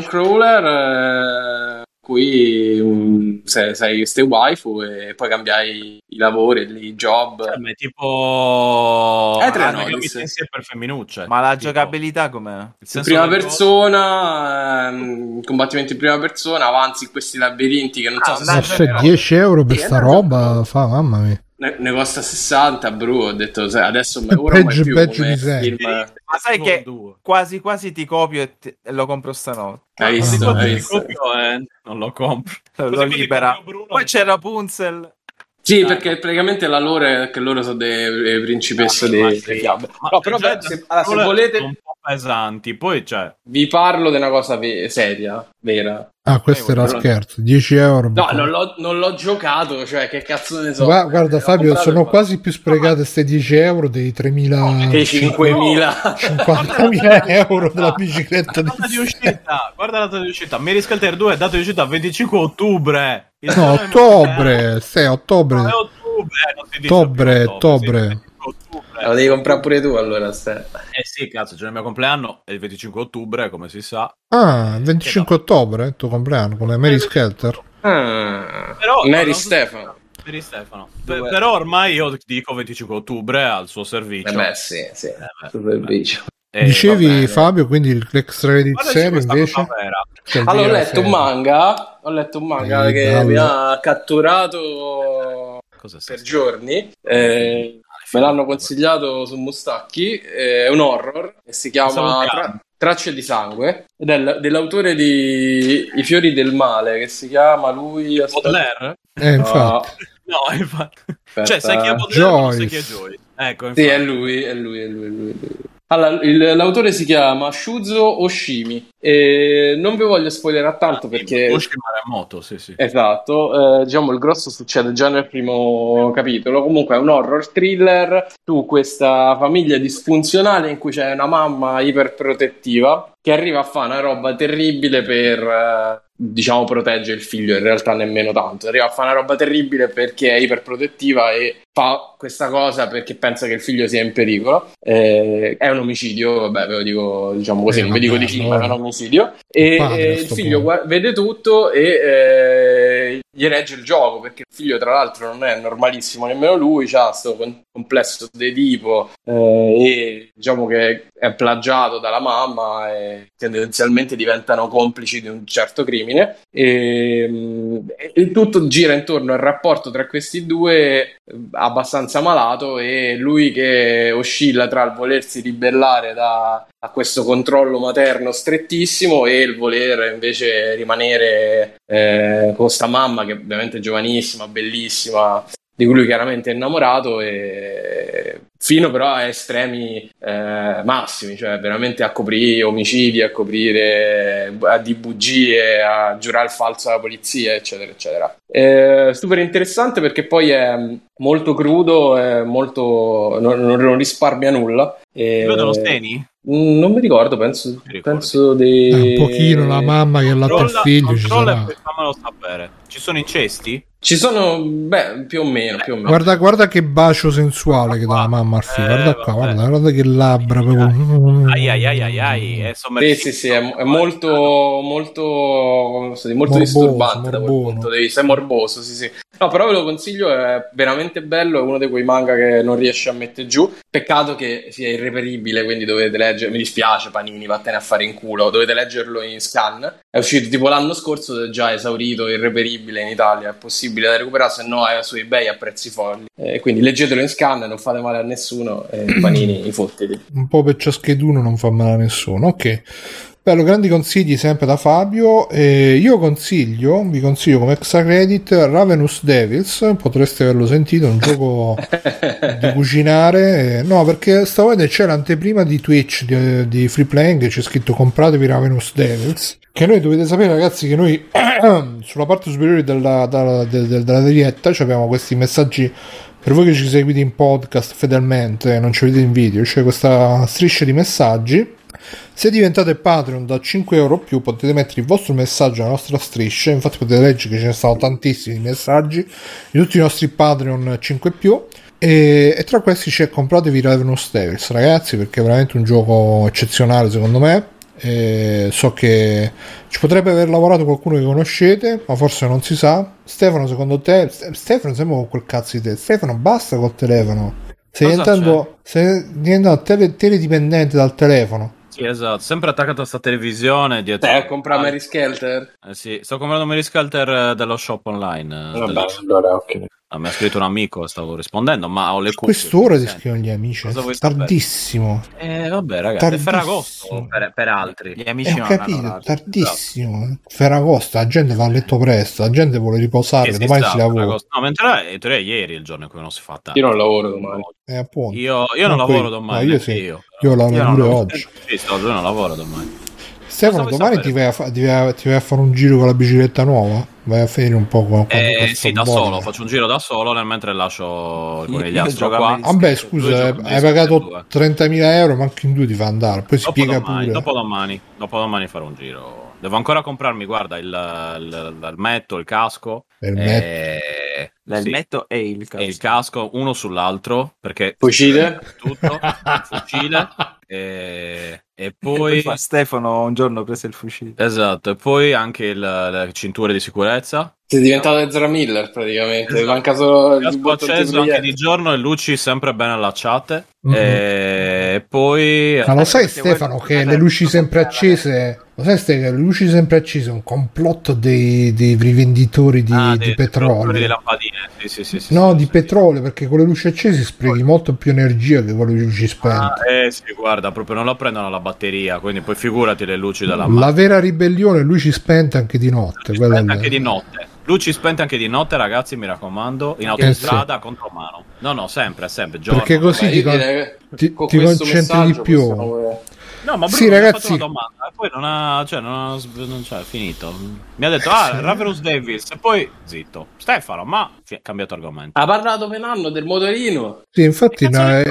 cui sei queste waifu e poi cambiai i lavori, i job. Cioè, tipo Trenolis. per femminucce. Ma la tipo, giocabilità com'è? In prima persona, combattimenti in prima persona, avanzi in questi labirinti che non so se se 10 euro per sta roba fa, mamma mia. Ne costa 60, bro. Ho detto adesso ora peggio più di come sé. film. Ma sai che quasi ti copio e lo compro stanotte. Hai visto? Non lo compro. Lo libera. Poi c'è Rapunzel. Sì, perché praticamente la loro è che loro sono delle principesse delle fiabe. No, però se volete un po' pesanti, poi vi parlo di una cosa seria, vera. Ah, questo era scherzo, 10 euro. No, non l'ho giocato, cioè che cazzo ne so. Guarda Fabio, sono quasi più sprecate queste 10 euro dei 3.000 che 5.000 50.000 euro della bicicletta di uscita. Guarda la data di uscita. Mary Skelter 2 è data di uscita 25 ottobre. No, ottobre. Ottobre. Lo devi comprare pure tu allora, sì, cazzo, c'è il mio compleanno è il 25 ottobre, come si sa. Ah, 25 ottobre, il tuo compleanno, come Mary Skelter. Però Mary Stefano. Però ormai io dico 25 ottobre al suo servizio. Sì. Sul servizio. Dicevi Fabio, quindi l'extra credit serie invece? Allora ho letto un manga che mi ha catturato per giorni. Me l'hanno consigliato su Mustacchi, è un horror che si chiama Tracce di sangue ed è dell'autore di I fiori del male, che si chiama lui Baudelaire? Infatti. No, infatti. Cioè, sai chi è Baudelaire, non sai chi è Joyce. Ecco, infatti. Sì, è lui. Allora, l'autore si chiama Shuzo Oshimi e non vi voglio spoilerare tanto perché Maremoto, sì. Esatto, diciamo il grosso succede già nel primo capitolo. Comunque è un horror thriller su questa famiglia disfunzionale in cui c'è una mamma iperprotettiva che arriva a fare una roba terribile per diciamo proteggere il figlio, in realtà nemmeno tanto, arriva a fare una roba terribile perché è iperprotettiva e fa questa cosa perché pensa che il figlio sia in pericolo. È un omicidio, vabbè, ve lo dico, diciamo così, non vi dico di chi, ma è un omicidio. E il figlio vede tutto e gli regge il gioco, perché il figlio tra l'altro non è normalissimo nemmeno lui, c'ha questo complesso di tipo e diciamo che è plagiato dalla mamma e tendenzialmente diventano complici di un certo crimine e il tutto gira intorno al rapporto tra questi due abbastanza malato e lui che oscilla tra il volersi ribellare a questo controllo materno strettissimo e il voler invece rimanere con sta mamma che ovviamente è giovanissima, bellissima, di cui lui chiaramente è innamorato, e fino però a estremi massimi, cioè veramente a coprire omicidi, a coprire di bugie, a giurare il falso alla polizia, eccetera eccetera. Super interessante perché poi è molto crudo, è molto non risparmia nulla. Vedono steni? Non mi ricordo, penso di un pochino la mamma che latta il figlio ci sarà. Fammelo sapere. Ci sono incesti? Ci sono, più o meno. Guarda che bacio sensuale che dà la mamma al figlio. Guarda che labbra proprio. Ai. Sì, è molto morboso, disturbante da quel punto di vista, è morboso, sì. No, però ve lo consiglio, è veramente bello, è uno di quei manga che non riesce a mettere giù. Peccato che sia irreperibile, quindi dovete leggere, mi dispiace Panini, vattene a fare in culo, dovete leggerlo in scan. È uscito tipo l'anno scorso, è già esaurito, irreperibile in Italia, è possibile da recuperare, se no è su eBay a prezzi folli. Quindi leggetelo in scan, non fate male a nessuno, Panini, fottiti. Un po' per ciascheduno, non fa male a nessuno, ok. Bello, grandi consigli sempre da Fabio. Io vi consiglio come extra credit Ravenous Devils, potreste averlo sentito, è un gioco di cucinare. No, perché stavolta c'è l'anteprima di Twitch di Free Playing, c'è scritto compratevi Ravenous Devils, che noi dovete sapere ragazzi che noi sulla parte superiore della diretta abbiamo questi messaggi per voi che ci seguite in podcast fedelmente, non ci vedete in video, c'è questa striscia di messaggi. Se diventate Patreon da 5 euro o più potete mettere il vostro messaggio alla nostra striscia, infatti potete leggere che ce ne sono tantissimi messaggi di tutti i nostri Patreon 5 più. E tra questi c'è Compratevi Ravenous Devils, ragazzi, perché è veramente un gioco eccezionale secondo me. So che ci potrebbe aver lavorato qualcuno che conoscete, ma forse non si sa. Stefano, secondo te? Stefano sembra con quel cazzo di te. Stefano, basta col telefono. Stai diventando teledipendente dal telefono. Sì, esatto, sempre attaccato a sta televisione dietro. Stai a comprare Mary Skelter? Sì, sto comprando Mary Skelter dello shop online. Vabbè, allora ok. Mi ha scritto un amico, stavo rispondendo, ma ho le cuffie. Quest'ora ti scrivono gli amici, tardissimo. Vabbè ragazzi, è Ferragosto per altri. Gli amici ho capito, tardissimo. Ferragosto, la gente va a letto presto, la gente vuole riposare, domani si lavora. No, mentre in teoria è ieri il giorno in cui non si fa tanto. Io non lavoro domani. Appunto. Io non lavoro domani. No, io sì. Io lavoro pure oggi. Sì, io non lavoro domani. Stefano, domani ti vai a fare un giro con la bicicletta nuova? Vai a finire un po' con sì, da solo, faccio un giro da solo mentre lascio il conigliastro qua. Vabbè, scusa, hai pagato 30.000 euro, ma anche in due ti fa andare, poi si piega pure. Dopodomani farò un giro. Devo ancora comprarmi, guarda, l'elmetto, il casco. L'elmetto e il casco, uno sull'altro, perché fucile tutto, fucile e poi Stefano un giorno prese il fucile. Esatto, e poi anche le cinture di sicurezza. Sei diventato Ezra Miller praticamente. Esatto. Manca solo il botto acceso anche di giorno e luci sempre ben allacciate. E poi ma lo sai Stefano che le luci sempre accese, lo sai che le luci sempre accese è un complotto dei rivenditori di petrolio, delle lampadine. Sì, no, di petrolio, perché con le luci accese sprechi molto più energia che con le luci spente. Sì, guarda, proprio non la prendono la batteria, quindi poi figurati le luci della la vera ribellione è luci spente anche di notte. Anche di notte. Luci spente anche di notte, ragazzi, mi raccomando, in autostrada a contromano. No, sempre giorno. Perché così ti concentri di più. No, ma Bruno sì, ragazzi, mi ha fatto una domanda e poi non c'è, finito. Mi ha detto, Ravenous Devils, e poi zitto. Stefano, ma cambiato argomento. Ha parlato Penanno del motorino. Sì, infatti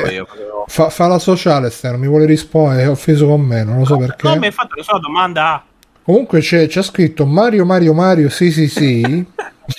fa la sociale, Stefano, mi vuole rispondere, è offeso con me, non lo so perché. No, mi hai fatto nessuna domanda. Comunque c'è scritto Mario, sì.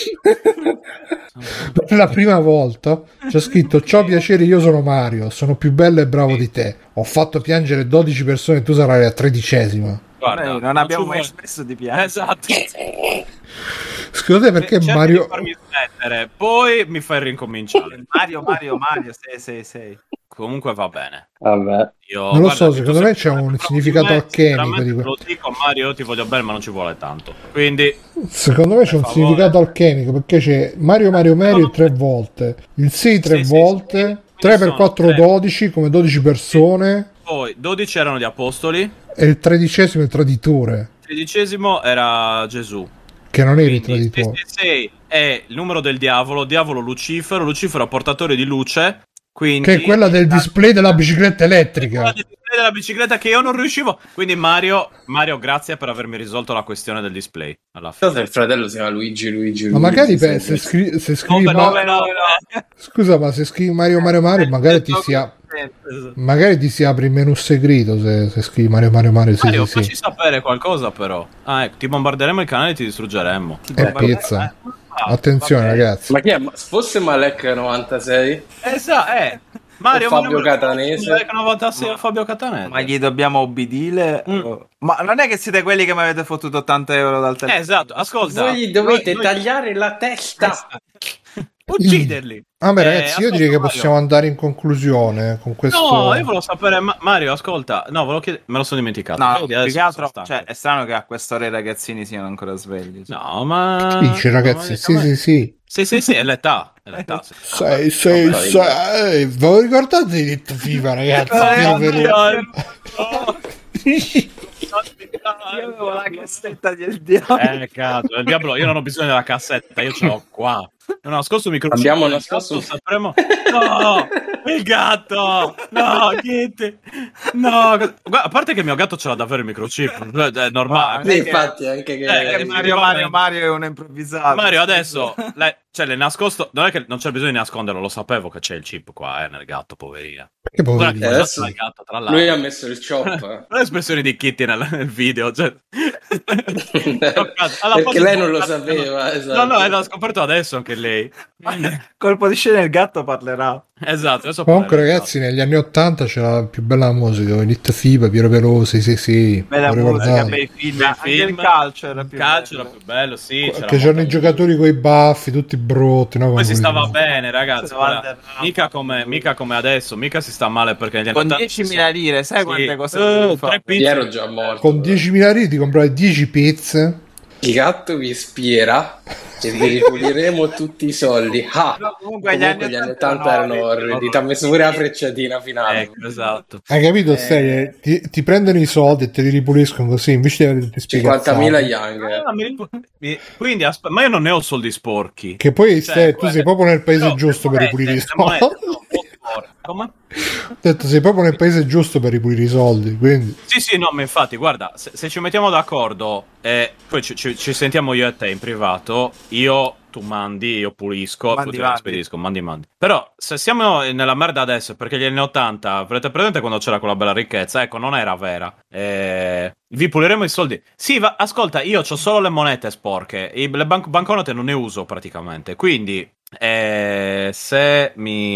Per la prima volta c'è scritto: ciao, piacere, io sono Mario, sono più bello e bravo di te, ho fatto piangere 12 persone e tu sarai la 13ª. Guarda, non abbiamo mai espresso di piangere. Esatto. Scusate, perché Mario di farmi smettere, poi mi fai rincominciare. Mario 6. Comunque va bene. Vabbè. Non lo so, secondo me c'è un significato alchemico di lo dico, Mario, ti voglio bene, ma non ci vuole tanto. Quindi secondo me c'è un significato alchemico, perché c'è Mario 3 volte, il 6 3 volte, 3 per 4 12 come 12 persone. Poi 12 erano gli apostoli e il 13° il traditore. Il 13° era Gesù. Che non eri il traditore. 6 è il numero del diavolo Lucifero è portatore di luce. Quindi, che è quella del display della bicicletta elettrica. Quella del display della bicicletta che io non riuscivo. Quindi Mario, grazie per avermi risolto la questione del display. Alla fine. Il fratello si chiama Luigi. Ma magari se scrivi scusa, ma se scrivi Mario, magari ti si apre il menu segreto se scrivi Mario. Mario, facci sapere qualcosa però. Ecco, ti bombarderemo il canale e ti distruggeremo. È pizza. Attenzione, ragazzi. Ma chi è? Fosse Malek 96? Esatto, Mario Fabio Catanese. Malek 96 Fabio Catanese. Ma gli dobbiamo obbedire? Ma non è che siete quelli che mi avete fottuto 80 euro dal telefono? Esatto, ascolta. Voi dovete tagliare la testa. Ucciderli. Beh, ragazzi, io direi che possiamo andare in conclusione con questo. No, io volevo sapere, Mario, ascolta. No, volevo chiedere, me lo sono dimenticato. No, più che altro, cioè, è strano che a quest'ora i ragazzini siano ancora svegli. No, ma dice, ragazzi, sì. Sì, è l'età. Sei. Voi ricordate di detto FIFA, ragazzi? Io avevo la cassetta del diavolo. Cazzo, il diavolo, io non ho bisogno della cassetta, io ce l'ho qua. Non ho nascosto il microfono. Abbiamo nascosto. Sapremo. No, il gatto. No, niente. No, guarda, a parte che il mio gatto ce l'ha davvero il microchip. È normale. Infatti, anche che Mario è un improvvisato. Mario, adesso Cioè, l'è nascosto. Non è che non c'è bisogno di nasconderlo, lo sapevo che c'è il chip qua, nel gatto, poverina. Che Guarda poverino. che adesso il gatto, tra l'altro. Lui ha messo il chop. L'espressione di Kitty nel video, cioè... Perché lei non lo sapeva. Esatto. No, l'ha scoperto adesso anche lei. Colpo di scena, il gatto parlerà. Esatto. Adesso Comunque, parlerà. ragazzi, negli anni 80 c'era la più bella musica, Elite FIBA, Piero Pelosi, sì. Bella lo musica, ricordate? bei film. Bel Anche film. il calcio era più Calcio bello. era più bello, sì. Che c'erano i giocatori con i baffi, tutti brutti, no? Poi si Come stava quelli- bene, ragazzi. Guarda, Valderrama. mica come adesso, mica si sta male perché negli anni Con 80 10.000 lire, sai sì. quante cose potevi fare? 3 pizze. Io ero già morto. Con 10.000 lire ti compravi 10 pizze. Il gatto vi spiera e vi ripuliremo tutti i soldi. Ah, No, comunque gli anni 80 erano orridi. Ti ha messo pure la frecciatina finale. Ecco, esatto. Hai capito, Stai? Ti prendono i soldi e te li ripuliscono così, invece di averti spiegato. 50.000 Young. Quindi ma io non ne ho soldi sporchi. Che poi Cioè, tu sei proprio nel paese però, giusto per ripulire i le monete soldi. sono un po' sporche. Come? Ho detto, sei proprio nel paese giusto per ripulire i soldi, quindi... Sì, no, ma infatti, guarda, se ci mettiamo d'accordo e poi ci sentiamo io e te in privato, tu mandi, io pulisco, poi te la spedisco, mandi. Però, se siamo nella merda adesso, perché gli anni 80, avrete presente quando c'era quella bella ricchezza? Ecco, non era vera. Vi puliremo i soldi. Sì, ascolta, io ho solo le monete sporche, le banconote non ne uso praticamente, quindi... se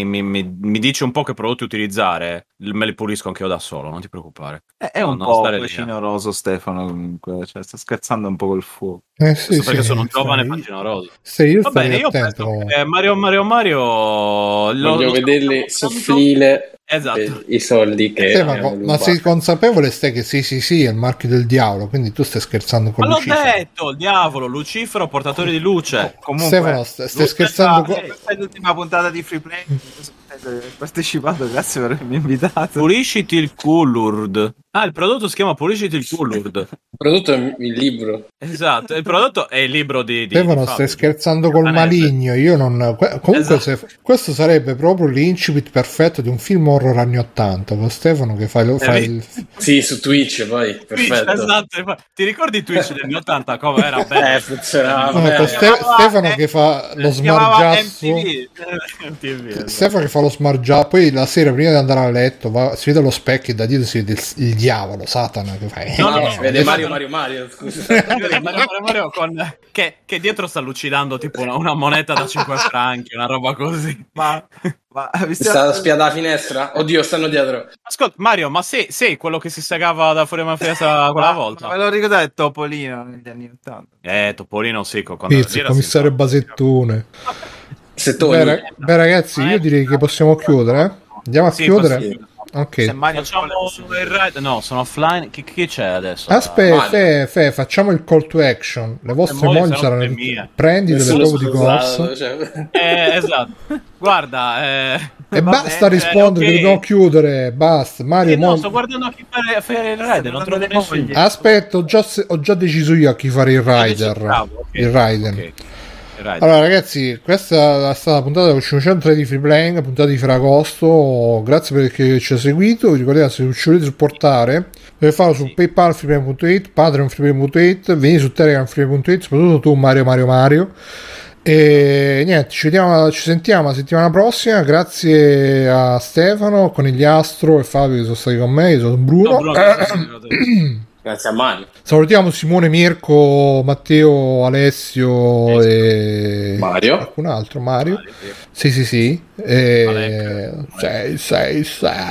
mi dici un po' che prodotti utilizzare, me li pulisco anche io da solo, non ti preoccupare. È un non po' stare lì. facinoroso Stefano, comunque, cioè, sta scherzando un po' col fuoco. Sì, Perché sono un giovane Stai- facinoroso. Stai, io Va starei bene, io attento. penso che Mario Voglio vederle soffrire Esatto. i soldi che abbiamo Ma sei consapevole, Stai, che sì, è il marchio del diavolo, quindi tu stai scherzando con Ma l'ho Lucifero. detto, il diavolo, Lucifero, portatore di luce. Comunque, Stefano, stai scherzando con... questa è l'ultima puntata di Free Play. Ho partecipato, grazie per avermi invitato. Pulisciti il Coolurd. Ah, il prodotto si chiama Pulisciti il Coolurd. Il prodotto è il libro. Esatto, il prodotto è il libro di Stefano, di stai Fabio. scherzando col Danese. maligno. Io non. Comunque, Esatto. questo sarebbe proprio l'incipit perfetto di un film horror anni 80. Con Stefano che fa il. Sì, su Twitch poi, perfetto. Esatto, ti ricordi Twitch degli anni 80 come era bello? Funzionava. No, con Stefano che fa lo smargiasso. MTV, Stefano che fa lo smargiasso. Poi la sera prima di andare a letto si vede allo specchio e da dietro si vede il diavolo, Satana che fa. No, vede Mario, scusa. Mario che dietro sta lucidando tipo una moneta da 5 franchi, una roba così. Ma vi Sta spiata la finestra? Oddio, stanno dietro. Ascolta, Mario, ma sei quello che si segava da fuori una finestra quella volta? Ma ve lo ricordate Topolino negli anni 80? Topolino sì, quando Pizzo, il commissario Basettone. Settoni. Beh, ragazzi, io direi che possiamo chiudere. Andiamo a Sì, chiudere. possiamo. Ok. Se Mario Facciamo il raid. No, sono offline. Chi c'è adesso? Aspetta, facciamo il call to action. Le vostre mogli mogli saranno saranno le mie. prenditele Nessuno proprio di sposato, corsa. cioè. Esatto. Guarda, E basta rispondere, ok. dobbiamo chiudere. Basta. Mario, no, mo- sto guardando a chi fare il raid. Non trovo nessuno. Aspetta, ho già deciso io a chi fare il rider. Bravo, ok. Il Raiden. Ok. Il raid. Allora, ragazzi, questa è stata la puntata del 503 di Free Playing, puntata di Ferragosto. Grazie perché ci ha seguito. Vi ricordate, se ci volete supportare, dovete farlo su PayPal freeplay.it, Patreon freeplay.it, venite su Telegram freeplay.it, soprattutto tu, Mario. E niente, ci sentiamo la settimana prossima. Grazie a Stefano, Conigliastro e Fabio che sono stati con me. Io sono Bruno. Grazie a Mario. Salutiamo Simone, Mirko, Matteo, Alessio e Mario. qualcun altro. Mario. Sì. Sei.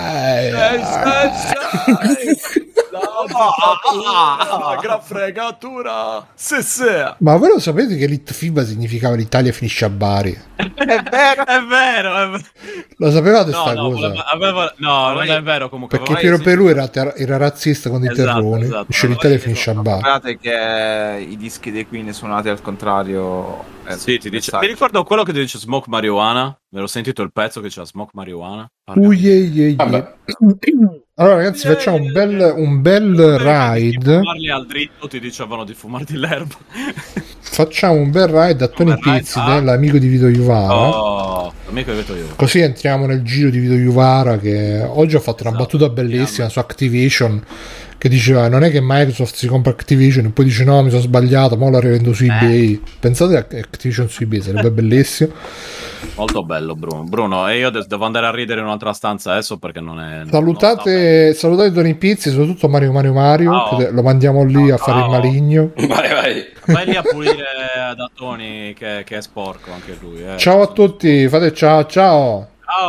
Gran fregatura. Sì. Ma voi lo sapete che l'Itfiba significava l'Italia finisce a Bari? È vero. Lo sapevate sta cosa? Non è vero comunque. Perché Piero Pelù era razzista con i terroni. Esatto. Dice l'Italia finisce a Bari. Guardate che i dischi dei Queen suonati al contrario. Sì, ti dice. Mi ricordo quello che ti dice Smoke Marijuana. Me l'ho sentito il pezzo che c'era Smoke Marijuana. Vabbè. Allora ragazzi, facciamo un bel ride. Fumarli al dritto ti dicevano di fumarti l'erba. Facciamo un bel ride a Tony Un bel ride Pizzi, l'amico di Vito Iuvara. Oh, mica ho detto io. Così entriamo nel giro di Vito Juvara, che oggi ha fatto una battuta bellissima su Activision, che diceva non è che Microsoft si compra Activision e poi dice no, mi sono sbagliato, ma la rivendo su eBay. Pensate a Activision su eBay, sarebbe bellissimo. Molto bello, Bruno, e io devo andare a ridere in un'altra stanza adesso perché non è... Salutate Tony Pizzi, soprattutto Mario, che lo mandiamo lì a fare il maligno. Vai lì a pulire da Tony che è sporco anche lui. Ciao a tutti, fate ciao. Ciao.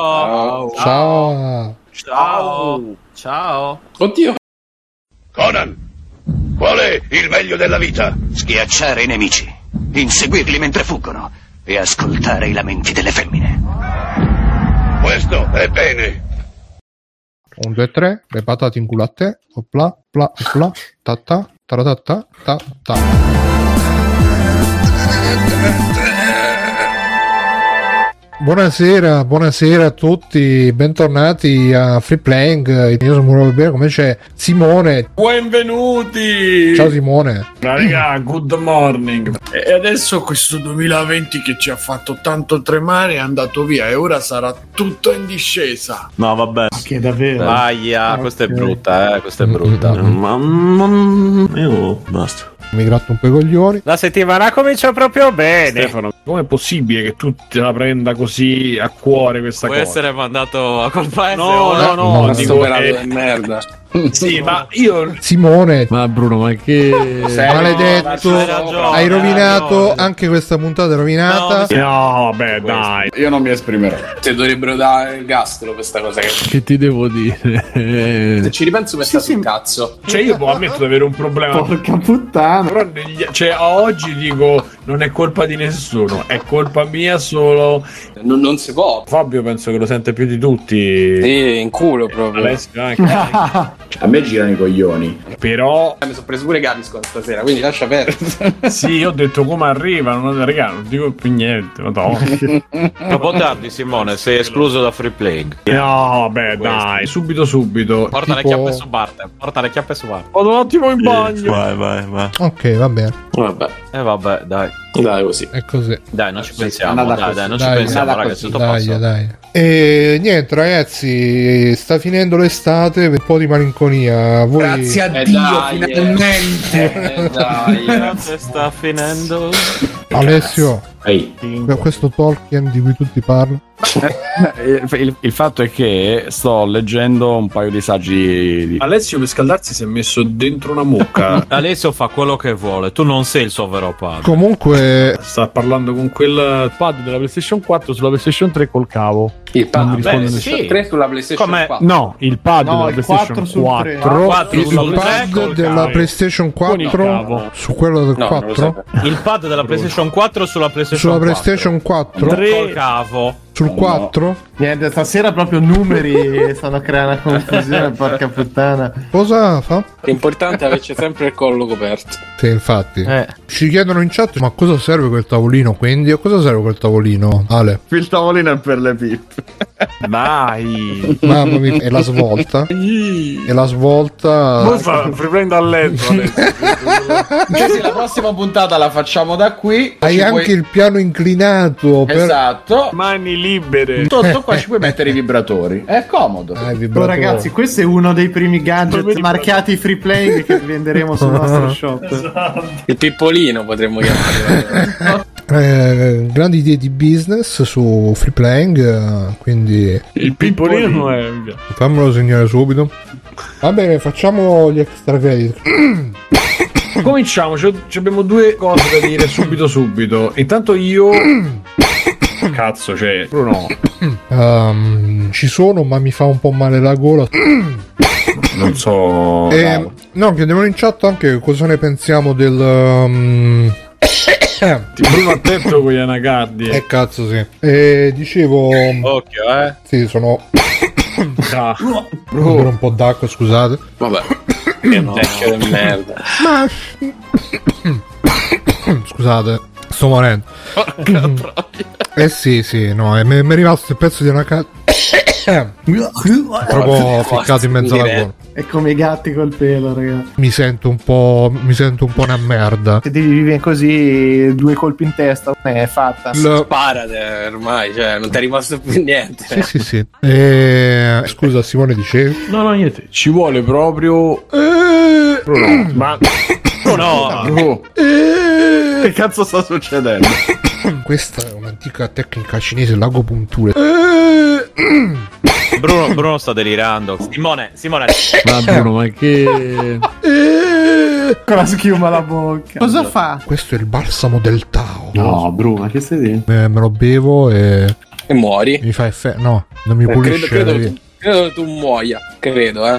Oddio. Conan, qual è il meglio della vita? Schiacciare i nemici, inseguirli mentre fuggono e ascoltare i lamenti delle femmine. Questo è bene. 1, 2, 3, le patate in culo a te. Opla, pla, ta ta, ta ta ta. Buonasera a tutti, bentornati a Free Playing. Io sono Muro Bene, come c'è Simone. Benvenuti! Ciao Simone. Raga, good morning. E adesso questo 2020 che ci ha fatto tanto tremare è andato via e ora sarà tutto in discesa. No, vabbè. Che davvero? Aia, questa è brutta, questa è brutta. Ma io basta. Mi gratto un po' i coglioni. La settimana comincia proprio bene. Stefano, com'è possibile che tu te la prenda così a cuore questa Può cosa? essere mandato a col paese? No, dico merda. Sì, ma io Simone, ma Bruno, ma che maledetto, hai rovinato anche questa puntata, è rovinata. no, vabbè, dai. Io non mi esprimerò. Ti dovrebbero dare il gastro questa cosa che ti devo dire? Se ci ripenso mi sta sul cazzo. Cioè io ammetto di avere un problema. Porca puttana. Però oggi dico non è colpa di nessuno, è colpa mia solo. Non si può. Fabio penso che lo sente più di tutti. Sì, in culo proprio. Alessio anche. A me girano i coglioni. Però mi sono preso pure Gaviscon stasera, quindi lascia perdere. sì, io ho detto come arriva, non dico più niente. Troppo tardi, Simone, sei escluso da Free Playing. No, vabbè, dai, subito. Porta le chiappe su Bart. Vado un attimo in bagno. Vai. Ok, va bene. Vabbè, dai. Dai, così. È così. Dai, non ci pensiamo. Dai, non ci pensiamo, ragazzi. Tutto Dai. E niente, ragazzi, sta finendo l'estate, un po' di malinconia. Voi... Grazie a Dio, finalmente. Grazie, sta finendo. Alessio, Ehi. questo Tolkien di cui tutti parlano. Il fatto è che sto leggendo un paio di saggi. Alessio per scaldarsi si è messo dentro una mucca. Alessio fa quello che vuole, tu non sei il suo vero padre. Comunque sta parlando con quel pad della PlayStation 4 sulla PlayStation 3 col cavo. Il pad della PlayStation 3 sulla PlayStation 4. No, il pad della PlayStation 4. Il pad della PlayStation 4 su quello del 4. Il pad della PlayStation 4 sulla PlayStation 4. Sulla PlayStation 4 col cavo. Sul 4? Niente, stasera proprio numeri stanno a creare una confusione, porca puttana. Cosa fa? L'importante è averci sempre il collo coperto. Sì, infatti. Ci chiedono in chat, ma a cosa serve quel tavolino? Quindi a cosa serve quel tavolino, Ale? Il tavolino è per le pippe. Dai. Mamma mia, è la svolta. E la svolta. Riprenda a letto. La prossima puntata la facciamo da qui. Hai anche il piano inclinato. Esatto. Mani libere. Sotto qua ci puoi mettere i vibratori. È comodo. Ragazzi, questo è uno dei primi gadget marchiati Free Playing che venderemo sul nostro shop. Esatto. Il pippolino potremmo chiamarlo. Grandi idee di business su Free Playing, quindi il pippolino è... fammelo segnare subito. Va bene, facciamo gli extra credit. Cominciamo, abbiamo due cose da dire subito. Intanto io cazzo, cioè Bruno ci sono, ma mi fa un po' male la gola. Non so. No, chiediamo in chat anche cosa ne pensiamo del Bruno attento con gli anacardi. Cazzo, sì. Dicevo occhio, sì, sono un po' d'acqua, scusate. Vabbè. Che vecchio di merda. Scusate. Sto morendo. Sì, no, mi è rimasto il pezzo di una proprio ficcato in mezzo alla gola. È come i gatti col pelo, ragazzi. Mi sento un po' una merda. Se devi vivere così, 2 colpi in testa, è fatta. Sparate ormai, cioè non ti è rimasto più niente. Sì. Scusa, Simone, dicevi? No, niente. Ci vuole proprio. Ma. No. Che cazzo sta succedendo? Questa è un'antica tecnica cinese, l'agopuntura. Bruno sta delirando. Simone. Ma Bruno, ma che. Con la schiuma alla bocca. Cosa fa? Questo è il balsamo del Tao. No, Bruno, che stai dicendo? Me lo bevo e muori. Mi fa effetto. No, non mi pulisce. Credo che tu muoia. Credo,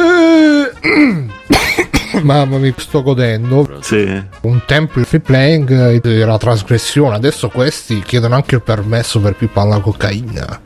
Mamma, mi sto godendo. Sì. Un tempo il free playing era trasgressione, adesso questi chiedono anche il permesso per pippare la cocaina.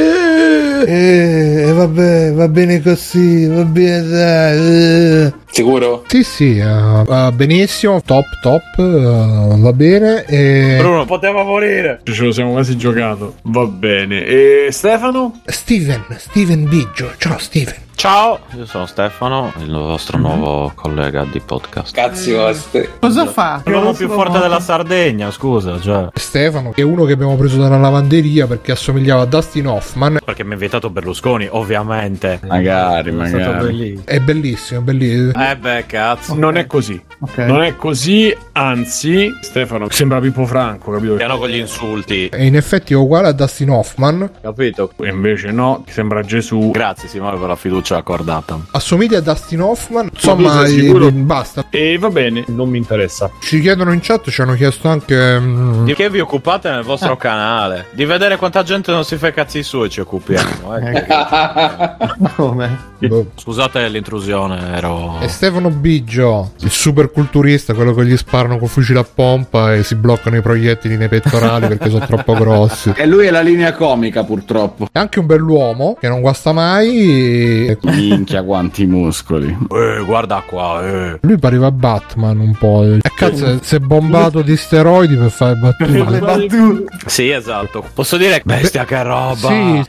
Vabbè, va bene così, va bene, dai. Sicuro? Sì, benissimo, top, va bene. Bruno, poteva morire. Ce lo siamo quasi giocato. Va bene. E Stefano? Steven Biggio. Ciao Steven. Ciao, io sono Stefano, il vostro nuovo collega di podcast. Cazzi vostri. Cosa fa? L'uomo più forte della Sardegna, scusa, cioè. Stefano è uno che abbiamo preso dalla lavanderia perché assomigliava a Dustin Hoffman. Perché mi ha invitato Berlusconi, ovviamente. Magari. È bellissimo. Beh, cazzo. Non è così. Okay. Non è così, anzi, Stefano sembra Pippo Franco, capito? Piano con gli insulti. E in effetti è uguale a Dustin Hoffman. Capito? E invece no, ti sembra Gesù. Grazie Simone per la fiducia accordata. Assomiglia a Dustin Hoffman. Insomma, basta. E va bene, non mi interessa. Ci chiedono in chat, ci hanno chiesto anche di che vi occupate nel vostro canale? Di vedere quanta gente non si fa i cazzi suoi ci occupiamo. Come? Scusate l'intrusione, ero. E Stefano Biggio, il super culturista, quello che gli sparano con fucile a pompa e si bloccano i proiettili nei pettorali perché sono troppo grossi. E lui è la linea comica, purtroppo. È anche un bell'uomo che non guasta mai. Minchia, quanti muscoli. Guarda qua. Lui pareva Batman un po'. E cazzo, si è bombato di steroidi per fare battute. Sì, esatto. Posso dire bestia che roba. Sì.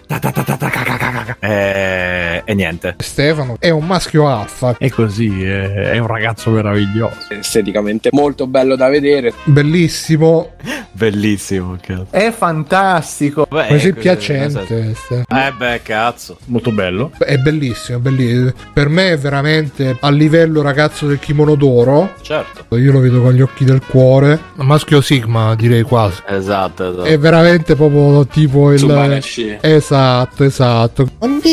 E niente. Stefano è un maschio alfa. È così, è un ragazzo meraviglioso. Esteticamente molto bello da vedere. Bellissimo. Bellissimo, cazzo. È fantastico. Così piacente. Cazzo. Molto bello. È bellissimo. Per me è veramente a livello ragazzo del kimono d'oro. Certo. Io lo vedo con gli occhi del cuore. Maschio Sigma, direi quasi. Esatto. È veramente proprio tipo il Subanashi. Esatto.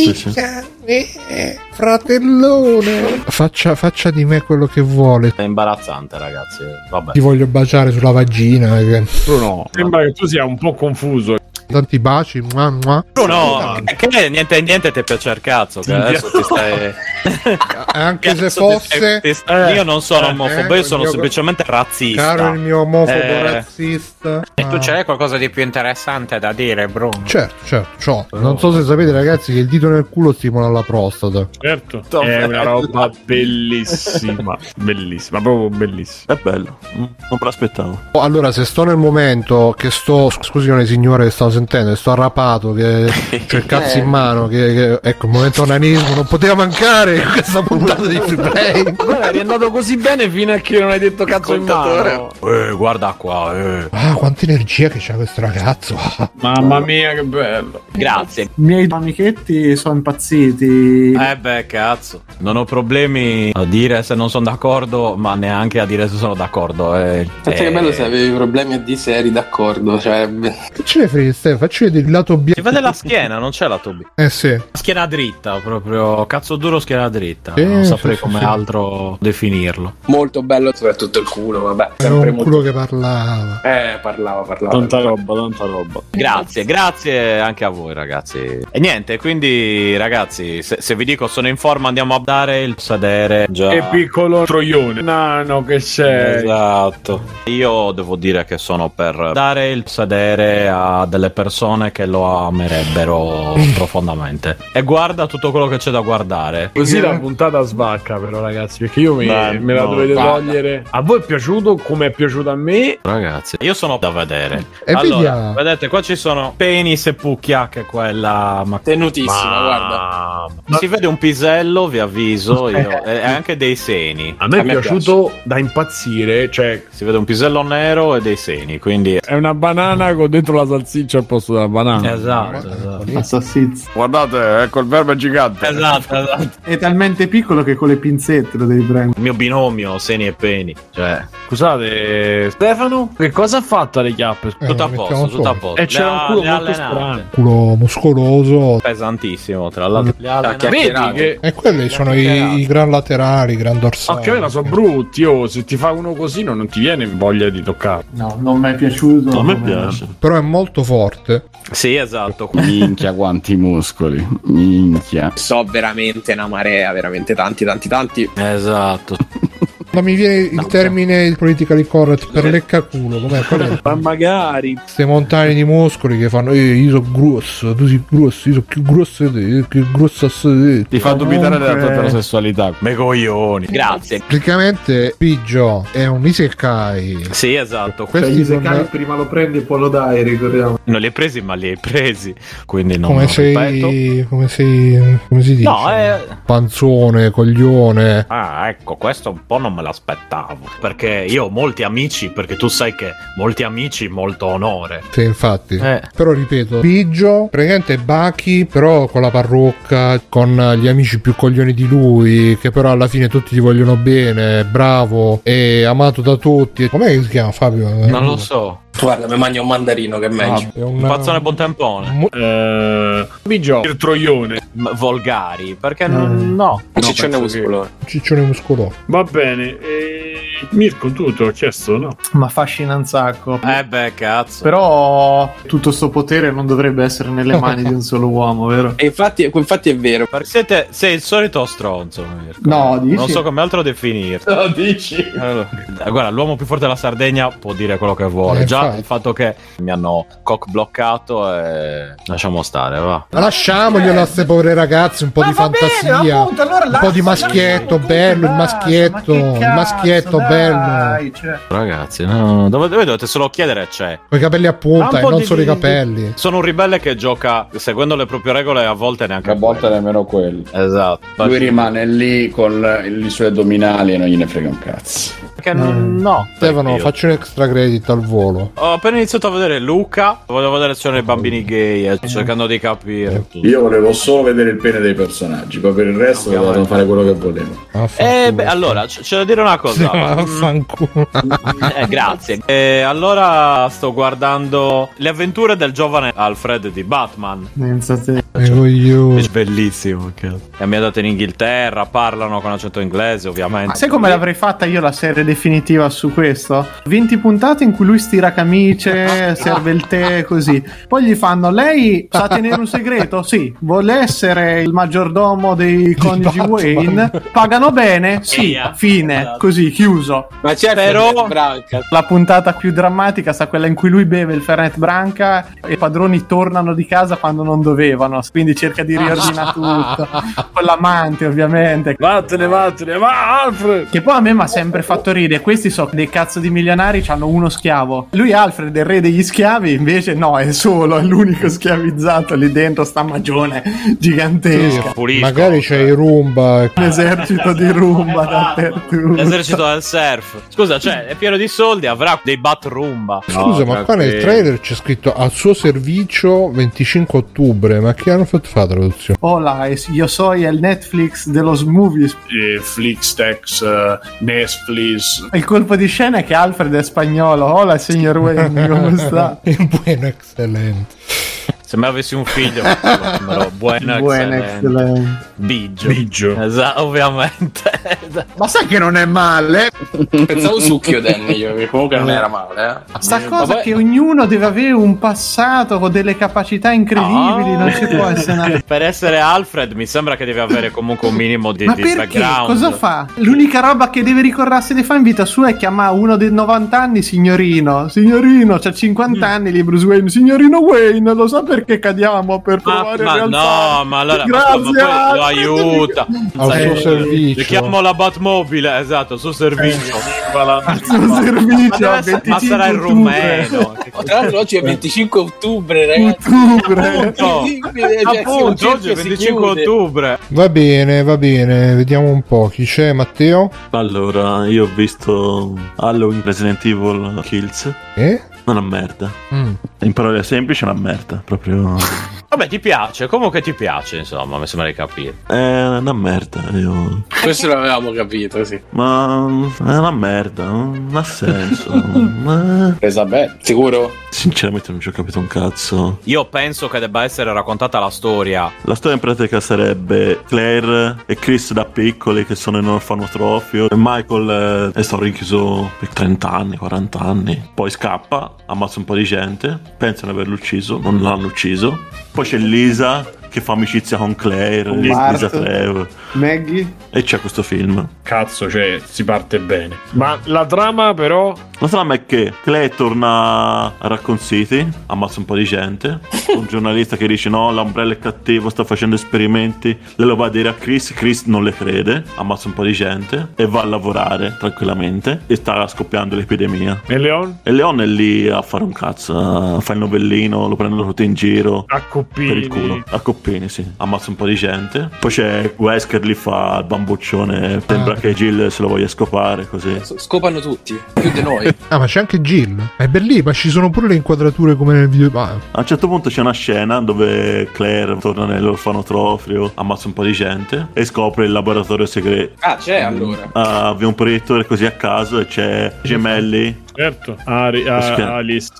Fratellone, faccia di me quello che vuole. È imbarazzante, ragazzi. Vabbè. Ti voglio baciare sulla vagina. No, sembra che tu sia un po' confuso. Tanti baci. No, che niente ti piace il cazzo. Che adesso ti stai. Anche se fosse. Io non sono omofobo, io sono semplicemente razzista. Caro il mio omofobo razzista. E tu c'hai qualcosa di più interessante da dire, Bruno? Certo. Non so se sapete, ragazzi, che il dito nel culo stimola la prostata. Certo. È una roba bellissima. Bellissima, proprio bellissima. È bello. Non me l'aspettavo. Allora, se sto nel momento che sto. Scusi, signore, che stavo sentendo, sto arrapato, che c'è il cazzo in mano, che ecco, il momento onanismo non poteva mancare in questa puntata di Free Play. Guarda, è andato così bene fino a che non hai detto cazzo in mano. Guarda qua. Ah, quanta energia che c'ha questo ragazzo. Mamma mia, che bello. Grazie. I miei amichetti sono impazziti. Cazzo. Non ho problemi a dire se non sono d'accordo, ma neanche a dire se sono d'accordo. Che bello se avevi problemi a dire se eri d'accordo. Cioè. Che ce ne frega, Stefano? Facci vedere il lato B. Si vede la schiena, non c'è lato B. Sì. Schiena dritta, proprio cazzo duro, schiena dritta. Sì, non saprei sì, come altro definirlo. Molto bello, soprattutto il culo, vabbè. Era un culo che parlava. Parlava. Tanta roba. Grazie anche a voi, ragazzi. E niente, quindi ragazzi, se vi dico sono in forma, andiamo a dare il sedere. Già. Che piccolo troione. Nano che sei. Esatto. Io devo dire che sono per dare il sedere a delle persone che lo amerebbero profondamente. E guarda tutto quello che c'è da guardare. Così la puntata svacca, però, ragazzi, perché io me la dovete togliere. A voi è piaciuto come è piaciuto a me? Ragazzi, io sono da vedere. E allora, vediamo. vedete, qua ci sono penis e pucchia, che è quella tenutissima, guarda. Si vede un pisello, vi avviso, e anche dei seni. A me è piaciuto da impazzire, cioè si vede un pisello nero e dei seni, quindi è una banana con dentro la salsiccia al posto della banana. Esatto. La salsiccia. Guardate, ecco il verbo è gigante. Esatto. È talmente piccolo che con le pinzette lo devi prendere. Il mio binomio, seni e peni. Cioè, scusate, Stefano, che cosa ha fatto alle chiappe? tutto a posto, tutto a posto. E c'era un culo molto strano. Culo muscoloso. Pesantissimo, tra l'altro. Vedi che... E quelli sono i gran laterali, i gran dorsali. Anche me sono brutti, se ti fa uno così non ti viene voglia di toccare. No, non mi è piaciuto. Non mi piace. Però è molto forte. Sì, esatto. Minchia quanti muscoli. Minchia. So veramente una marea, veramente tanti. Esatto. Non mi viene il termine il politically correct per leccaculo, com'è? Ma magari queste montagne di muscoli che fanno io sono grosso, tu sei grosso, io sono più grosso di te, più grosso a te. Ti fa dubitare della tua eterosessualità. Me coglioni. Grazie. Praticamente Biggio è un isekai. Sì, esatto. Gli isekai prima lo prendi e poi lo dai, ricordiamo. Non li hai presi, ma li hai presi. Quindi non come si dice? No, panzone, coglione. Ah, ecco, questo un po' non me l'aspettavo, perché io ho molti amici, perché tu sai che molti amici, molto onore. Sì, infatti. Però ripeto, Biggio praticamente è Baki, però con la parrucca, con gli amici più coglioni di lui, che però alla fine tutti gli vogliono bene, bravo e amato da tutti. Com'è che si chiama, Fabio? Non lo so. Guarda, mi mangio un mandarino, che è meglio. Un pazzone buontempone. Biggio, il troione. Volgari, perché no. Ciccione muscoloso. Ciccione muscoloso. Va bene. Mirko, tu te l'ho chiesto, no? Ma affascina un sacco. Beh, cazzo. Però tutto sto potere non dovrebbe essere nelle mani di un solo uomo, vero? E infatti è vero. Perché sei il solito stronzo, Mirko. No, dici? Non so come altro definirti. No, dici? Allora, guarda, l'uomo più forte della Sardegna può dire quello che vuole. Già il fatto che mi hanno cock bloccato e lasciamo stare, va. Lasciamoglielo a queste povere ragazze, un po' di fantasia, bene, appunto, allora un po' di maschietto bello, il maschietto bello. Ragazzi, no, dovete solo chiedere, c'è. Con i capelli a punta e non solo i capelli. Sono un ribelle che gioca seguendo le proprie regole, a volte neanche. A volte nemmeno quelli. Esatto. Lui rimane lì con i suoi addominali e non gliene frega un cazzo. Perché no. Stefano, faccio un extra credit al volo. Ho appena iniziato a vedere Luca. Volevo vedere se c'erano i bambini gay, cercando di capire. Io volevo solo vedere il pene dei personaggi, poi per il resto dovevo fare quello che volevo. Allora c'è da dire una cosa. Grazie. Allora sto guardando le avventure del giovane Alfred di Batman. È bellissimo. È ambientato in Inghilterra, parlano con accento inglese, ovviamente. Ma sai come l'avrei fatta io la serie definitiva su questo? 20 puntate in cui lui stira camicie, serve il tè, così. Poi gli fanno: lei sa tenere un segreto? Sì. Vuole essere il maggiordomo dei coniugi Wayne? Pagano bene? Sì. Fine. Così, chiuso. Ma c'è però Branca. La puntata più drammatica sta quella in cui lui beve il Fernet Branca e i padroni tornano di casa quando non dovevano, quindi cerca di riordinare tutto con l'amante, ovviamente. Vattene, ma Alfred! Che poi a me mi ha sempre fatto ridere. Questi sono dei cazzo di milionari, hanno uno schiavo. Lui Alfred è il re degli schiavi, invece no, è l'unico schiavizzato lì dentro, sta magione gigantesca. Magari c'è i Roomba, un esercito di Roomba dappertutto. L'esercito del surf. Scusa, cioè è pieno di soldi, avrà dei bat Roomba. Scusa, ma qua nel trailer c'è scritto al suo servizio 25 ottobre. Ma che hanno fatto fare la traduzione? Hola, io soy el Netflix de los movies. Flixtex, Netflix. Il colpo di scena è che Alfred è spagnolo. Hola, signor Wayne, come sta? Buono, eccellente. Se mai avessi un figlio, buono, excellente. Biggio. Esatto, ovviamente. Ma sai che non è male? Pensavo succhio Danny io, che comunque non era male. Sta cosa che ognuno deve avere un passato con delle capacità incredibili, non ci può essere. Per essere Alfred mi sembra che deve avere comunque un minimo di background. Cosa fa? L'unica roba che deve ricordarsi di fare in vita sua è chiamare uno dei 90 anni signorino. Signorino, c'ha 50 anni lì Bruce Wayne. Signorino Wayne, lo sa perché perché cadiamo per provare a rialzare. No, ma allora Grazie, ma lo aiuta al suo servizio. chiamo la Batmobile, esatto, al suo servizio. Al suo servizio, Ma sarà il rumeno. Tra l'altro oggi è 25 ottobre, ragazzi. Appunto, oggi è 25 ottobre. Va bene, vediamo un po' chi c'è. Matteo? Allora, io ho visto Halloween Resident Evil Kills. Una merda. In parole semplici, una merda. Proprio. Vabbè, ti piace, comunque ti piace, insomma, mi sembra di capire. È una merda, io. Questo l'avevamo capito, sì. Ma è una merda, non ha senso. Presa bene, sicuro? Sinceramente non ci ho capito un cazzo. Io penso che debba essere raccontata la storia. La storia in pratica sarebbe Claire e Chris da piccoli che sono in un orfanotrofio e Michael è stato rinchiuso per 30 anni, 40 anni. Poi scappa, ammazza un po' di gente, pensano di averlo ucciso, non l'hanno ucciso. Poi c'è Lisa che fa amicizia con Claire, Lisa Trevor, Maggie, e c'è questo film. Cazzo, cioè, si parte bene. Ma la trama però? La trama è che Claire torna a Raccoon City, ammazza un po' di gente, un giornalista che dice no, l'Umbrella è cattivo, sta facendo esperimenti, lei lo va a dire a Chris non le crede, ammazza un po' di gente e va a lavorare tranquillamente e sta scoppiando l'epidemia. E Leon? E Leon è lì a fare un cazzo, a fare il novellino, lo prendono tutti in giro a coppini. Per il culo, a coppini, sì, ammazza un po' di gente. Poi c'è Wesker lì, fa il bambuccione, sembra che Jill se lo voglia scopare così. Scopano tutti, più di noi. Ah, ma c'è anche Jill. È bellissimo, ma ci sono pure le inquadrature come nel video. A un certo punto c'è una scena dove Claire torna nell'orfanotrofio, ammazza un po' di gente e scopre il laboratorio segreto. Ah, c'è allora. Avvia un proiettore così a caso e c'è gemelli. Certo, Alice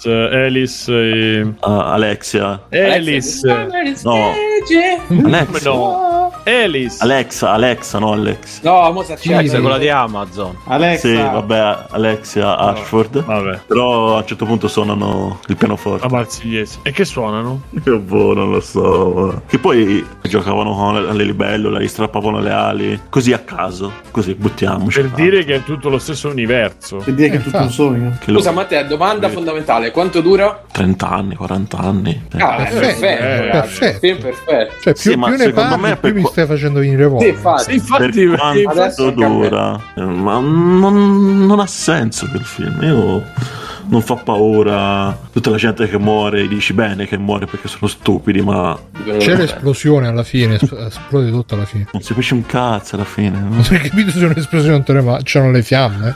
e Alexia. Alice. No. Alexa. No. Alexa, no Alex. No, mo c'è quella di Amazon. Alexa. Sì, vabbè, Alexia Ashford. Vabbè. Però a un certo punto suonano il pianoforte. A marsigliese. E che suonano? Che boh, non lo so. Che poi giocavano con le libellule, gli strappavano le ali, così a caso, così buttiamoci. Per dire che è tutto lo stesso universo. Per dire che è tutto un sogno. Scusa Matteo, domanda fondamentale, quanto dura? 30 anni, 40 anni. Perfetto. Sì, perfetto. Cioè, più ne parli, più mi stai facendo venire voglia. Sì, infatti per quanto dura, ma non ha senso quel film. Io non fa paura. Tutta la gente che muore, dici bene che muore perché sono stupidi, ma c'è l'esplosione alla fine, esplode tutto alla fine. Non si capisce un cazzo alla fine. Non si è capito se un'esplosione non te ne va, c'erano le fiamme.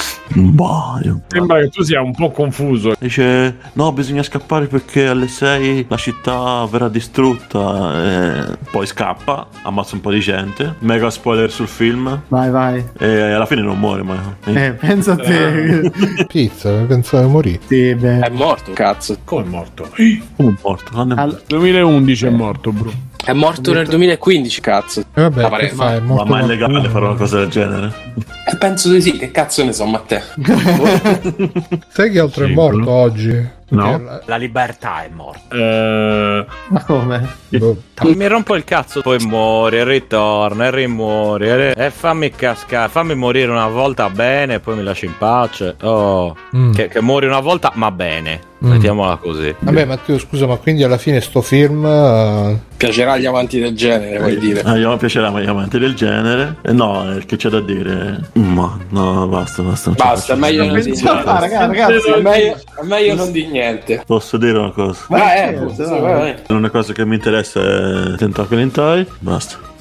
Sembra che tu sia un po' confuso. Dice no, bisogna scappare perché alle 6 la città verrà distrutta, e poi scappa, ammazza un po' di gente. Mega spoiler sul film. Vai. E alla fine non muore, ma pensa a te. Pizza, pensavo morì. Sì, beh. È morto, cazzo. Come è morto? Come è morto? 2011 è morto, bro. È morto nel 2015, cazzo. Vabbè, che fai? Ma è legale fare una cosa del genere? Penso di sì, che cazzo ne so, Matteo. Sai che altro è morto oggi? No. La libertà è morta. Ma come? Mi rompo il cazzo, poi muore, ritorna e rimuore. E fammi cascare, fammi morire una volta bene, poi mi lasci in pace. Che muori una volta, ma bene. Mettiamola così. Vabbè, Matteo, scusa, ma quindi alla fine sto film piacerà agli amanti del genere, vuoi dire? Io piacerà agli amanti del genere. No, che c'è da dire? Ma no, basta. Basta, è meglio non dire niente. Ragazzi, è meglio non dire niente. Posso dire una cosa? Vai. L'unica cosa che mi interessa è Tentacle in Thai. Basta.